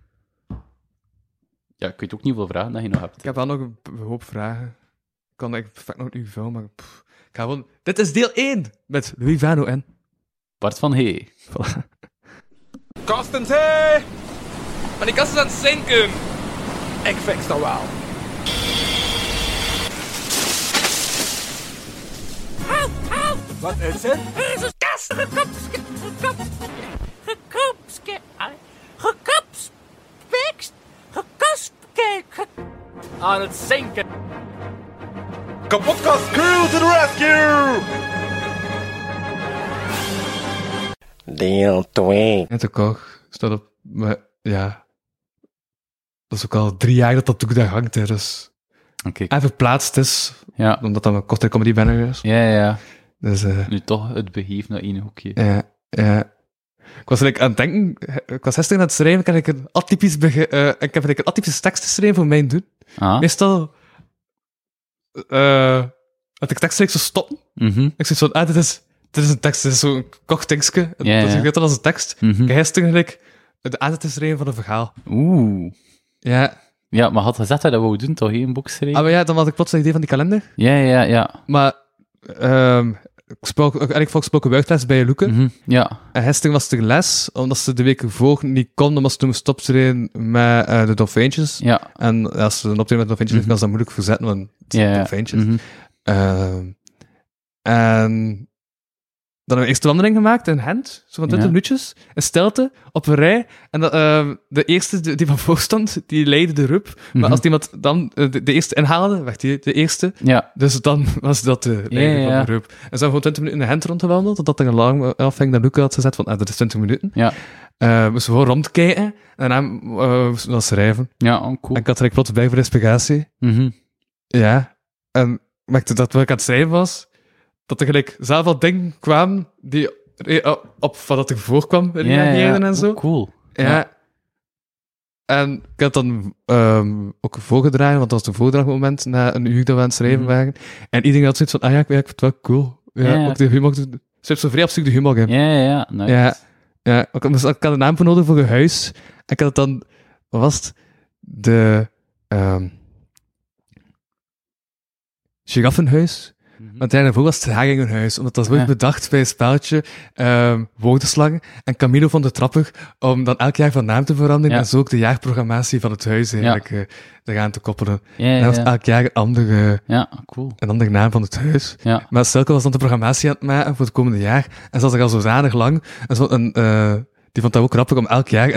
Ja, ik weet ook niet hoeveel vragen dat je nog hebt. Ik heb wel nog een hoop vragen. Ik kan eigenlijk perfect nog een uur vullen, maar ik ga gewoon... Dit is deel 1 met Louis Vano en... Bart van Hey. Voilà. Kastens, hé! Maar die kast is aan het zinken. Ik fix dat wel. Wat is er? Er is een kast gekapspekst, aan het zinken. Kapotkast crew to the rescue! Deel 2. En toch ook staat op... Maar, ja... Dat is ook al 3 jaar dat doek daar hangt, hè, dus... Oké. En verplaatst is, Ja. omdat dat een korte comedy banner is. Ja. Dus, Nu toch het begeef naar één hoekje. ja. Ik was aan het denken... Ik was gisteren aan het schrijven, kan ik een atypisch... ik heb een atypische tekst geschreven voor mijn doen. Ah. Meestal... dat ik tekst schrijf, zo stoppen. Mhm. Ik zeg zo, dit is een tekst, dit is zo'n kort tekstje. Ja, Dus ja. je gaat dat als een tekst. Mhm. Ik heb gisteren gelijk de aanzet te schrijven van een verhaal. Oeh. Ja. Ja, maar had gezegd dat we wou doen, toch? Een boek schrijven? Maar ja, dan had ik plots een idee van die kalender. Ja. Maar... ik volg spoken wordles bij Loeke. Mhm. Ja. En gisteren was er les, omdat ze de week ervoor niet kon, omdat ze toen moest optreden met de dolfijntjes. Ja. En als ze een optreden met dolfijntjes heeft, kan ze dat moeilijk verzetten, want het zijn Ja. dolfijntjes. Mhm. En dan hebben we eerst de wandeling gemaakt in Gent, zo van 20 Ja. minuutjes, in stilte, op een rij. En de eerste die van voor stond, die leidde de rup. Maar Mhm. als iemand dan de eerste inhaalde, werd hij de eerste. Ja. Dus dan was dat de leider Ja. van de rup. En ze hebben gewoon 20 minuten in de Gent rondgewandeld, totdat er een alarm afhing dat Luca had gezet van, dat is 20 minuten. Ja. We moesten gewoon rondkijken, en daarna moesten we dan schrijven. Ja, oh, cool. En ik had er plots bij voor inspiratie. Mhm. Ja. En merkte dat wat ik aan het schrijven was, dat er gelijk zelf al dingen kwamen die op wat er voorkwam reageerden en zo. Oh, cool. Ja. En ik had dan ook voorgedragen, want dat was de voordrachtmoment na een uur dat we aan het schrijven waren. En iedereen had zoiets van, ik vind het wel cool. Ja, ook de humor. Ze heeft zo vrij op zoek de humor in. Ja, nice. Ja. Ik had een naam voor nodig voor een huis. En ik had het dan, wat was het? De giraffenhuis. Mhm. Want daarvoor was het haringenhuis, omdat dat ooit Ja. bedacht bij een spelletje woordenslangen. En Camilo vond het trappig om dan elk jaar van naam te veranderen Ja. en zo ook de jaarprogrammatie van het huis eigenlijk eraan te koppelen. Ja, En dat was ja. elk jaar Ja, cool. een andere naam van het huis. Ja. Maar Silke was dan de programmatie aan het maken voor het komende jaar. En ze was er al zodanig lang. Die vond dat ook grappig om elk jaar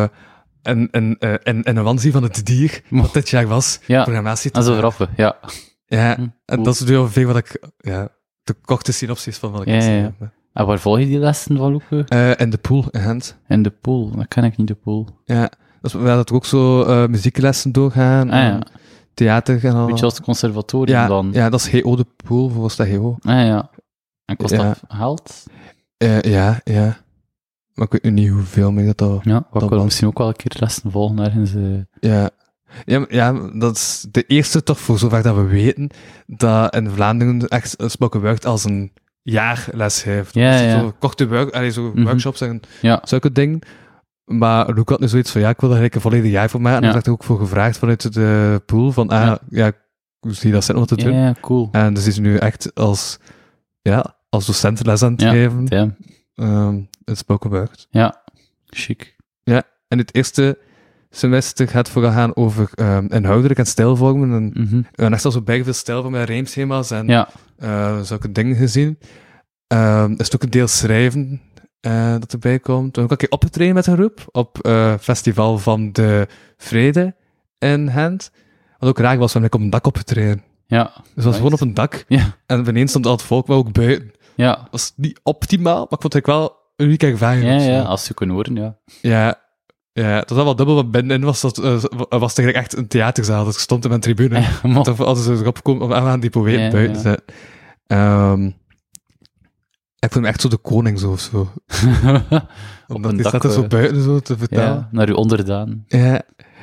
een wansie van het dier, wat dit jaar was, Ja. programmatie te Dat is zo maken. grappig, ja. Ja, Cool. en dat is nu ongeveer wat ik... Ja, de korte synopsis van wat ik Ja, aan het ja. schrijven ben. En waar volg je die lessen van, Loeke? In de pool in Gent. In de pool. Dat ken ik niet, de pool. Ja, dus we hadden er ook zo muzieklessen doorgaan. Ah, ja. en theater en al. Beetje als het conservatorium ja, dan. ja, dat is GO de pool, volgens dat GO. Ah, ja. En kost Ja. dat geld? Ja. Maar ik weet nu niet hoeveel meer dat... Ja, dat ik wil was. misschien ook wel een keer lessen volgen ergens. Ja, dat is de eerste toch, voor zover dat we weten, dat in Vlaanderen echt spoken word als een jaarles heeft. Ja, Dus ja. Zo korte zo Mhm. workshops en Ja. zulke dingen. Maar Luc had nu zoiets van, ik wil daar eigenlijk een volledig jaar voor maken. En Ja. daar werd er ook voor gevraagd vanuit de pool, van, hoe zie je dat zitten om dat te doen? Ja, cool. En dus is nu echt als docent les aan het Ja, geven. damn. Het spoken word. Ja, chic. En het eerste semester gaat vooral gaan over inhoudelijk en stijlvormen. En Mhm. we hebben echt al zo bij veel stijlvormen met rijmschema's en Ja, zulke dingen gezien. Er is ook een deel schrijven dat erbij komt. We hebben ook een keer opgetreden met een groep op Festival van de Vrede in Gent. Wat ook raar was, we hebben op een dak opgetreden. ja. Dus het was gewoon op een dak. Ja, En beneden stond al het volk, maar ook buiten. ja. Dat was niet optimaal, maar ik vond het wel een unieke ervaring. Ja, of zo. ja, als je kunt horen, ja. Ja, het was wel dubbel, want binnenin was het eigenlijk echt een theaterzaal. Dus ik stond in mijn tribune. Maar- Toen hadden ze erop komen om aan die poëten Ja, buiten ja. te zetten. Ik vond me echt zo de koning zo of zo. Omdat een die dak, staat er zo buiten zo te vertellen. Ja, naar uw onderdaan. Ja.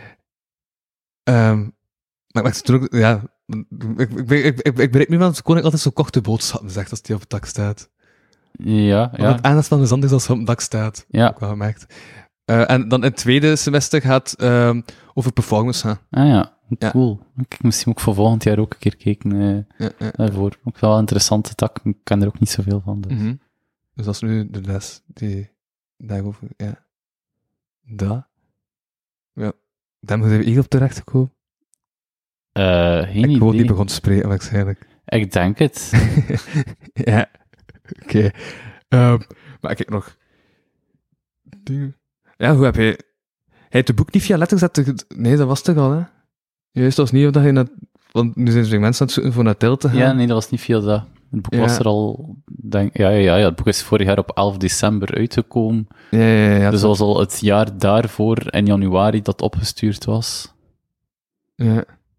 Maar ik merkte toen ook, ja... Ik bereik nu wel dat de koning altijd zo korte boodschappen zegt als die op het dak staat. Ja, Ja. ja. Het aandacht van is anders als hij op het dak staat. Ja. Ook wel gemerkt. En dan in het tweede semester gaat over performance gaan. Ah ja, Ja. cool. Ik misschien ook voor volgend jaar ook een keer kijken daarvoor. Ook wel een interessante tak. Ik ken er ook niet zoveel van. Dus. Mhm. Dus dat is nu de les die daarover, ja. Dat. Ja. Dan moeten we hier op terecht komen. Geen Ik hoor die idee. begon te spreken, waarschijnlijk. Ik denk het. Ja. Oké. Maar kijk nog. Dingen. Ja, hoe heb je... Hij heeft het boek niet via letters gezet. Nee, dat was toch al, hè? Juist, dat was niet of dat je net... Want nu zijn er mensen aan het zoeken voor naar Til te gaan. Ja, nee, dat was niet via dat. Het boek was er al... Ja, het boek is vorig jaar op 11 december uitgekomen. Ja. Dus dat was al het jaar daarvoor, in januari, dat opgestuurd was. Ja.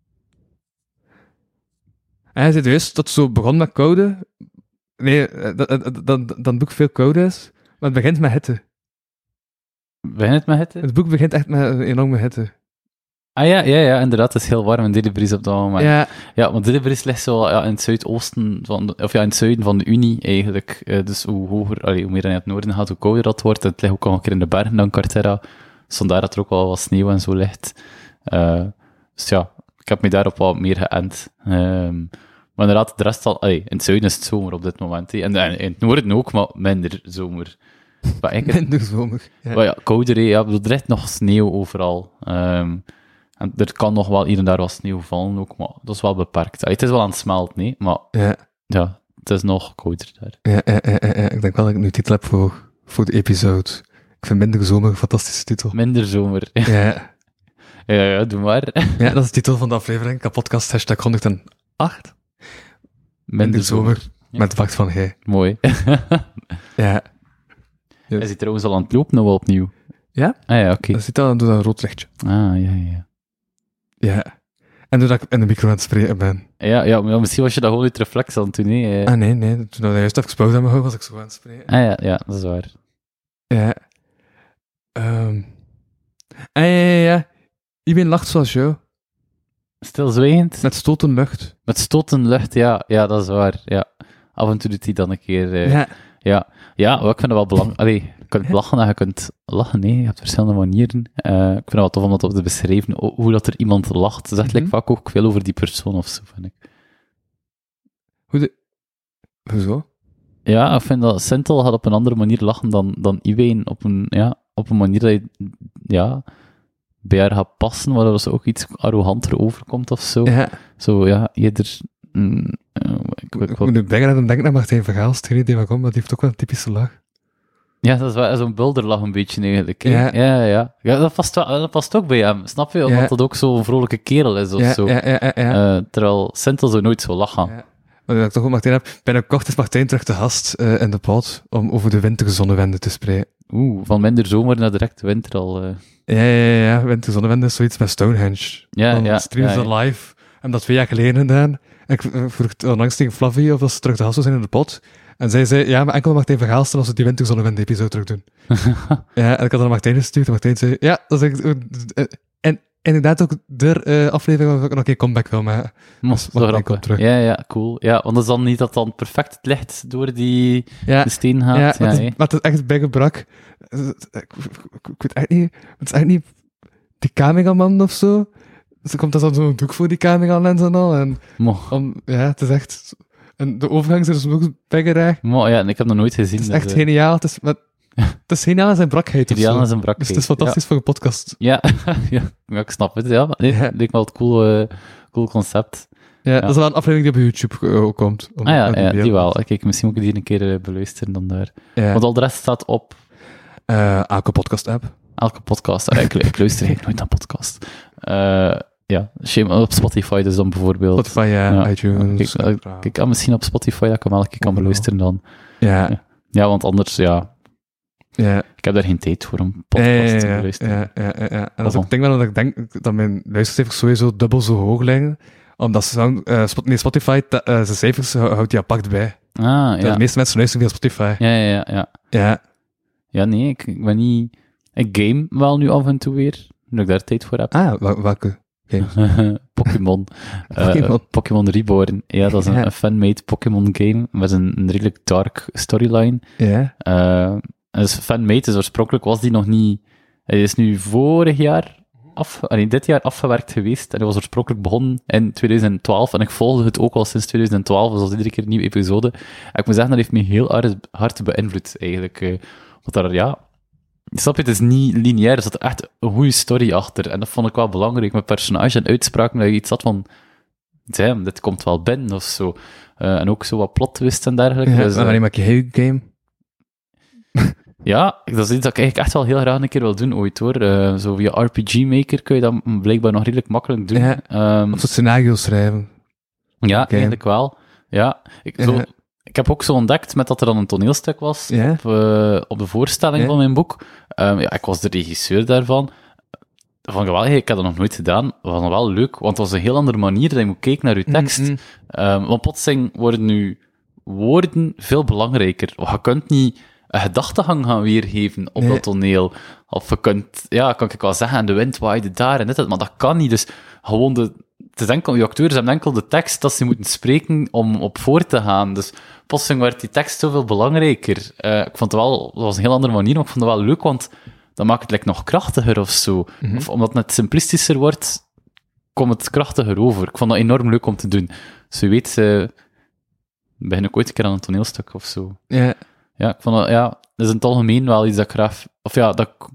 En hij zei juist dat het zo begon met koude. Nee, dat boek veel koude is. Maar het begint met hitte. Begint het met hitte? Het boek begint echt met een enorme hitte. Ah ja, inderdaad, het is heel warm in Dillebries op dat moment. Ja, want Dillebries ligt zo in het zuidoosten in het zuiden van de Unie eigenlijk. Dus hoe hoger, hoe meer je naar het noorden gaat, hoe kouder dat wordt. Het ligt ook al een keer in de bergen dan Carterra. Dus vandaar dat er ook wel wat sneeuw en zo ligt. Dus ja, ik heb me daarop wat meer geënt. Maar inderdaad, de rest al... in het zuiden is het zomer op dit moment. En in het noorden ook, maar minder zomer. Minder zomer. Ja. Maar ja, kouder, ja, er ligt nog sneeuw overal. En er kan nog wel hier en daar wat sneeuw vallen ook, maar dat is wel beperkt. Het is wel aan het smelten, nee, maar ja, het is nog kouder daar. Ja, ik denk wel dat ik nu titel heb voor de episode. Ik vind Minder Zomer een fantastische titel. Minder Zomer. Ja. Ja, doe maar. Ja, dat is de titel van de aflevering. Kapodcast, hashtag 108. Minder Zomer, Ja. met Bart van Gij. Mooi. Ja. Hij zit trouwens al aan het lopen, nou wel opnieuw. Ja? Ah ja, oké. Dat zit al door dat rood lichtje. Ah, ja. Ja. En doordat ik in de micro aan het spreken ben. Ja, maar misschien was je dat gewoon uit reflex aan het doen, hè. Nee. Toen hij juist even gesproken aan mijn hoofd, was ik zo aan het spreken. Ah ja, dat is waar. Ja. Ja. Iedereen lacht zoals jou. Stilzwijgend? Met stoten lucht. Met stoten lucht, ja, dat is waar. Ja. Af en toe doet hij dan een keer... Ja, maar ik vind het wel belangrijk. Allee, je kunt lachen en je kunt lachen, nee, je hebt verschillende manieren. Ik vind het wel tof om dat op te beschrijven, hoe dat er iemand lacht. Dat zegt like, vaak ook veel over die persoon of zo, vind ik. Hoezo? Ja, ik vind dat Sintel gaat op een andere manier lachen dan Iwijn. Op een manier dat je bij haar gaat passen, waardoor ze ook iets arroganter overkomt of zo. Ja. Zo, ja, eerder... Ik moet nu bijna aan denken aan Martijn Vergaals, geen idee waarom, maar die heeft ook wel een typische lach. Ja, dat is wel zo'n bulderlach een beetje eigenlijk. Ja. Ja, dat past ook bij hem, snap je? Omdat dat ook zo'n vrolijke kerel is of zo. Ja. Terwijl Sintel zo nooit zo lachen. Ja. Maar dat ik toch ook Martijn heb, binnenkort is Martijn terug te gast in de pod om over de winterzonnewende te spreken. Van minder zomer naar direct winter al. Ja, winterzonnewende is zoiets met Stonehenge. Dan streamen ze live. En dat 2 jaar geleden gedaan. Ik vroeg onlangs tegen Flavie of ze terug te gast zou zijn in de pod. En zij zei, ja, maar enkel Martijn Vergaals als we die winterzonnewende-episode terug doen. Ja, en ik had dan Martijn gestuurd en Martijn zei, ja, dat is echt... En inderdaad ook de aflevering waar ik nog een comeback wil maken. Zo komt terug. Ja, cool. Ja, want dat is dan niet dat dan perfect het licht door de steen gaat. Ja, maar het is echt bijgebrak. Ik weet echt niet... Het is echt niet die cameraman of zo. Dus er komt dan zo'n doek voor die cameralens en al. En het is echt... En de overgang is dus ook bijgeraakt. Ja, en ik heb nog nooit gezien. Het is echt geniaal. Het is geniaal in zijn brakheid of zo. Ideaal in zijn brakheid. Dus het is fantastisch voor een podcast. Ja, ik snap het. Ja, maar het lijkt me wel het cool concept. Ja, dat is wel een aflevering die op YouTube komt. Die wel. Kijk, misschien moet ik die een keer beluisteren dan daar. Ja. Want al de rest staat op... elke podcast-app. Elke podcast. Ik luister eigenlijk nooit naar podcast. Op Spotify dus dan bijvoorbeeld. Spotify, iTunes. Kijk, misschien op Spotify dat ik hem elke keer kan beluisteren dan. Ja, want anders, ik heb daar geen tijd voor om podcast te beluisteren. Ja. En dat is ook het ding dat ik denk dat mijn luistercijfers sowieso dubbel zo hoog liggen. Omdat Spotify, zijn cijfers houdt die apart bij. De meeste mensen luisteren via Spotify. Ja. Ja, nee, ik ben niet... Ik game wel nu af en toe weer, nu ik daar tijd voor heb. Welke game? Pokémon. Pokémon Reborn. Ja, dat is een fan-made Pokémon game met een redelijk dark storyline. Ja. Dus fan-made, dus oorspronkelijk was die nog niet... Hij is nu dit jaar afgewerkt geweest en hij was oorspronkelijk begonnen in 2012 en ik volgde het ook al sinds 2012, dus dat was iedere keer een nieuwe episode. En ik moet zeggen, dat heeft me heel hard beïnvloed, eigenlijk. Want daar, snap je, het is niet lineair, er zat echt een goede story achter. En dat vond ik wel belangrijk, met personage en uitspraken, dat je iets had van... damn, dit komt wel binnen, of zo. En ook zo wat plot twist en dergelijke. Ja, Dus, maar wanneer maak je heel game? ja, dat is iets dat ik eigenlijk echt wel heel graag een keer wil doen ooit, hoor. Zo via RPG Maker kun je dat blijkbaar nog redelijk makkelijk doen. Ja. Of zo scenario's schrijven. Ja, Oké. eigenlijk wel. Ja, ik heb ook zo ontdekt met dat er dan een toneelstuk was Ja. op de voorstelling Ja. van mijn boek. Ja, ik was de regisseur daarvan. Van geweldig, ik heb dat nog nooit gedaan. Dat was nog wel leuk, want het was een heel andere manier dat je moet kijken naar je tekst. Mm-mm. Want plotseling worden nu woorden veel belangrijker. Je kunt niet een gedachtegang gaan weergeven op Nee. dat toneel. Of je kunt, ja, kan ik wel zeggen, en de wind waaide daar en dit, maar dat kan niet. Dus gewoon je acteurs hebben enkel de tekst dat ze moeten spreken om op voor te gaan. Dus plotseling werd die tekst zoveel belangrijker. Ik vond het wel, dat was een heel andere manier, maar ik vond het wel leuk, want dat maakt het like, nog krachtiger of zo. Of omdat het net simplistischer wordt, komt het krachtiger over. Ik vond dat enorm leuk om te doen. Dus wie weet, begin ik ooit een keer aan een toneelstuk of zo. Ja. Ja, ik vond dat, ja, dat is in het algemeen wel iets dat ik graag, of ja, dat ik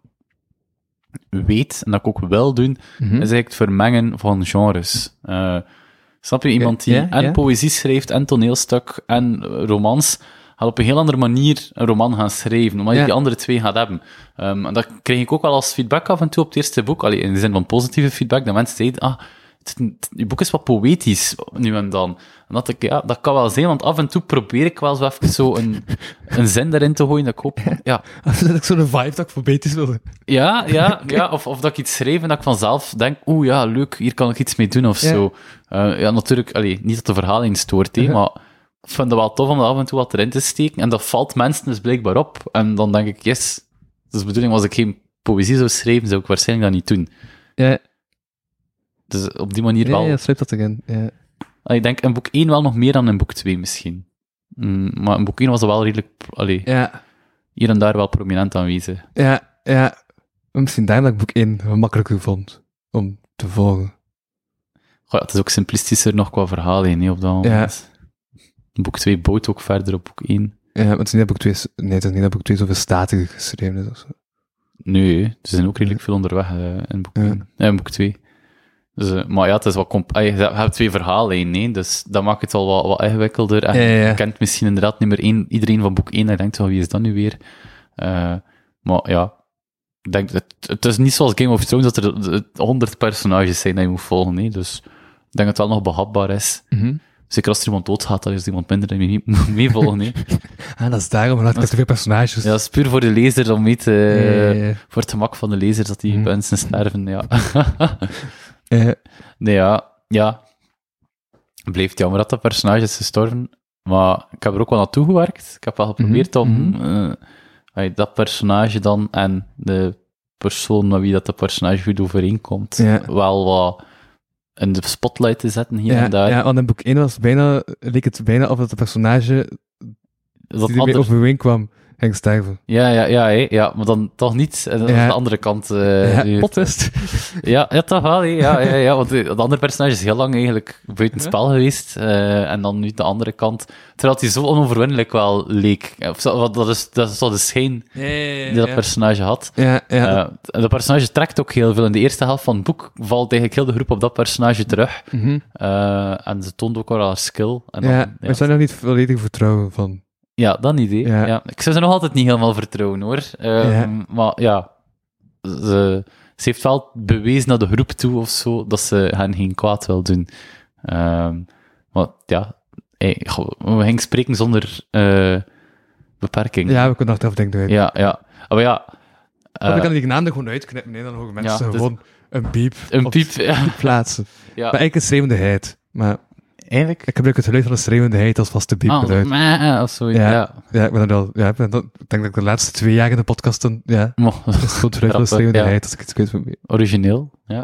weet en dat ik ook wil doen, is eigenlijk het vermengen van genres. Snap je, iemand die en poëzie schrijft, en toneelstuk, en romans, gaat op een heel andere manier een roman gaan schrijven, omdat je die andere twee gaat hebben. En dat kreeg ik ook wel als feedback af en toe op het eerste boek, in de zin van positieve feedback, dat mensen zeiden, je boek is wat poëtisch, nu en dan. En dat ik, ja, dat kan wel zijn, want af en toe probeer ik wel zo even zo een zin erin te gooien, dat ik hoop, ja. Dat is zo'n vibe dat ik poëtisch wilde. Ja, of dat ik iets schreef en dat ik vanzelf denk, ja, leuk, hier kan ik iets mee doen, of zo. Ja, natuurlijk, niet dat de verhaling stoort, maar ik vind het wel tof om er af en toe wat erin te steken, en dat valt mensen dus blijkbaar op. En dan denk ik, yes, dus de bedoeling, als ik geen poëzie zou schrijven, zou ik waarschijnlijk dat niet doen. Ja. Dus op die manier wel. Ja, sluit dat erin. Ja. Ik denk in boek 1 wel nog meer dan in boek 2 misschien. Maar in boek 1 was dat wel redelijk, hier en daar wel prominent aanwezig. Ja. Misschien daarom dat ik boek 1 makkelijker vond om te volgen. Goh, ja, het is ook simplistischer nog qua verhaal, op dat moment. Boek 2 bouwt ook verder op boek 1. Ja, maar het is niet dat boek 2 het is niet dat boek 2 zoveel statiger geschreven is of zo. Nee, er zijn ook redelijk veel onderweg in boek 1. In boek 2. Dus, maar ja, het is wat je hebt twee verhaallijnen, dus dat maakt het al wat ingewikkelder. En je kent misschien inderdaad niet meer iedereen van boek 1 en je denkt, wie is dat nu weer? Maar ja, ik denk, het is niet zoals Game of Thrones dat er 100 personages zijn dat je moet volgen, dus ik denk dat het wel nog behapbaar is. Zeker als er iemand doodgaat, dan is er iemand minder dat je niet moet meevolgen. Dat is daarom, dat ik te veel personages. Ja, dat is puur voor de lezer, om mee voor het gemak van de lezer, dat die mensen sterven, ja. Nee, ja. Het blijft jammer dat dat personage is gestorven, maar ik heb er ook wel naartoe gewerkt. Ik heb wel geprobeerd om dat personage dan en de persoon met wie dat personage goed overeenkomt, wel wat in de spotlight te zetten hier en daar. Ja, want in boek 1 leek het bijna of dat de personage die ermee overeenkwam ging sterven. Ja, maar dan toch niet. En dat is de andere kant. Pottest. Ja, toch wel. Ja, want de andere personage is heel lang eigenlijk buiten het spel geweest. En dan nu de andere kant. Terwijl hij zo onoverwinnelijk wel leek. Dat is zo de schijn die dat personage had. De personage trekt ook heel veel. In de eerste helft van het boek valt eigenlijk heel de groep op dat personage terug. En ze toont ook wel haar skill. En dan, maar ik zou nog niet volledig vertrouwen van... Ja, dat idee. Ja. Ik zou ze nog altijd niet helemaal vertrouwen, hoor. Maar ja, ze heeft wel bewezen naar de groep toe of zo, dat ze hen geen kwaad wil doen. Maar ja, we gingen spreken zonder beperking. Ja, we kunnen achteraf denken. Ja. Maar ja... ik kan die naam er gewoon uitknippen, dan horen mensen gewoon een piep plaatsen. Ja. Maar eigenlijk een schreeuwendeheid. Maar... Eigenlijk? Ik gebruik het geluid van een schreeuwendeheid als vaste piepgeluid. Of zo, ja. Ik ben er wel... Ja, ik denk dat ik de laatste 2 jaar in de podcast dan... Ja, dat is gewoon het geluid van een schreeuwendeheid, als ik iets weet van me. Origineel, ja.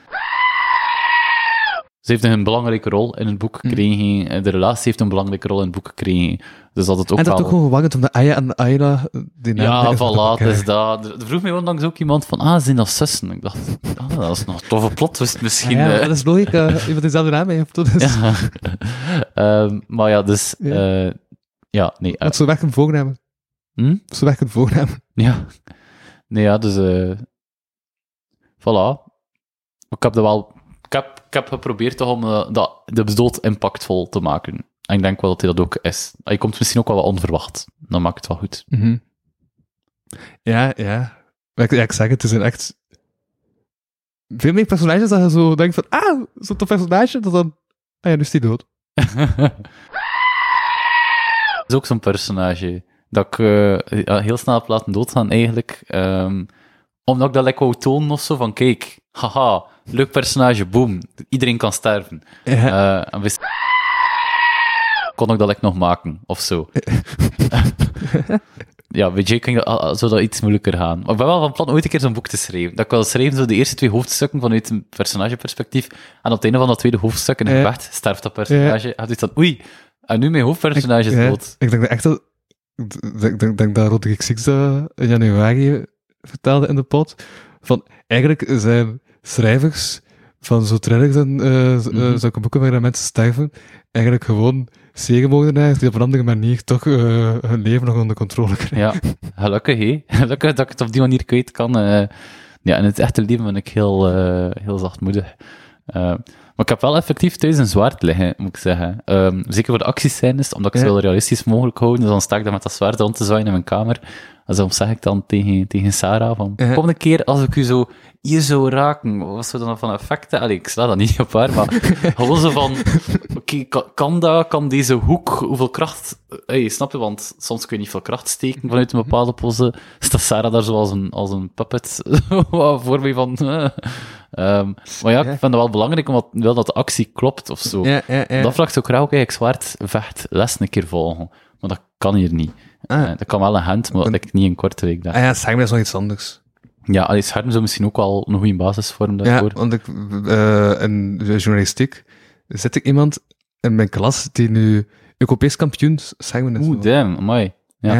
Ze heeft een belangrijke rol in het boek gekregen. De relatie heeft een belangrijke rol in het boek gekregen. Dus dat het ook en dat wel... ook gewoon gewangend om de Aya en de Ayla... Ja, voilà, dus dat. Er vroeg mij onlangs ook iemand van, zijn dat zussen? Ik dacht, dat is nog een toffe plot twist misschien. Ja, dat is logica. Iemand dezelfde naam heeft. Dus. Maar ja, dus... ja, nee. Dat zo werkt een voornaam. Zo werkt een voornaam. Ja. Nee, ja, dus... voilà. Ik heb er wel... Ik heb geprobeerd toch om de dood impactvol te maken. En ik denk wel dat hij dat ook is. Hij komt misschien ook wel wat onverwacht. Dan maakt het wel goed. Mhm. Ja. Ik zeg het, er zijn echt veel meer personages dat je zo denkt van, zo'n tof personage, dat dan, nu is die dood. Dat is ook zo'n personage dat ik heel snel heb laten doodgaan, eigenlijk. Omdat ik dat lekker wou tonen of zo, van kijk, haha, leuk personage, boom, iedereen kan sterven. Ja. En kon ik dat lekker nog maken, of zo. Ja, bij Jake zou dat iets moeilijker gaan. Maar ik ben wel van plan ooit een keer zo'n boek te schrijven. Dat ik wil schrijven, zo de eerste 2 hoofdstukken vanuit een personageperspectief. En op het einde van dat tweede hoofdstuk, in het gevecht, sterft dat personage. Had iets van, oei, en nu mijn hoofdpersonage is dood. Ik denk dat echt dat... Ik denk dat Roderick Six in januari vertelde in de pod. Van, eigenlijk zijn schrijvers van zo thrillers en zulke boeken waarin mensen sterven, eigenlijk gewoon seriemoordenaars die op een andere manier toch hun leven nog onder controle krijgen. Ja, gelukkig, hé. Gelukkig dat ik het op die manier kwijt kan. Ja, in het echte leven ben ik heel zachtmoedig. Maar ik heb wel effectief thuis een zwaard liggen, moet ik zeggen. Zeker voor de actiescènes, omdat ik het zo realistisch mogelijk houden. Dus dan sta ik daar met dat zwaard rond te zwaaien in mijn kamer. En zo zeg ik dan tegen Sarah van, kom een keer als ik u zo hier zou raken. Wat zou dan van effecten? Allee, ik sla dat niet op haar, maar gewoon zo van, oké, kan deze hoek, hoeveel kracht... snap je, want soms kun je niet veel kracht steken vanuit een bepaalde pose. Staat Sarah daar zo als een puppet voor mij van... maar ja, ik vind het wel belangrijk, omdat wel dat de actie klopt of zo. Dat vraagt ook graag ook eigenlijk zwaard vecht les een keer volgen. Maar dat kan hier niet. Dat kan wel een hand, maar dat ik niet in korte week dacht. Ja, scherm is nog iets anders. Ja, scherm zou misschien ook wel een goede basis vormen daarvoor. Ja, want in de journalistiek zit ik iemand in mijn klas die nu Europees kampioen schermen is. Damn, amai.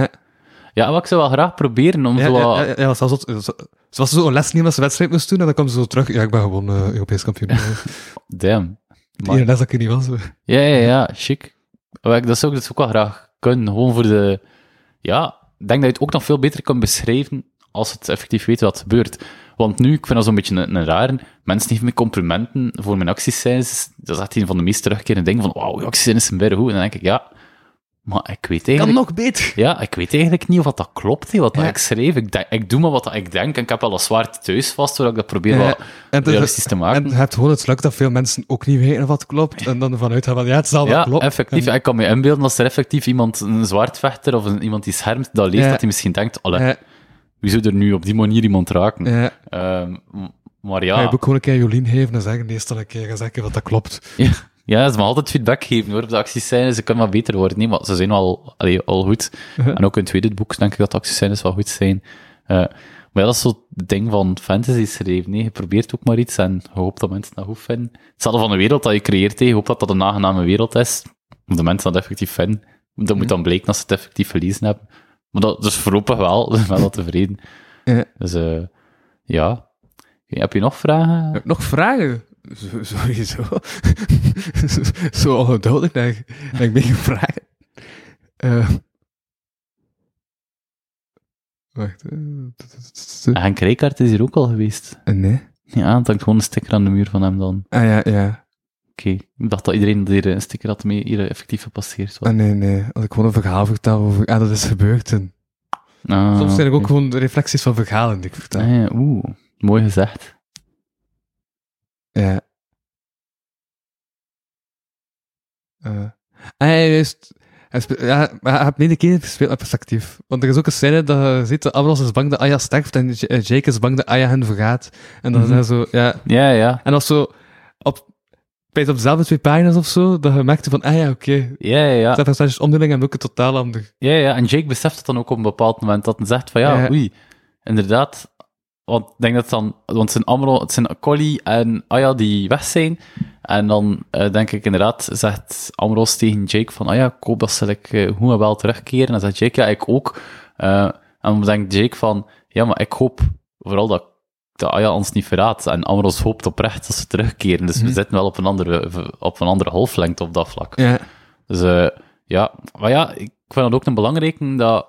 Ja, maar ik zou wel graag proberen om zo... Ja, ze was zo een les nemen als ze wedstrijd moest doen, en dan kwam ze zo terug. Ja, ik ben gewoon Europees kampioen. Damn. Die ene les dat ik er niet was. Ja, chic. Dat zou ik dus ook wel graag kunnen, gewoon voor de... Ja, ik denk dat je het ook nog veel beter kan beschrijven als het effectief weet wat gebeurt. Want nu, ik vind dat zo'n beetje een rare... Mensen geven me complimenten voor mijn actiescènes. Dat is echt een van de meest terugkerende dingen van wauw, je actiescènes zijn bijna goed. En dan denk ik, ja... Maar ik weet eigenlijk... Kan nog beter. Ja, ik weet eigenlijk niet of dat klopt, wat ik schreef. Ik doe maar wat ik denk, en ik heb wel een zwaard thuis vast, zodat ik dat probeer wat realistisch te maken. En je hebt gewoon het geluk dat veel mensen ook niet weten of wat klopt, en dan ervan uitgaan van, het zal wel kloppen. Ja, effectief. Ik kan me inbeelden als er effectief iemand, een zwaardvechter, of iemand die schermt, dat leest, dat hij misschien denkt, wie zou er nu op die manier iemand raken? Maar ja... Ga je ook gewoon een keer Jolien geven en zeggen, eerst dan een keer zeggen wat dat klopt. Ja, ze mag altijd feedback geven hoor, op de actiescènes. Ze kunnen wat beter worden. Nee, maar ze zijn wel al goed. En ook in het tweede boek denk ik dat de actiescènes wel goed zijn. Maar ja, dat is zo het ding van fantasy schrijven. Nee, je probeert ook maar iets en je hoopt dat mensen dat goed vinden. Hetzelfde van de wereld dat je creëert, je hoopt dat dat een aangename wereld is. Of de mensen dat effectief vinden. Dat moet dan blijken als ze het effectief gelezen hebben. Maar dat is voorlopig wel, wel tevreden. Dus ja. Heb je nog vragen? Nog vragen? Sowieso. Zo ongeduldig dat ik ben gevraagd. Wacht. Henk Rijkaard is hier ook al geweest. Nee. Ja, het hangt gewoon een sticker aan de muur van hem dan. Ja. Oké. Ik dacht dat iedereen hier een sticker had mee hier effectief gepasseerd was. Nee. Als ik gewoon een verhaal vertel over... dat is gebeurd. En... Soms zijn er ook gewoon reflecties van verhalen die ik vertel. Mooi gezegd. Ja. Juist. Hij heeft niet een keer gespeeld met perspectief. Want er is ook een scène dat je ziet dat Amros is bang dat Aya sterft en Jake is bang dat Aya hen vergaat. En dan zijn zo, Ja. En als zo op dezelfde 2 pagina's of zo, dat je merkte van, oké. Ja. Dat personages omdeling en ook een totaal ander. Ja. En Jake beseft het dan ook op een bepaald moment, dat hij zegt van, oei, inderdaad. Want ik denk dat dan, want het zijn Collie en Aya die weg zijn. En dan denk ik inderdaad, zegt Amros tegen Jake van, ik hoop dat ze goed en wel terugkeren. En dan zegt Jake, ik ook. En dan denkt Jake van, maar ik hoop vooral dat Aya ons niet verraadt. En Amros hoopt oprecht dat ze terugkeren. Dus we zitten wel op een andere golflengte op dat vlak. Ja. Dus maar ik vind dat ook een belangrijke, dat...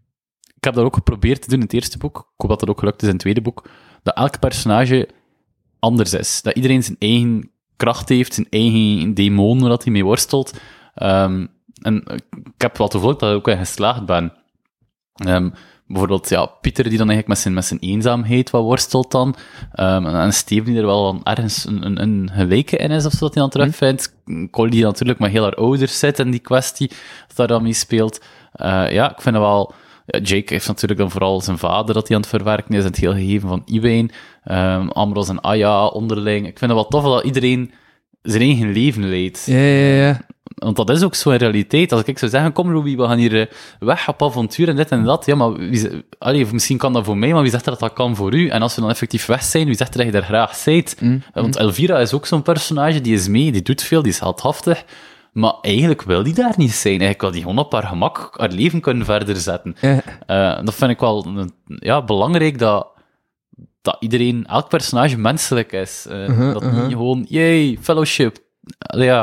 Ik heb dat ook geprobeerd te doen in het eerste boek. Ik hoop dat dat ook gelukt is in het tweede boek. Dat elk personage anders is. Dat iedereen zijn eigen kracht heeft, zijn eigen demonen waar hij mee worstelt. En ik heb wel toevallig dat ik ook in geslaagd ben. Bijvoorbeeld, ja, Pieter die dan eigenlijk met zijn eenzaamheid wat worstelt dan. En Steven die er wel dan ergens een gelijke in is, of zo, dat hij dan terugvindt. Collie die natuurlijk met heel haar ouders zit en die kwestie dat daar dan mee speelt. Ja, ik vind het wel... Jake heeft natuurlijk dan vooral zijn vader dat hij aan het verwerken is, en het heel gegeven van Iwijn. Amros en Aya onderling. Ik vind het wel tof dat iedereen zijn eigen leven leidt. Ja. Want dat is ook zo in realiteit. Als ik zou zeggen, kom Louis, we gaan hier weg op avontuur en dit en dat. Ja, maar misschien kan dat voor mij, maar wie zegt er dat dat kan voor u? En als we dan effectief weg zijn, wie zegt er dat je daar graag zijt? Want Elvira is ook zo'n personage, die is mee, die doet veel, die is heldhaftig. Maar eigenlijk wil die daar niet zijn. Eigenlijk wil die gewoon op haar gemak haar leven kunnen verder zetten. Dat vind ik wel belangrijk, dat iedereen, elk personage menselijk is. Dat niet gewoon, yay, fellowship. Ja.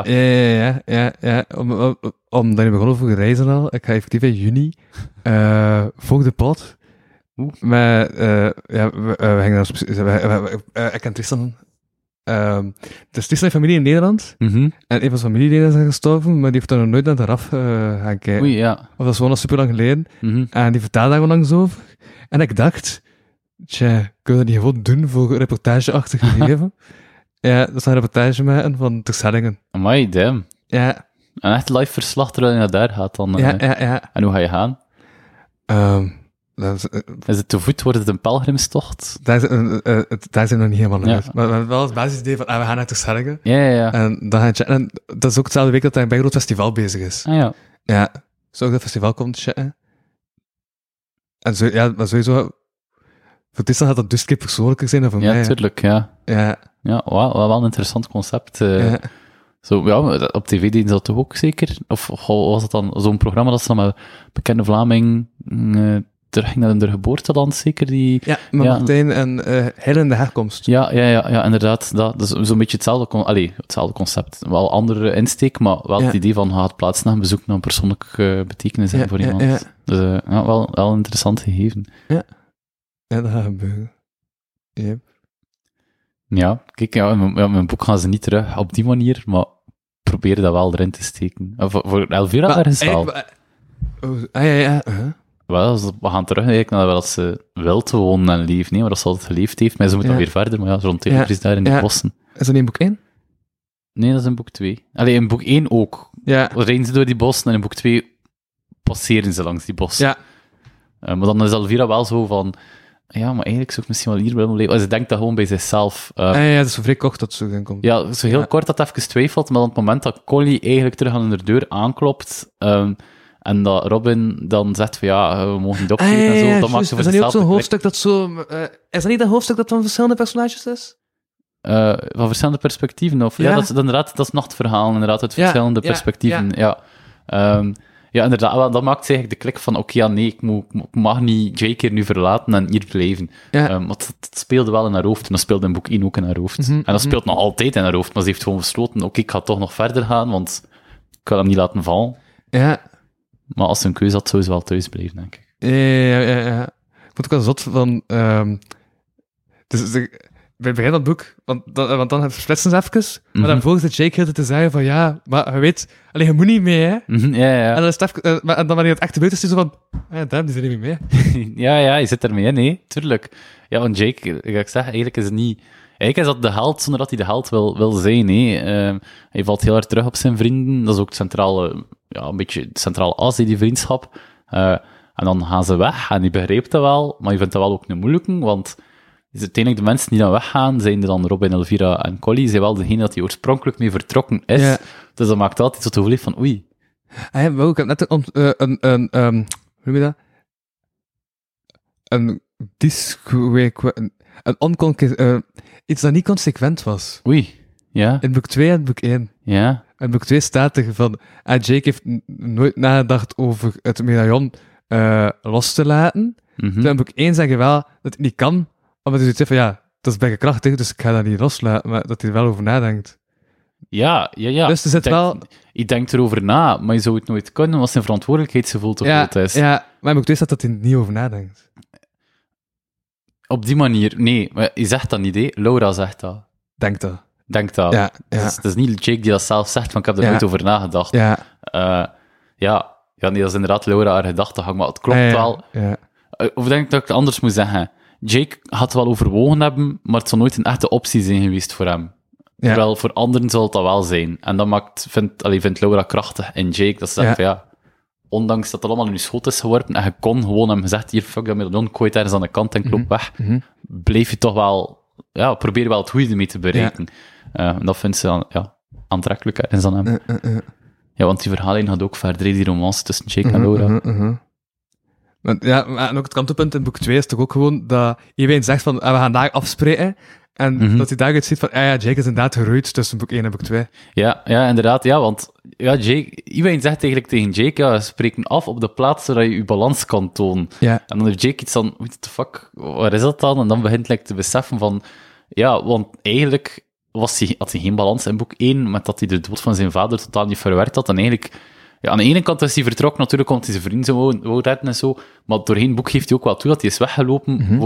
Omdat je begon over reizen al, ik ga effectief in juni volg de pot. We gingen naar ik ken Tristan. Dus Tristan heeft familie in Nederland. En een van zijn familieleden is gestorven, maar die heeft er nog nooit naar de RAF gaan kijken. Oei, ja. Of dat is gewoon al super lang geleden. En die vertelde daar onlangs over. En ik dacht, kunnen we dat niet gewoon doen voor een reportageachtig gegeven? Ja, dat is een reportage maken van Terschellingen. Amai, damn. Ja. Een echt live verslag terwijl je naar daar gaat dan. Ja. En hoe ga je gaan? Is het te voet? Wordt het een pelgrimstocht? Daar zijn we nog niet helemaal uit. Maar we hebben wel als basisidee van, we gaan naar Terschellingen. Ja. En dan gaan checken. En dat is ook dezelfde week dat hij bij een groot festival bezig is. Ja. Ja. Zo ook dat festival komt checken. En zo, ja, maar sowieso... Voor Tristan gaat dat dus een keer persoonlijker zijn dan voor mij. Ja, tuurlijk, ja. Ja, wel een interessant concept. Zo, ja, op tv deden ze dat toch ook zeker? Of was het dan zo'n programma dat ze dan met bekende Vlaming terug ging naar hun geboorteland, zeker? Die, Martijn en Heil in de herkomst. Ja, inderdaad. Dat is zo'n beetje hetzelfde concept. Wel andere insteek, maar wel het idee van gaat plaatsnaam bezoek naar een persoonlijke betekenis voor iemand. Ja. Dus wel een interessant gegeven. Ja, dat gaat gebeuren. Yep. Ja, kijk, in mijn boek gaan ze niet terug op die manier, maar proberen dat wel erin te steken. Voor Elvira ergens wel. Wel, we gaan terug eigenlijk naar wat ze wil wonen en leven, maar dat ze altijd geleefd heeft. Maar ze moet dan weer verder, maar rond is daar in die bossen. Is dat in boek 1? Nee, dat is in boek 2. In boek 1 ook. Ja. Rijden ze door die bossen en in boek 2 passeren ze langs die bossen. Ja. Maar dan is Elvira wel zo van... Ja, maar eigenlijk zou ik misschien wel hier willen leven. Ze denkt dat gewoon bij zichzelf. Dat is zo vrij kort dat ze komt. Ja, zo heel kort dat even twijfelt, maar op het moment dat Collie eigenlijk terug aan de deur aanklopt, en dat Robin dan zegt van we mogen niet opgeven en zo, dan maakt ze voor zichzelf... Is dat niet ook zo'n hoofdstuk dat zo... is dat niet dat hoofdstuk dat van verschillende personages is? Van verschillende perspectieven? Of? Ja, dat is nachtverhaal, inderdaad, uit verschillende perspectieven. Ja, inderdaad, dat maakt ze eigenlijk de klik van, ik mag niet Jake hier nu verlaten en hier blijven. Maar dat speelde wel in haar hoofd, en dat speelde in boek 1 ook in haar hoofd. En dat speelt nog altijd in haar hoofd, maar ze heeft gewoon besloten, ik ga toch nog verder gaan, want ik wil hem niet laten vallen. Ja. Maar als ze een keuze had, zou ze wel thuis blijven, denk ik. Ja. Ik vond ook wel zot van... bij het begin van het boek, want dan versplitsen ze even, maar dan volgens de Jake te zeggen van, maar je weet, je moet niet mee, hè. Ja. En dan is het even, maar dan wanneer het echt gebeurt, is hij zo van, die zit er niet mee. Ja, je zit ermee, nee, tuurlijk. Ja, want Jake, ga ik zeggen, eigenlijk is het niet... Eigenlijk is dat de held, zonder dat hij de held wil zijn, hè. Hij valt heel hard terug op zijn vrienden, dat is ook het centrale, een beetje het centrale as, die vriendschap. En dan gaan ze weg, en hij begrijpt dat wel, maar je vindt dat wel ook een moeilijke, want... Dus uiteindelijk de mensen die dan weggaan, zijn er dan Robin, Elvira en Collie, zijn wel degene dat hij oorspronkelijk mee vertrokken is. Ja. Dus dat maakt altijd zo te gevoel van, oei. Ik heb net hoe noem je dat? Iets dat niet consequent was. Oei, ja. In boek 2 en boek 1. Ja. In boek 2 staat er van, Jake heeft nooit nagedacht over het medaillon los te laten. In boek 1 zeg je wel dat het niet kan, omdat hij zoiets zegt van, dat is bijna krachtig, dus ik ga dat niet loslaten, maar dat hij er wel over nadenkt. Ja. Dus er zit wel... Je denkt erover na, maar je zou het nooit kunnen, als zijn verantwoordelijkheidsgevoel te groot is. Ja, maar in boek 2 staat dat hij er niet over nadenkt. Op die manier, nee, maar je zegt dat niet, hè. Laura zegt dat. Denk dat. Denk dat. Ja, ja. Het is niet Jake die dat zelf zegt, van ik heb er nooit over nagedacht. Ja. Nee, dat is inderdaad Laura haar gedachtegang, maar het klopt wel. Ja. Of denk ik dat ik het anders moet zeggen? Jake had het wel overwogen hebben, maar het zou nooit een echte optie zijn geweest voor hem. Ja. Terwijl voor anderen zal het dat wel zijn. En dat vindt Laura krachtig in Jake, dat ze zegt van ja, ondanks dat het allemaal in je schoot is geworpen, en je kon gewoon hem gezegd, hier, fuck dat medaillon, gooi het ergens aan de kant en klop weg, bleef je toch wel, probeer wel het goede ermee te bereiken. En dat vindt ze dan, aantrekkelijk is aan hem. Ja, want die verhaling had ook verder, die romance tussen Jake en Laura. En ook het kantelpunt in boek 2 is toch ook gewoon dat Ewain zegt van, we gaan daar afspreken, en dat hij daaruit ziet van, Jake is inderdaad geroeid tussen boek 1 en boek 2. Ja, inderdaad, want Ewain zegt eigenlijk tegen Jake, we spreken af op de plaats zodat je je balans kan tonen. Ja. En dan heeft Jake iets van, what the fuck, waar is dat dan? En dan begint hij te beseffen van, want eigenlijk had hij geen balans in boek 1, met dat hij de dood van zijn vader totaal niet verwerkt had. En eigenlijk, aan de ene kant is hij vertrokken natuurlijk omdat hij zijn vriend zou redden en zo, maar doorheen het boek geeft hij ook wel toe dat hij is weggelopen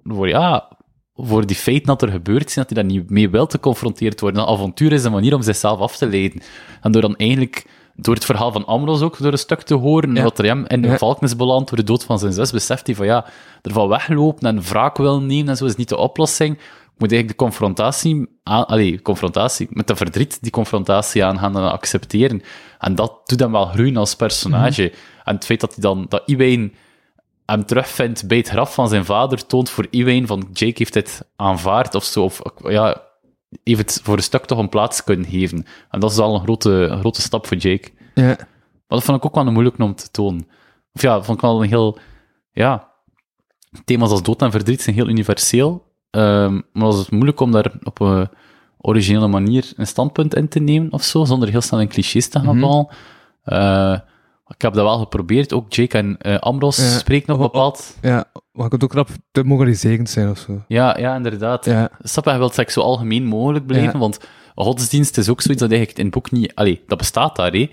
voor die feiten dat er gebeurd zijn, dat hij daar niet mee wil te confronteerd worden. Dat avontuur is een manier om zichzelf af te leiden. En door dan eigenlijk, door het verhaal van Amros ook door een stuk te horen, dat er hem in de gevangenis belandt door de dood van zijn zus, beseft hij van ervan weglopen en wraak wil nemen en zo is niet de oplossing. Ik moet eigenlijk de confrontatie met de verdriet, die confrontatie aangaan en accepteren. En dat doet hem wel groeien als personage. En het feit dat Ewain hem terugvindt bij het graf van zijn vader, toont voor Ewain van Jake heeft dit aanvaard of zo, heeft het voor een stuk toch een plaats kunnen geven. En dat is al een grote stap voor Jake. Ja. Maar dat vond ik ook wel een moeilijk om te tonen. Vond ik wel een heel... Thema's als dood en verdriet zijn heel universeel, maar was het moeilijk om daar op een originele manier een standpunt in te nemen of zo, zonder heel snel in clichés te gaan vallen. Ik heb dat wel geprobeerd, ook Jake en Amros spreken nog bepaald. Ja, maar het kan ook knap te moraliserend zijn of zo. Ja, inderdaad. Snap je, wilt zo algemeen mogelijk blijven, want godsdienst is ook zoiets dat eigenlijk in het boek niet... dat bestaat daar,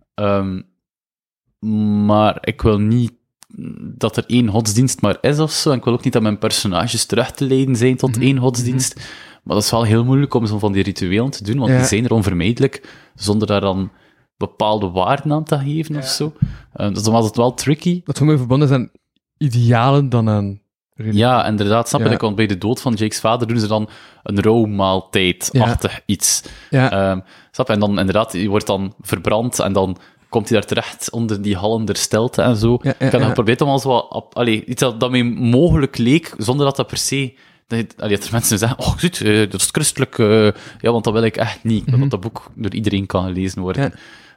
maar ik wil niet dat er één godsdienst maar is of zo, en ik wil ook niet dat mijn personages terug te leiden zijn tot één godsdienst, maar dat is wel heel moeilijk om zo van die rituelen te doen, want die zijn er onvermijdelijk, zonder daar dan bepaalde waarden aan te geven of zo. Dus dan was het wel tricky. Dat voor mij verbonden zijn idealen dan aan... Ja, inderdaad, snap je? Want bij de dood van Jake's vader doen ze dan een rouwmaaltijd-achtig iets. Ja. Snap je? En dan inderdaad, die wordt dan verbrand en dan komt hij daar terecht onder die hallen der stilte en zo. Ik heb geprobeerd om iets dat mij mogelijk leek, zonder dat dat per se... Dat er mensen zeggen, dat is christelijk, want dat wil ik echt niet. Ik wil dat dat boek door iedereen kan gelezen worden.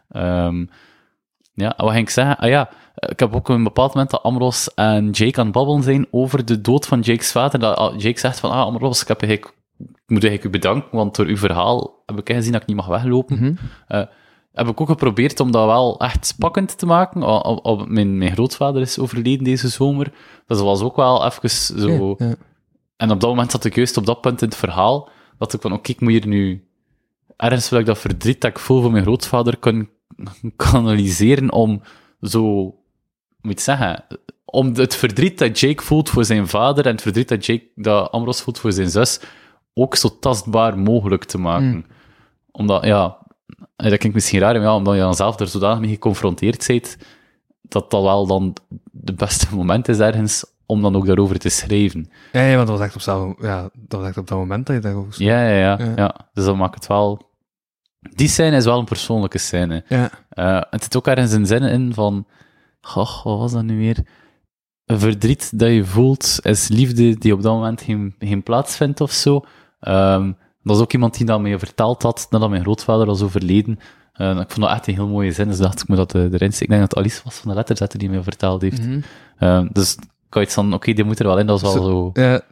Wat ging ik zeggen? Ik heb ook op een bepaald moment dat Amros en Jake aan het babbelen zijn over de dood van Jake's vader. Dat Jake zegt van, Amros, ik moet eigenlijk u bedanken, want door uw verhaal heb ik gezien dat ik niet mag weglopen. Heb ik ook geprobeerd om dat wel echt pakkend te maken. Mijn grootvader is overleden deze zomer. Dus dat was ook wel even zo... Ja. En op dat moment zat ik juist op dat punt in het verhaal, dat ik van, ik moet hier nu... Ergens wil ik dat verdriet dat ik voel voor mijn grootvader kunnen kanaliseren om zo... Moet ik zeggen... Om het verdriet dat Jake voelt voor zijn vader en het verdriet dat Amros voelt voor zijn zus ook zo tastbaar mogelijk te maken. Omdat, dat klinkt misschien raar, maar omdat je dan zelf er zodanig mee geconfronteerd bent, dat dat wel dan de beste moment is ergens om dan ook daarover te schrijven. Ja, want dat was echt op dat moment dat je daarover schreef. Ja. Dus dat maakt het wel... Die scène is wel een persoonlijke scène. Ja. Het zit ook ergens een zin in van... wat was dat nu weer? Een verdriet dat je voelt is liefde die op dat moment geen plaats vindt of zo. Dat is ook iemand die dat mij verteld had nadat mijn grootvader was overleden. Ik vond dat echt een heel mooie zin, dus dacht ik moet dat erin steken. Ik denk dat het Alice was van de letterzetter die mij verteld heeft. Dus ik had iets van, die moet er wel in, dat was wel zo... Ja,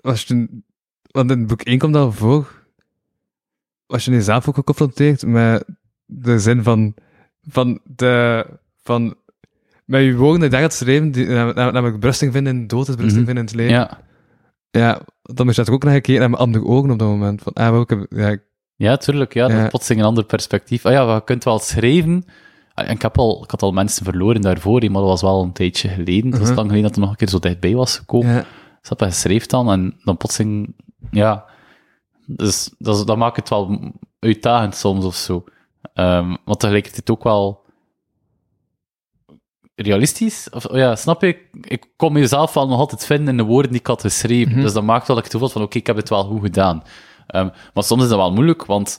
want in boek 1 komt dat voor. Was je nu zelf ook geconfronteerd met de zin met je woorden die daar gaat schrijven, namelijk berusting vinden in de dood is berusting vinden in het leven. Ja, dan moest je ook nog een keer naar mijn andere ogen op dat moment. Ja, tuurlijk, dat is plotseling een ander perspectief. Je kunt wel schrijven. En ik had al mensen verloren daarvoor, maar dat was wel een tijdje geleden. Het was lang geleden dat er nog een keer zo dichtbij was gekomen. Dus dat je schreef dan, en dan plotseling, Dus dat maakt het wel uitdagend soms of zo. Want tegelijkertijd ook wel realistisch. Snap je? Ik kon mezelf wel nog altijd vinden in de woorden die ik had geschreven. Dus dat maakt wel dat ik het gevoel van, oké, ik heb het wel goed gedaan. Maar soms is dat wel moeilijk, want...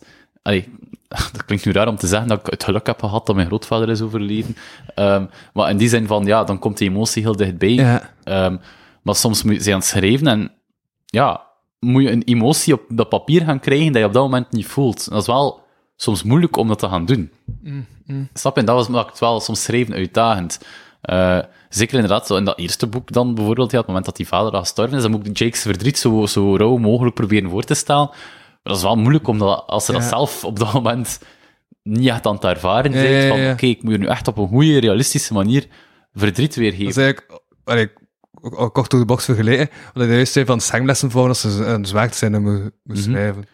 dat klinkt nu raar om te zeggen dat ik het geluk heb gehad dat mijn grootvader is overleden. Maar in die zin van, dan komt die emotie heel dichtbij. Ja. Maar soms moet je aan het schrijven en moet je een emotie op dat papier gaan krijgen dat je op dat moment niet voelt. En dat is wel soms moeilijk om dat te gaan doen. Snap je? En dat maakt het wel soms schrijven uitdagend. Zeker inderdaad, zo in dat eerste boek dan bijvoorbeeld, op het moment dat die vader al gestorven is, dan moet ik Jake's verdriet zo rauw mogelijk proberen voor te stellen. Maar dat is wel moeilijk, omdat als ze dat zelf op dat moment niet echt aan het ervaren zijn, van oké, ik moet er nu echt op een goede, realistische manier verdriet weergeven. Dat is eigenlijk, ook kort door de box vergeleken, omdat je juist zei van zanglessen volgen als ze een zwaard zijn en moet schrijven.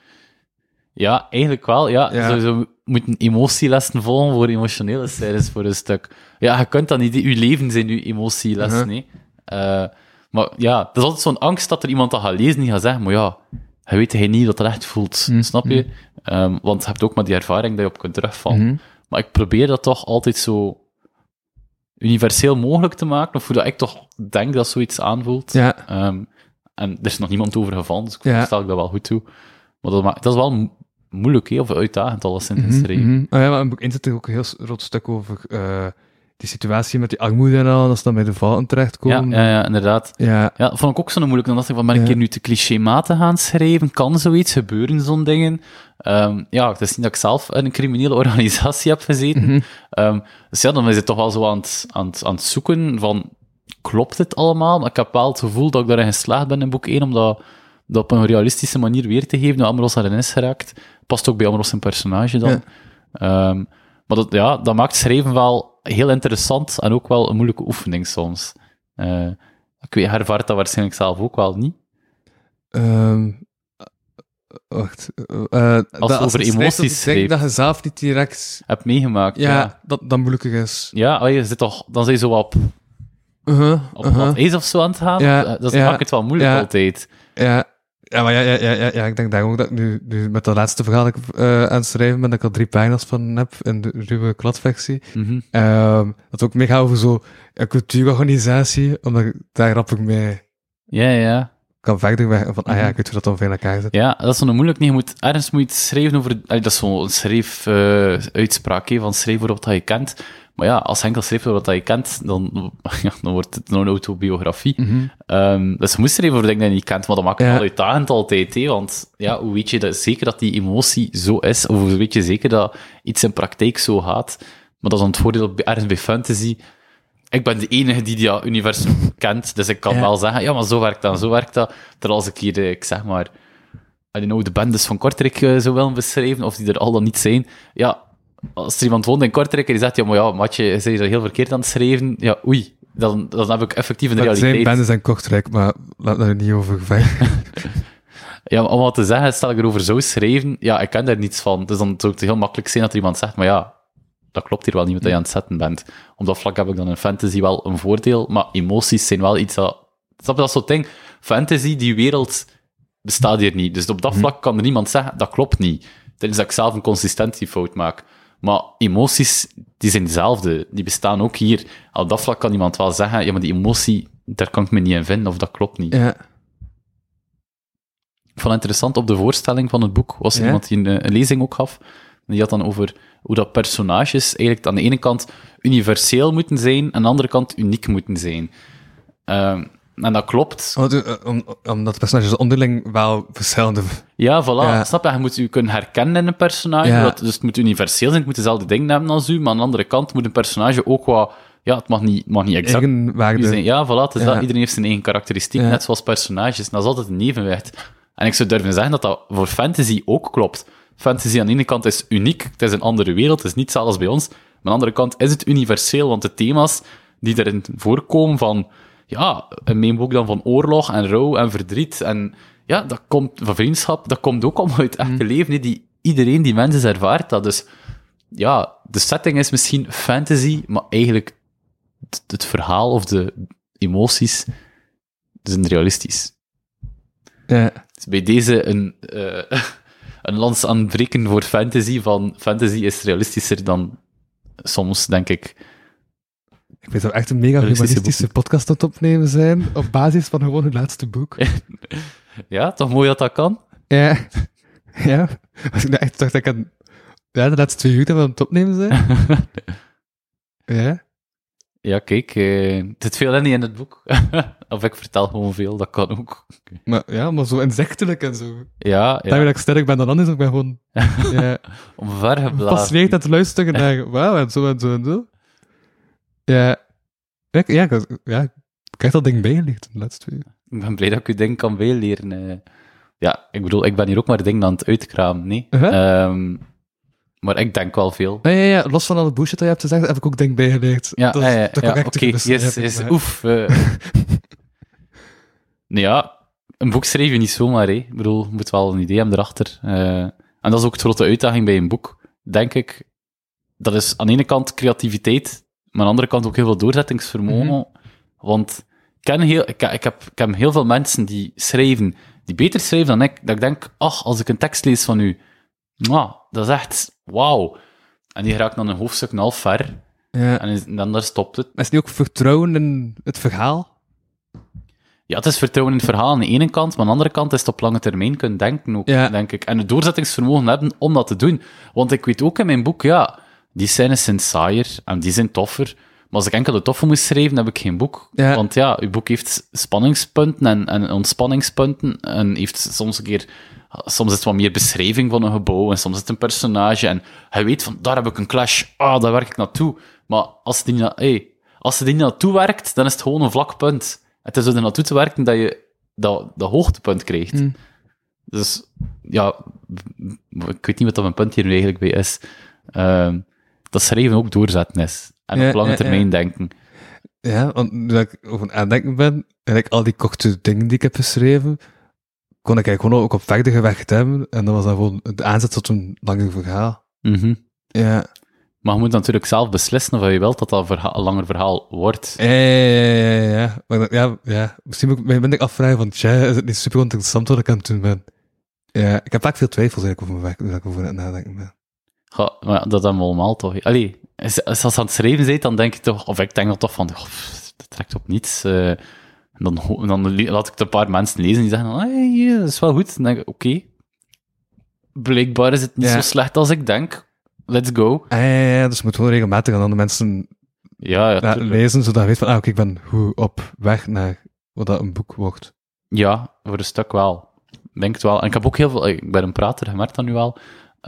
Ja, eigenlijk wel. Sowieso moet een emotielessen volgen voor emotionele scènes voor een stuk. Ja, je kunt dat niet. Je leven zijn je emotielessen, nee. Maar ja, het is altijd zo'n angst dat er iemand dat gaat lezen die gaat zeggen, maar ja, je weet niet dat het echt voelt. Snap je? Want je hebt ook maar die ervaring dat je op kunt terugvallen. Maar ik probeer dat toch altijd zo universeel mogelijk te maken, of hoe dat ik toch denk dat zoiets aanvoelt. Ja. En er is nog niemand over gevallen, dus ik stel ik dat wel goed toe. Maar dat is wel moeilijk, of uitdagend, alleszins in schrijven. Maar in het boek zit er ook een heel groot stuk over die situatie met die armoede en al, als ze dan bij de vallen terechtkomen. Ja, inderdaad. Ja, dat vond ik ook zo moeilijk. Dan dacht ik van, ben ik hier nu te clichématig gaan schrijven? Kan zoiets gebeuren, zo'n dingen? Het is niet dat ik zelf in een criminele organisatie heb gezeten. Dus dan is het toch wel zo aan het zoeken van, klopt het allemaal? Maar ik heb wel het gevoel dat ik daarin geslaagd ben in boek 1, omdat dat op een realistische manier weer te geven, hoe Amoros daarin is geraakt. Past ook bij Amoros zijn personage dan. Maar dat maakt schrijven wel heel interessant en ook wel een moeilijke oefening soms. Ik weet, ervaart dat waarschijnlijk zelf ook wel niet. Wacht. Als je over emoties schrijft. Ik denk dat je zelf niet direct... hebt meegemaakt. Ja, dat moeilijker is. Ja, dan zijn je zo op ijs of zo aan het gaan. Dat maakt het wel moeilijk altijd. Ik denk daarom ook dat ik nu met dat laatste verhaal dat ik aan het schrijven ben, dat ik al 3 pagina's van heb in de ruwe kladversie. Dat ook mega over zo een cultuurorganisatie, omdat ik daar rap ik mee kan verder weg van, ik weet hoe dat dan veel in elkaar zit. Ja, dat is zo moeilijk. Ergens moet je schrijven over... dat is zo'n schrijfuitspraak, van schrijf voor wat je kent. Maar ja, als je enkel schrijft over wat je kent, dan wordt het een autobiografie. Dus je moet schrijven over dingen die je niet kent, maar dat maakt het wel uitdagend altijd. Want hoe weet je zeker dat die emotie zo is? Of hoe weet je zeker dat iets in praktijk zo gaat? Maar dat is dan het voordeel ergens bij fantasy. Ik ben de enige die dat universum kent, dus ik kan wel zeggen, maar zo werkt dat en zo werkt dat. Terwijl als ik hier, ik zeg maar, de bendes van Kortrijk zou willen beschrijven, of die er al dan niet zijn, als er iemand woont in Kortrijk en die zegt, Matje, je bent er heel verkeerd aan het schrijven, dan heb ik effectief een realiteit. Dat zijn bendes in Kortrijk, maar laat daar niet over verder. Ja, maar om wat te zeggen, stel ik erover zou schrijven, ik ken daar niets van. Dus dan zou het heel makkelijk zijn dat er iemand zegt, maar dat klopt hier wel niet wat je aan het zetten bent. Op dat vlak heb ik dan in fantasy wel een voordeel, maar emoties zijn wel iets dat... Snap je, dat soort ding? Fantasy, die wereld, bestaat hier niet. Dus op dat vlak kan er niemand zeggen, dat klopt niet. Tenzij dat ik zelf een consistentiefout maak. Maar emoties, die zijn hetzelfde. Die bestaan ook hier. Op dat vlak kan iemand wel zeggen, maar die emotie, daar kan ik me niet in vinden, of dat klopt niet. Ja. Ik vond het interessant, op de voorstelling van het boek was er iemand die een lezing ook gaf. Die had dan over hoe dat personages eigenlijk aan de ene kant universeel moeten zijn, en aan de andere kant uniek moeten zijn. En dat klopt. Omdat de personages onderling wel verschillende... Ja, voilà. Ja. Snap je? Je moet je kunnen herkennen in een personage. Dus het moet universeel zijn, het moet dezelfde dingen hebben als u, maar aan de andere kant moet een personage ook wat... het mag niet exact eigenwaarde zijn. Ja, voilà. Dus iedereen heeft zijn eigen karakteristiek, net zoals personages. En dat is altijd een evenwicht. En ik zou durven zeggen dat dat voor fantasy ook klopt. Fantasy aan de ene kant is uniek, het is een andere wereld, het is niet zelfs bij ons. Maar aan de andere kant is het universeel, want de thema's die erin voorkomen van, in mijn boek dan van oorlog en rouw en verdriet en dat komt van vriendschap, dat komt ook allemaal uit het echte leven, die mensen ervaart dat. Dus de setting is misschien fantasy, maar eigenlijk het verhaal of de emoties zijn realistisch. Ja. Dus bij deze een lans aanbreken voor fantasy, van fantasy is realistischer dan soms, denk ik. Ik weet dat we echt een mega humoristische podcast aan het opnemen zijn, op basis van gewoon het laatste boek. Ja, toch mooi dat dat kan? Ja. Ja. Als ik nou echt dacht dat ik de laatste 2 uur dat we aan het opnemen zijn. Ja. Ja, kijk, er zit veel in het boek. Of ik vertel gewoon veel, dat kan ook. Maar zo inzichtelijk en zo. Ja, Dat ik sterk ben dan anders, ik ben gewoon... Ja, omvergeblazen. passeerd aan het luisteren en denken, wauw, en zo en zo en zo. Ja. Ik heb dat ding bijgeleerd in de laatste 2 uur. Ik ben blij dat ik je ding kan bijleren. Ja, ik bedoel, ik ben hier ook maar dingen aan het uitkramen, nee. Maar ik denk wel veel. Ja, los van alle bullshit dat je hebt gezegd, heb ik ook ding bijgeleerd. Ja, oké, yes, oef. Nee, ja, een boek schrijf je niet zomaar, hè. Ik bedoel, je moet wel een idee hebben erachter. En dat is ook de grote uitdaging bij een boek, denk ik. Dat is aan de ene kant creativiteit, maar aan de andere kant ook heel veel doorzettingsvermogen. Want ik heb heel veel mensen die schrijven, die beter schrijven dan ik, dat ik denk, als ik een tekst lees van u, dat is echt wauw. En die raakt dan een hoofdstuk en half ver. Ja. En dan daar stopt het. Is het niet ook vertrouwen in het verhaal? Ja, het is vertrouwen in het verhaal aan de ene kant, maar aan de andere kant is het op lange termijn kunnen denken ook, denk ik. En het doorzettingsvermogen hebben om dat te doen. Want ik weet ook in mijn boek, die scènes zijn saaier en die zijn toffer. Maar als ik enkel de toffe moest schrijven, heb ik geen boek. Ja. Want uw boek heeft spanningspunten en ontspanningspunten. En heeft soms is het wat meer beschrijving van een gebouw, en soms is het een personage. En hij weet van, daar heb ik een clash. Daar werk ik naartoe. Maar als je die naartoe werkt, dan is het gewoon een vlak punt. Het is er naartoe te werken dat je dat hoogtepunt krijgt. Dus, ja, ik weet niet wat dat mijn punt hier nu eigenlijk bij is. Dat schrijven ook doorzetten is. En op lange termijn denken. Ja, want nu dat ik over aan het denken ben, en al die korte dingen die ik heb geschreven, kon ik eigenlijk gewoon ook op verder gewerkt hebben. En dan was dat gewoon de aanzet tot een langer verhaal. Ja. Maar je moet natuurlijk zelf beslissen of je wilt dat dat een langer verhaal wordt. Ja. Maar ja. Misschien moet ik me afvragen van, is het niet super interessant wat ik aan het doen ben? Ja, ik heb vaak veel twijfels eigenlijk over mijn werk, dat ik over het nadenken ben. Ja, maar dat hebben we allemaal toch. Allee, als je aan het schrijven bent, dan denk je toch, of ik denk dan toch van, dat trekt op niets. Dan laat ik het een paar mensen lezen die zeggen, dat is wel goed. Dan denk ik, oké. Blijkbaar is het niet zo slecht als ik denk. Let's go. Ja, dus je moet gewoon regelmatig aan andere mensen lezen, zodat je weet van, ik ben op weg naar wat dat een boek wordt. Ja, voor een stuk wel. Denk het wel. En ik heb ook heel veel, ik ben een prater, je merkt dat nu al.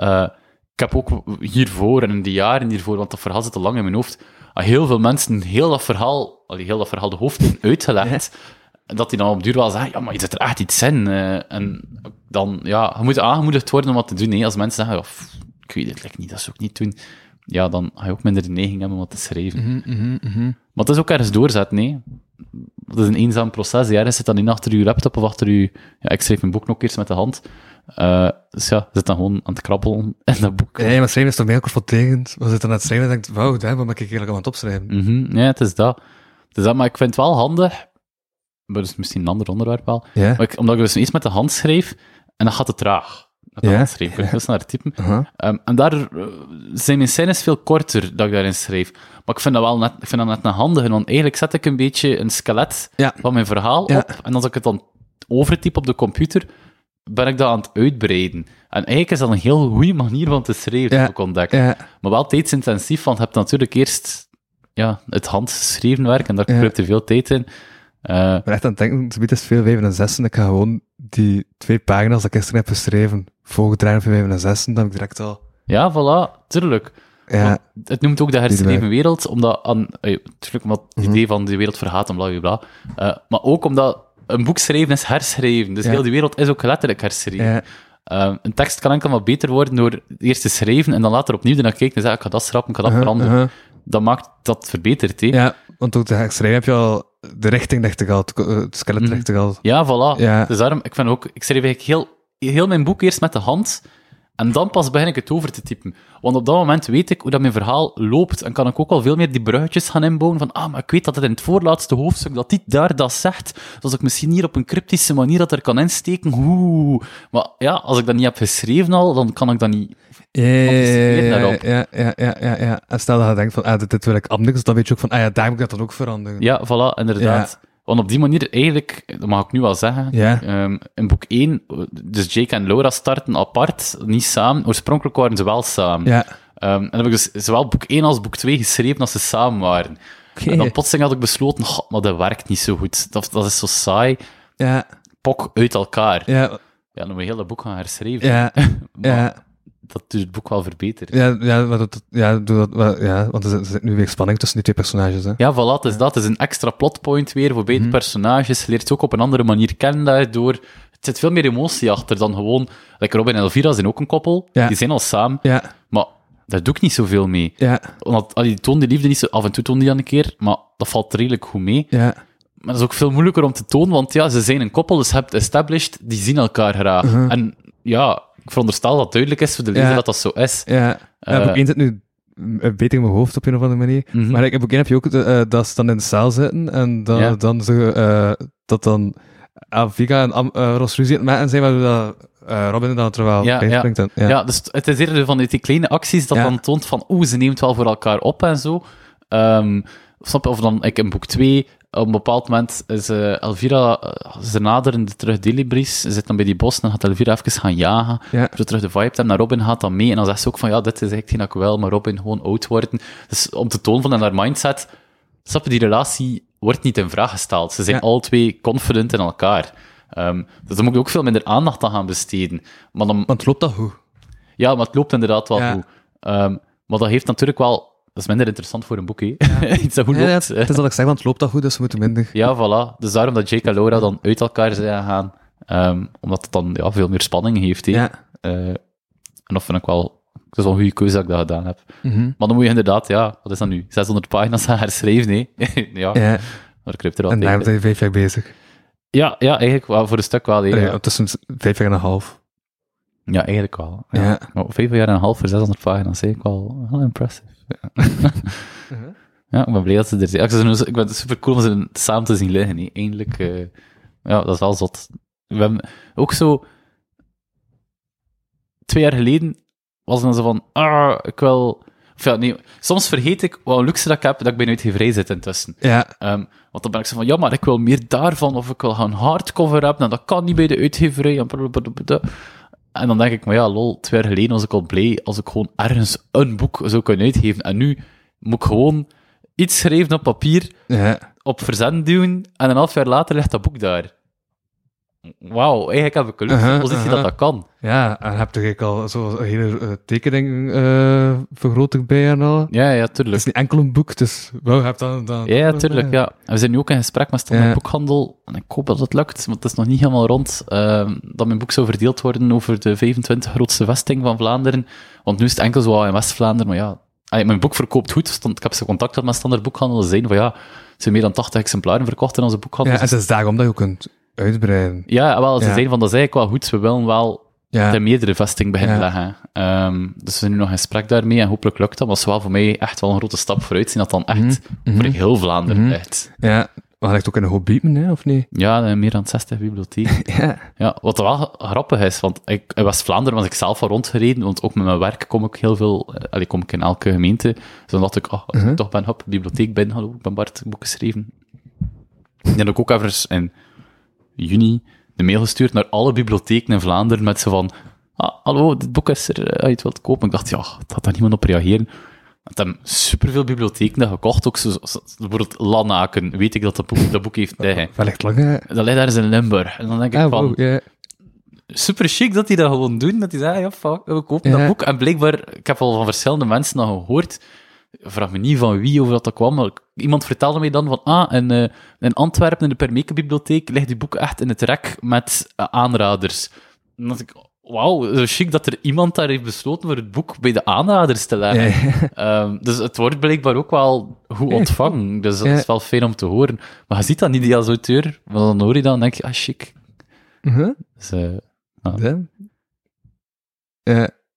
Ik heb ook hiervoor en in de jaren hiervoor, want dat verhaal zit te lang in mijn hoofd, heel veel mensen heel dat verhaal de hoofd uitgelegd. Dat die dan op duur wel zeggen, maar je zit er echt iets in. En dan, je moet aangemoedigd worden om wat te doen. Nee, als mensen zeggen, ik weet het like niet, dat zou ik niet doen. Ja, dan ga je ook minder de neiging hebben om wat te schrijven. Maar het is ook ergens doorzetten, nee. Het is een eenzaam proces. Die ergens zit dan niet achter je laptop of achter je... Ja, ik schrijf mijn boek nog eerst met de hand. Dus ja, zit dan gewoon aan het krabbelen in dat boek. Ja, maar schrijven is toch meer confronterend. We zitten aan het schrijven en denkt, wauw, wat ben ik eigenlijk aan het opschrijven? Ja, het is dat. Maar ik vind het wel handig, maar dat is misschien een ander onderwerp wel, maar omdat ik dus eens met de hand schrijf, en dan gaat het traag. Met de hand schrijf, ik kan heel snel typen. En daar zijn mijn scènes veel korter dat ik daarin schrijf. Maar ik vind dat net een handige, want eigenlijk zet ik een beetje een skelet van mijn verhaal op, en als ik het dan overtype op de computer, ben ik dat aan het uitbreiden. En eigenlijk is dat een heel goede manier van te schrijven, heb ik ontdekt. Maar wel tijdsintensief, want je hebt natuurlijk eerst het handgeschreven werk, en daar kruipt er veel tijd in. Ik ben echt aan het denken, het is veel 5 en 6, en ik ga gewoon die 2 pagina's dat ik gisteren heb geschreven, voorgedraaid voor 5 en 6, dan heb ik direct al... Ja, voilà, tuurlijk. Ja. Het noemt ook de herschreven wereld, omdat het idee van die wereld vergaat en blablabla. Maar ook omdat een boek schrijven is herschreven, dus heel die wereld is ook letterlijk herschreven. Een tekst kan enkel maar beter worden door eerst te schrijven en dan later opnieuw naar kijken en zeggen, ik ga dat schrappen, ik ga dat veranderen. Dat maakt dat verbeterd, hè. Ja, want door te schrijven heb je al de richting recht gehad, het skelet recht gehad. Ja, voilà. Dus daarom, ik schrijf eigenlijk heel mijn boek eerst met de hand, En dan pas begin ik het over te typen. Want op dat moment weet ik hoe dat mijn verhaal loopt. En kan ik ook al veel meer die bruggetjes gaan inbouwen. Van, maar ik weet dat het in het voorlaatste hoofdstuk, dat die daar dat zegt. Dus ik misschien hier op een cryptische manier dat er kan insteken. Maar ja, als ik dat niet heb geschreven al, dan kan ik dat niet anticiperen daarop. Ja. En stel dat je denkt van, dit wil ik anders, dan weet je ook van, daar moet ik dat dan ook veranderen. Ja, voilà, inderdaad. Ja. Want op die manier, eigenlijk, dat mag ik nu wel zeggen, in boek 1, dus Jake en Laura starten apart, niet samen. Oorspronkelijk waren ze wel samen. Ja. En dan heb ik dus zowel boek 1 als boek 2 geschreven als ze samen waren. Okay. En dan plotseling had ik besloten, maar dat werkt niet zo goed. Dat is zo saai. Ja. Pok uit elkaar. Ja. Ja, dan moet je heel dat boek gaan herschrijven. Ja. Maar dat doet het boek wel verbeteren. Want er zit nu weer spanning tussen die twee personages. Hè. Ja, voilà, het is dat. Het is een extra plotpoint weer voor beide personages. Je leert ze ook op een andere manier kennen daardoor. Het zit veel meer emotie achter dan gewoon... Robin en Elvira zijn ook een koppel. Ja. Die zijn al samen. Ja. Maar daar doe ik niet zoveel mee. Ja. Want die toont die liefde niet zo... Af en toe toont die dan een keer, maar dat valt redelijk goed mee. Ja. Maar dat is ook veel moeilijker om te tonen, want ja, ze zijn een koppel, dus je hebt established, die zien elkaar graag. En ja, ik veronderstel dat het duidelijk is voor de lezer dat dat zo is. Ja. Boek 1 zit nu beter in mijn hoofd op een of andere manier. Maar in boek 1 heb je ook dat ze dan in de zaal zitten en dat dan Elvira en Ros ruzie aan het maken zijn, waardoor Robin dan terwijl springt. Ja, dus het is eerder van die kleine acties dat dan toont van ze neemt wel voor elkaar op en zo. Snap je? Of dan in boek 2, op een bepaald moment is Elvira, ze naderen terug Delibris, ze zit dan bij die bos, dan gaat Elvira even gaan jagen, zo terug de vibe hebben, en Robin gaat dan mee, en dan zegt ze ook van, dit is eigenlijk geen dat ik wil, maar Robin gewoon oud worden. Dus om te tonen van haar mindset, snap je, die relatie wordt niet in vraag gesteld. Ze zijn alle twee confident in elkaar. Dus dan moet je ook veel minder aandacht aan gaan besteden. Maar Want loopt dat goed? Ja, maar het loopt inderdaad wel goed. Maar dat heeft natuurlijk wel... Dat is minder interessant voor een boek, hè. Iets dat goed loopt. Het is dat ik zeg, want het loopt dat goed, dus we moeten minder. Ja, voilà. Dus daarom dat Jake en Laura dan uit elkaar zijn gaan. Omdat het dan veel meer spanning heeft, hè. Ja. En dat vind ik wel... Het is wel een goede keuze dat ik dat gedaan heb. Maar dan moet je inderdaad, wat is dat nu? 600 pagina's gaan herschrijven, hè. Maar ik kruip er wel en tegen. daar ben je 5 jaar bezig. Ja, eigenlijk wel, voor een stuk wel. Tussen 5 jaar en een half. Ja, eigenlijk wel. Ja. Maar 5 jaar en een half voor 600 pagina's, eigenlijk wel impressive. Ja, ik ben blij dat ze er zijn. Ik ben super cool om ze samen te zien liggen. Hè. Eindelijk, dat is wel zot. We hebben ook zo... 2 jaar geleden was het dan zo van... ik wil... soms vergeet ik wat een luxe dat ik heb, dat ik bij een uitgeverij zit intussen. Ja. Want dan ben ik zo van, maar ik wil meer daarvan, of ik wil gaan hardcover hebben, en dat kan niet bij de uitgeverij. En dan denk ik, maar lol, 2 jaar geleden was ik al blij als ik gewoon ergens een boek zou kunnen uitgeven. En nu moet ik gewoon iets schrijven op papier, op verzend doen, en een half jaar later ligt dat boek daar. Wauw, eigenlijk heb ik een luxe positie dat kan. Ja, en heb je al zo'n hele tekening vergroting bij en al. Ja, tuurlijk. Het is niet enkel een boek, dus wel heb dan... Ja, tuurlijk, ja. En we zijn nu ook in gesprek met Standaard Boekhandel, en ik hoop dat het lukt, want het is nog niet helemaal rond, dat mijn boek zou verdeeld worden over de 25 grootste vesting van Vlaanderen. Want nu is het enkel zo in West-Vlaanderen, maar mijn boek verkoopt goed. Ik heb ze contact gehad met Standaard Boekhandel, ze zeiden van er zijn meer dan 80 exemplaren verkocht in onze boekhandel. Ja, en het is daarom dat je ook kunt uitbreiden. Ja, wel, ze zeiden van, dat is eigenlijk wel goed, we willen wel de meerdere vesting beginnen leggen. Dus we zijn nu nog in gesprek daarmee, en hopelijk lukt dat, maar het is wel voor mij echt wel een grote stap vooruit zien, dat dan echt voor heel Vlaanderen ligt. Ja, maar ligt ook in een Hobbiten, hè, of niet? Ja, meer dan 60 bibliotheken. Ja, wat wel grappig is, want in West-Vlaanderen was ik zelf al rondgereden, want ook met mijn werk kom ik heel veel, kom ik in elke gemeente. Dus dan dacht ik, als ik toch ben, bibliotheek binnen, hallo, ik ben Bart, boek geschreven. En dan heb ik ook even in juni de mail gestuurd naar alle bibliotheken in Vlaanderen met zo van, hallo, dit boek is er, je het wilt kopen. Ik dacht, dat gaat daar niemand op reageren. Want hebben superveel bibliotheken dat gekocht, ook zo, bijvoorbeeld Lanaken, weet ik dat dat boek heeft liggen. Wel echt lang, hè? Dat ligt daar eens in Limburg. En dan denk ik van, super chic dat die dat gewoon doen, dat die zeggen, we kopen dat boek. En blijkbaar, ik heb al van verschillende mensen dat gehoord, vraag me niet van wie over dat kwam, maar iemand vertelde mij dan van, in Antwerpen, in de Permeke-bibliotheek, ligt die boek echt in het rek met aanraders. En dan dacht ik, wauw, zo chic dat er iemand daar heeft besloten voor het boek bij de aanraders te leggen. Dus het wordt blijkbaar ook wel goed ontvangen, dus dat is wel fijn om te horen. Maar je ziet dat niet als auteur, maar dan hoor je dat en denk je, chic. Dus,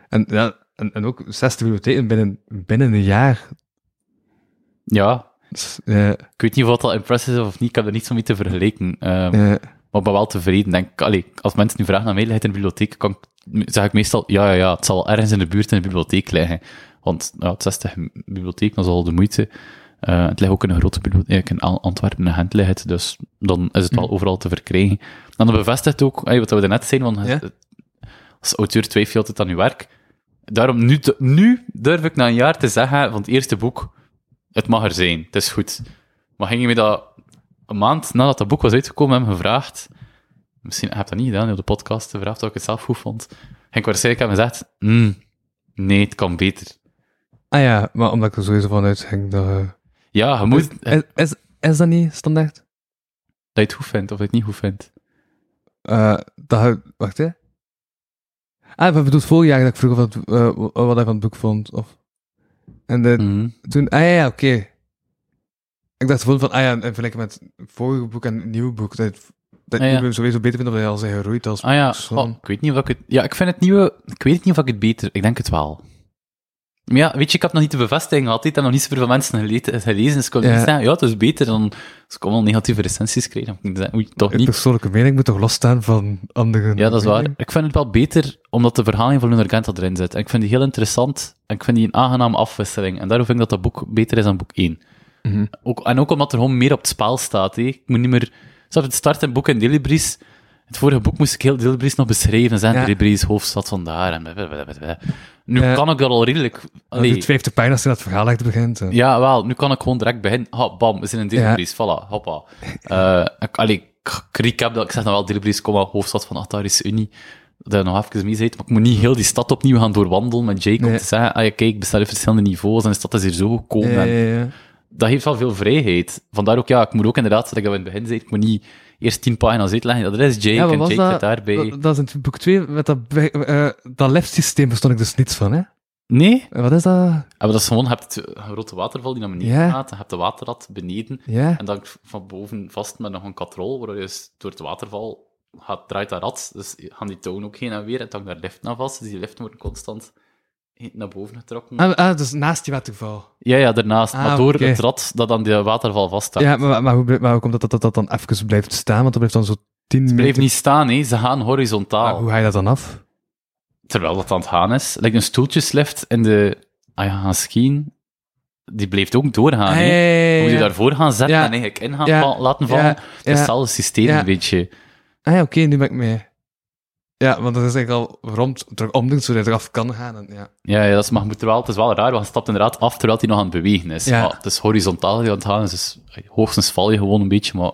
En ook 60 bibliotheken binnen een jaar. Ja, Dus, ik weet niet of dat impressive is of niet, ik heb er niet zo mee te vergelijken. Maar ik ben wel tevreden. Denk, als mensen nu vragen naar mij, ligt het in de bibliotheek, zeg ik meestal, ja, het zal wel ergens in de buurt in de bibliotheek liggen. Want het 60 bibliotheek, dat is al de moeite. Het ligt ook in een grote bibliotheek, in Antwerpen en Gent ligt het, dus dan is het wel overal te verkrijgen. En dat bevestigt ook, wat we daarnet zeiden, want als auteur twijfel je altijd aan je werk. Daarom, nu durf ik na een jaar te zeggen, van het eerste boek, het mag er zijn, het is goed. Maar ging je me dat een maand nadat dat boek was uitgekomen hebben gevraagd, misschien heb je dat niet gedaan op de podcast, gevraagd of ik het zelf goed vond, ging ik waarschijnlijk hebben gezegd, nee, het kan beter. Ah ja, maar omdat ik er sowieso van uitging dat... Ja, je moet... Is dat niet standaard? Dat je het goed vindt, of dat je het niet goed vindt. Wacht, hè? Ah, ik bedoel, vorig jaar dat ik vroeg wat hij van het boek vond. En toen... ja, oké. Ik dacht gewoon van, in vergelijking met het vorige boek en het nieuwe boek, dat ik sowieso beter vind of hij al zijn geroeid als persoon. Ik weet niet of ik het... Ja, ik vind het nieuwe... Ik weet niet of ik het beter... Ik denk het wel. Maar ja, weet je, ik heb nog niet de bevestiging gehad. Ik heb nog niet zoveel mensen gelezen. Dus ik kon niet zeggen, ja, het is beter dan... Dus ik kon wel negatieve recensies krijgen. Toch niet. Persoonlijke mening moet toch losstaan van andere... Ja, dat is waar. Ik vind het wel beter, omdat de verhaling van Lunar Genta erin zit. En ik vind die heel interessant. En ik vind die een aangename afwisseling. En daarom vind ik dat boek beter is dan boek 1. Mm-hmm. Ook omdat er gewoon meer op het spel staat. Hè. Ik moet niet meer... Zoals het start in boek en Delibris... Het vorige boek moest ik heel Delibris nog beschrijven. Zijn Delibris, hoofdstad vandaar. En nu kan ik dat al redelijk... Het duurt 50 pagina's in dat verhaal echt begint. Ja, wel. Nu kan ik gewoon direct beginnen. Bam, we zijn in Delibris. Voilà, hoppa. Ik zeg dan wel Delibris, hoofdstad van Ataris Unie. Dat je nog even mee zei. Maar ik moet niet heel die stad opnieuw gaan doorwandelen met Jake om te zeggen, kijk, bestaat in verschillende niveaus en de stad is hier zo gekomen. Ja. Dat geeft wel veel vrijheid. Vandaar ook, ik moet ook inderdaad, zoals ik dat in het begin zei, ik moet niet eerst 10 pagina's uitleggen. Dat is Jake en Jake zit daarbij. Dat is in boek 2, met dat liftsysteem verstond ik dus niets van, hè? Nee. Wat is dat? Maar dat is gewoon, je hebt een grote waterval die naar beneden gaat, en je hebt de waterrad beneden, en dan van boven vast met nog een katrol, waardoor je dus door het waterval draait dat rad, dus gaan die touwen ook heen en weer, en dan daar liften aan vast, dus die liften worden constant naar boven getrokken. Dus naast die waterval. Ja, daarnaast. Maar door het rad dat aan die waterval vaststaat. Ja, maar hoe komt dat dan even blijft staan? Want dat blijft dan zo 10 meter... Het blijft niet staan, hè. Ze gaan horizontaal. Hoe ga je dat dan af? Terwijl dat aan het gaan is. Like een stoeltjeslift in de... gaan skiën. Die blijft ook doorgaan, hè. Moet je daarvoor gaan zetten en eigenlijk in gaan laten vallen. Het is hetzelfde systeem, een beetje. Oké, nu ben ik mee. Ja, want dat is eigenlijk al rond terug omdoen, zodat je eraf kan gaan. Ja, dat is, maar het is wel raar, want je stapt inderdaad af terwijl hij nog aan het bewegen is. Ja. Maar het is horizontaal die aan het gaan, dus hoogstens val je gewoon een beetje, maar...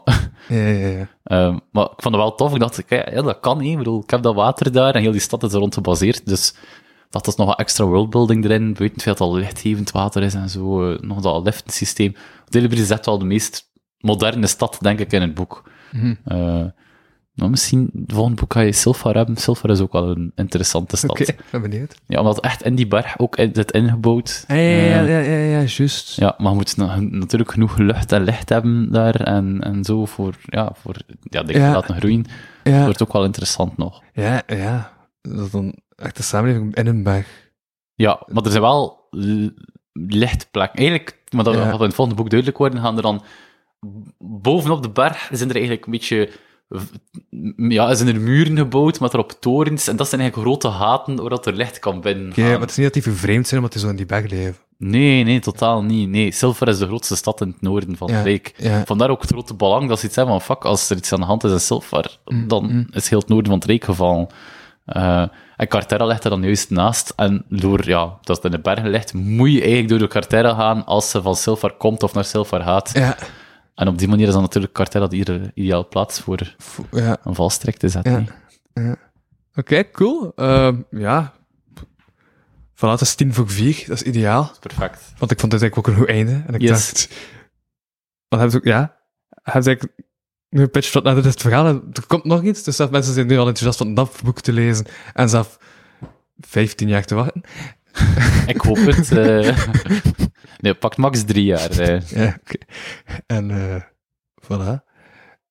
Ja. Maar ik vond het wel tof, ik dacht, dat kan, hè. Ik bedoel, ik heb dat water daar en heel die stad is er rond gebaseerd, dus dat is nog wat extra worldbuilding erin, buiten het feit dat al lichtgevend water is en zo, nog dat liftensysteem. Delibris is echt wel de meest moderne stad, denk ik, in het boek. Maar misschien, het volgende boek ga je Silfar hebben. Silfar is ook wel een interessante stad. Oké, ben benieuwd. Ja, omdat echt in die berg ook zit ingebouwd. Ja, juist. Ja, maar je moet natuurlijk genoeg lucht en licht hebben daar en zo voor dingen te laten groeien. Ja. Dat wordt ook wel interessant nog. Ja. Dat is dan echt de samenleving in een berg. Ja, maar er zijn wel lichtplekken. Eigenlijk, maar dat gaat in het volgende boek duidelijk worden, gaan er dan bovenop de berg zijn er eigenlijk een beetje... zijn er muren gebouwd, maar erop torens. En dat zijn eigenlijk grote gaten waar dat er licht kan binnen. Maar het is niet dat die vervreemd zijn, omdat die zo in die berg leven. Nee, totaal niet. Nee, Silfar is de grootste stad in het noorden van het Rijk. Ja. Vandaar ook het grote belang dat ze iets hebben van, als er iets aan de hand is in Silfar, dan is heel het noorden van het Rijk gevallen. En Carterra ligt er dan juist naast. En dat het in de bergen ligt, moet je eigenlijk door de Carterra gaan als ze van Silfar komt of naar Silfar gaat. Ja. En op die manier is dan natuurlijk Carterra de ideale plaats voor een valstrik te zetten. Ja. Oké, cool. Voilà, het is 3:10, dat is ideaal. Dat is perfect. Want ik vond dit eigenlijk ook een goed einde. En ik dacht... Want hij heeft eigenlijk nu een pitch tot het verhaal. Er komt nog iets, dus mensen zijn nu al enthousiast van dat boek te lezen. En zelf 15 jaar te wachten. Ik hoop het. Nee, het pakt max 3 jaar. Ja, oké. En voilà.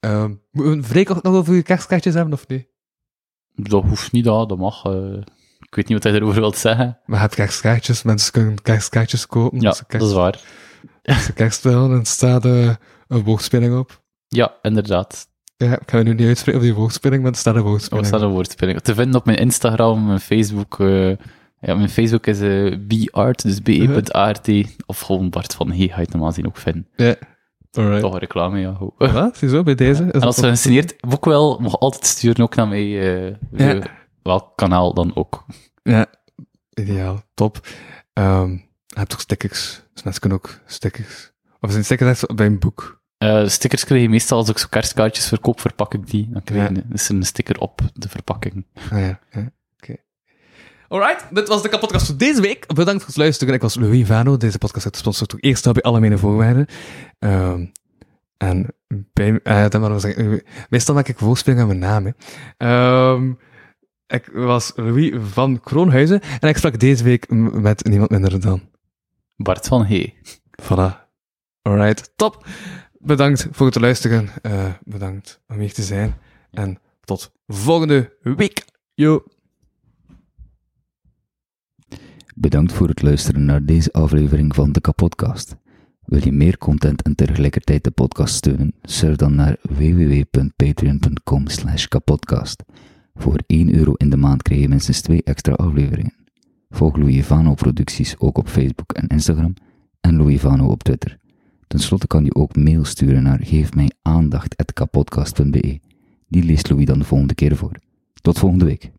Moeten we Freek ook nog over je kerstkaartjes hebben, of niet? Dat hoeft niet, dat mag. Ik Ik weet niet wat hij erover wilt zeggen. Maar je hebt kerstkaartjes, mensen kunnen kerstkaartjes kopen. Ja, als ze dat is waar. Als ze kerst willen, dan staat een woordspeling op. Ja, inderdaad. Ja, ik ga nu niet uitspreken op die woordspeling, maar er staat een Oh, woordspeling. er staat een woordspeling. Te vinden op mijn Instagram, mijn Facebook. Mijn Facebook is beart, dus be.art. Of gewoon Bart van Hey, ga je het normaal zien ook vinden. Ja, alright. Toch een reclame, ja. Wat? Ziezo, bij deze? Is En als dat ze geïnsigneerd ook wel, mag altijd sturen, ook naar mij. Welk kanaal dan ook. Ja, ideaal, top. Je hebt ook stickers, dus mensen kunnen ook stickers. Of zijn stickers echt bij een boek? Stickers krijg je meestal als ik zo kerstkaartjes verkoop, verpak ik die. Dan krijg je is er een sticker op de verpakking. Ah ja, oké. Alright, dit was de kapotkast voor deze week. Bedankt voor het luisteren. Ik was Louis Vano. Deze podcast werd gesponsord door Eerst bij Algemene Voorwaarden. En dan maar zeggen, meestal maak ik voorspelling aan mijn naam. Hè. Ik was Louis van Kroonhuizen en ik sprak deze week met niemand minder dan Bart van Hey. Voilà. Alright, top. Bedankt voor het luisteren. Bedankt om hier te zijn. En tot volgende week. Yo. Bedankt voor het luisteren naar deze aflevering van de Kapodcast. Wil je meer content en tegelijkertijd de podcast steunen? Surf dan naar www.patreon.com/kapodcast. Voor €1 in de maand krijg je minstens 2 extra afleveringen. Volg Louis Vano producties ook op Facebook en Instagram en Louis Vano op Twitter. Ten slotte kan je ook mail sturen naar geefmijaandacht@kapodcast.be. Die leest Louis dan de volgende keer voor. Tot volgende week.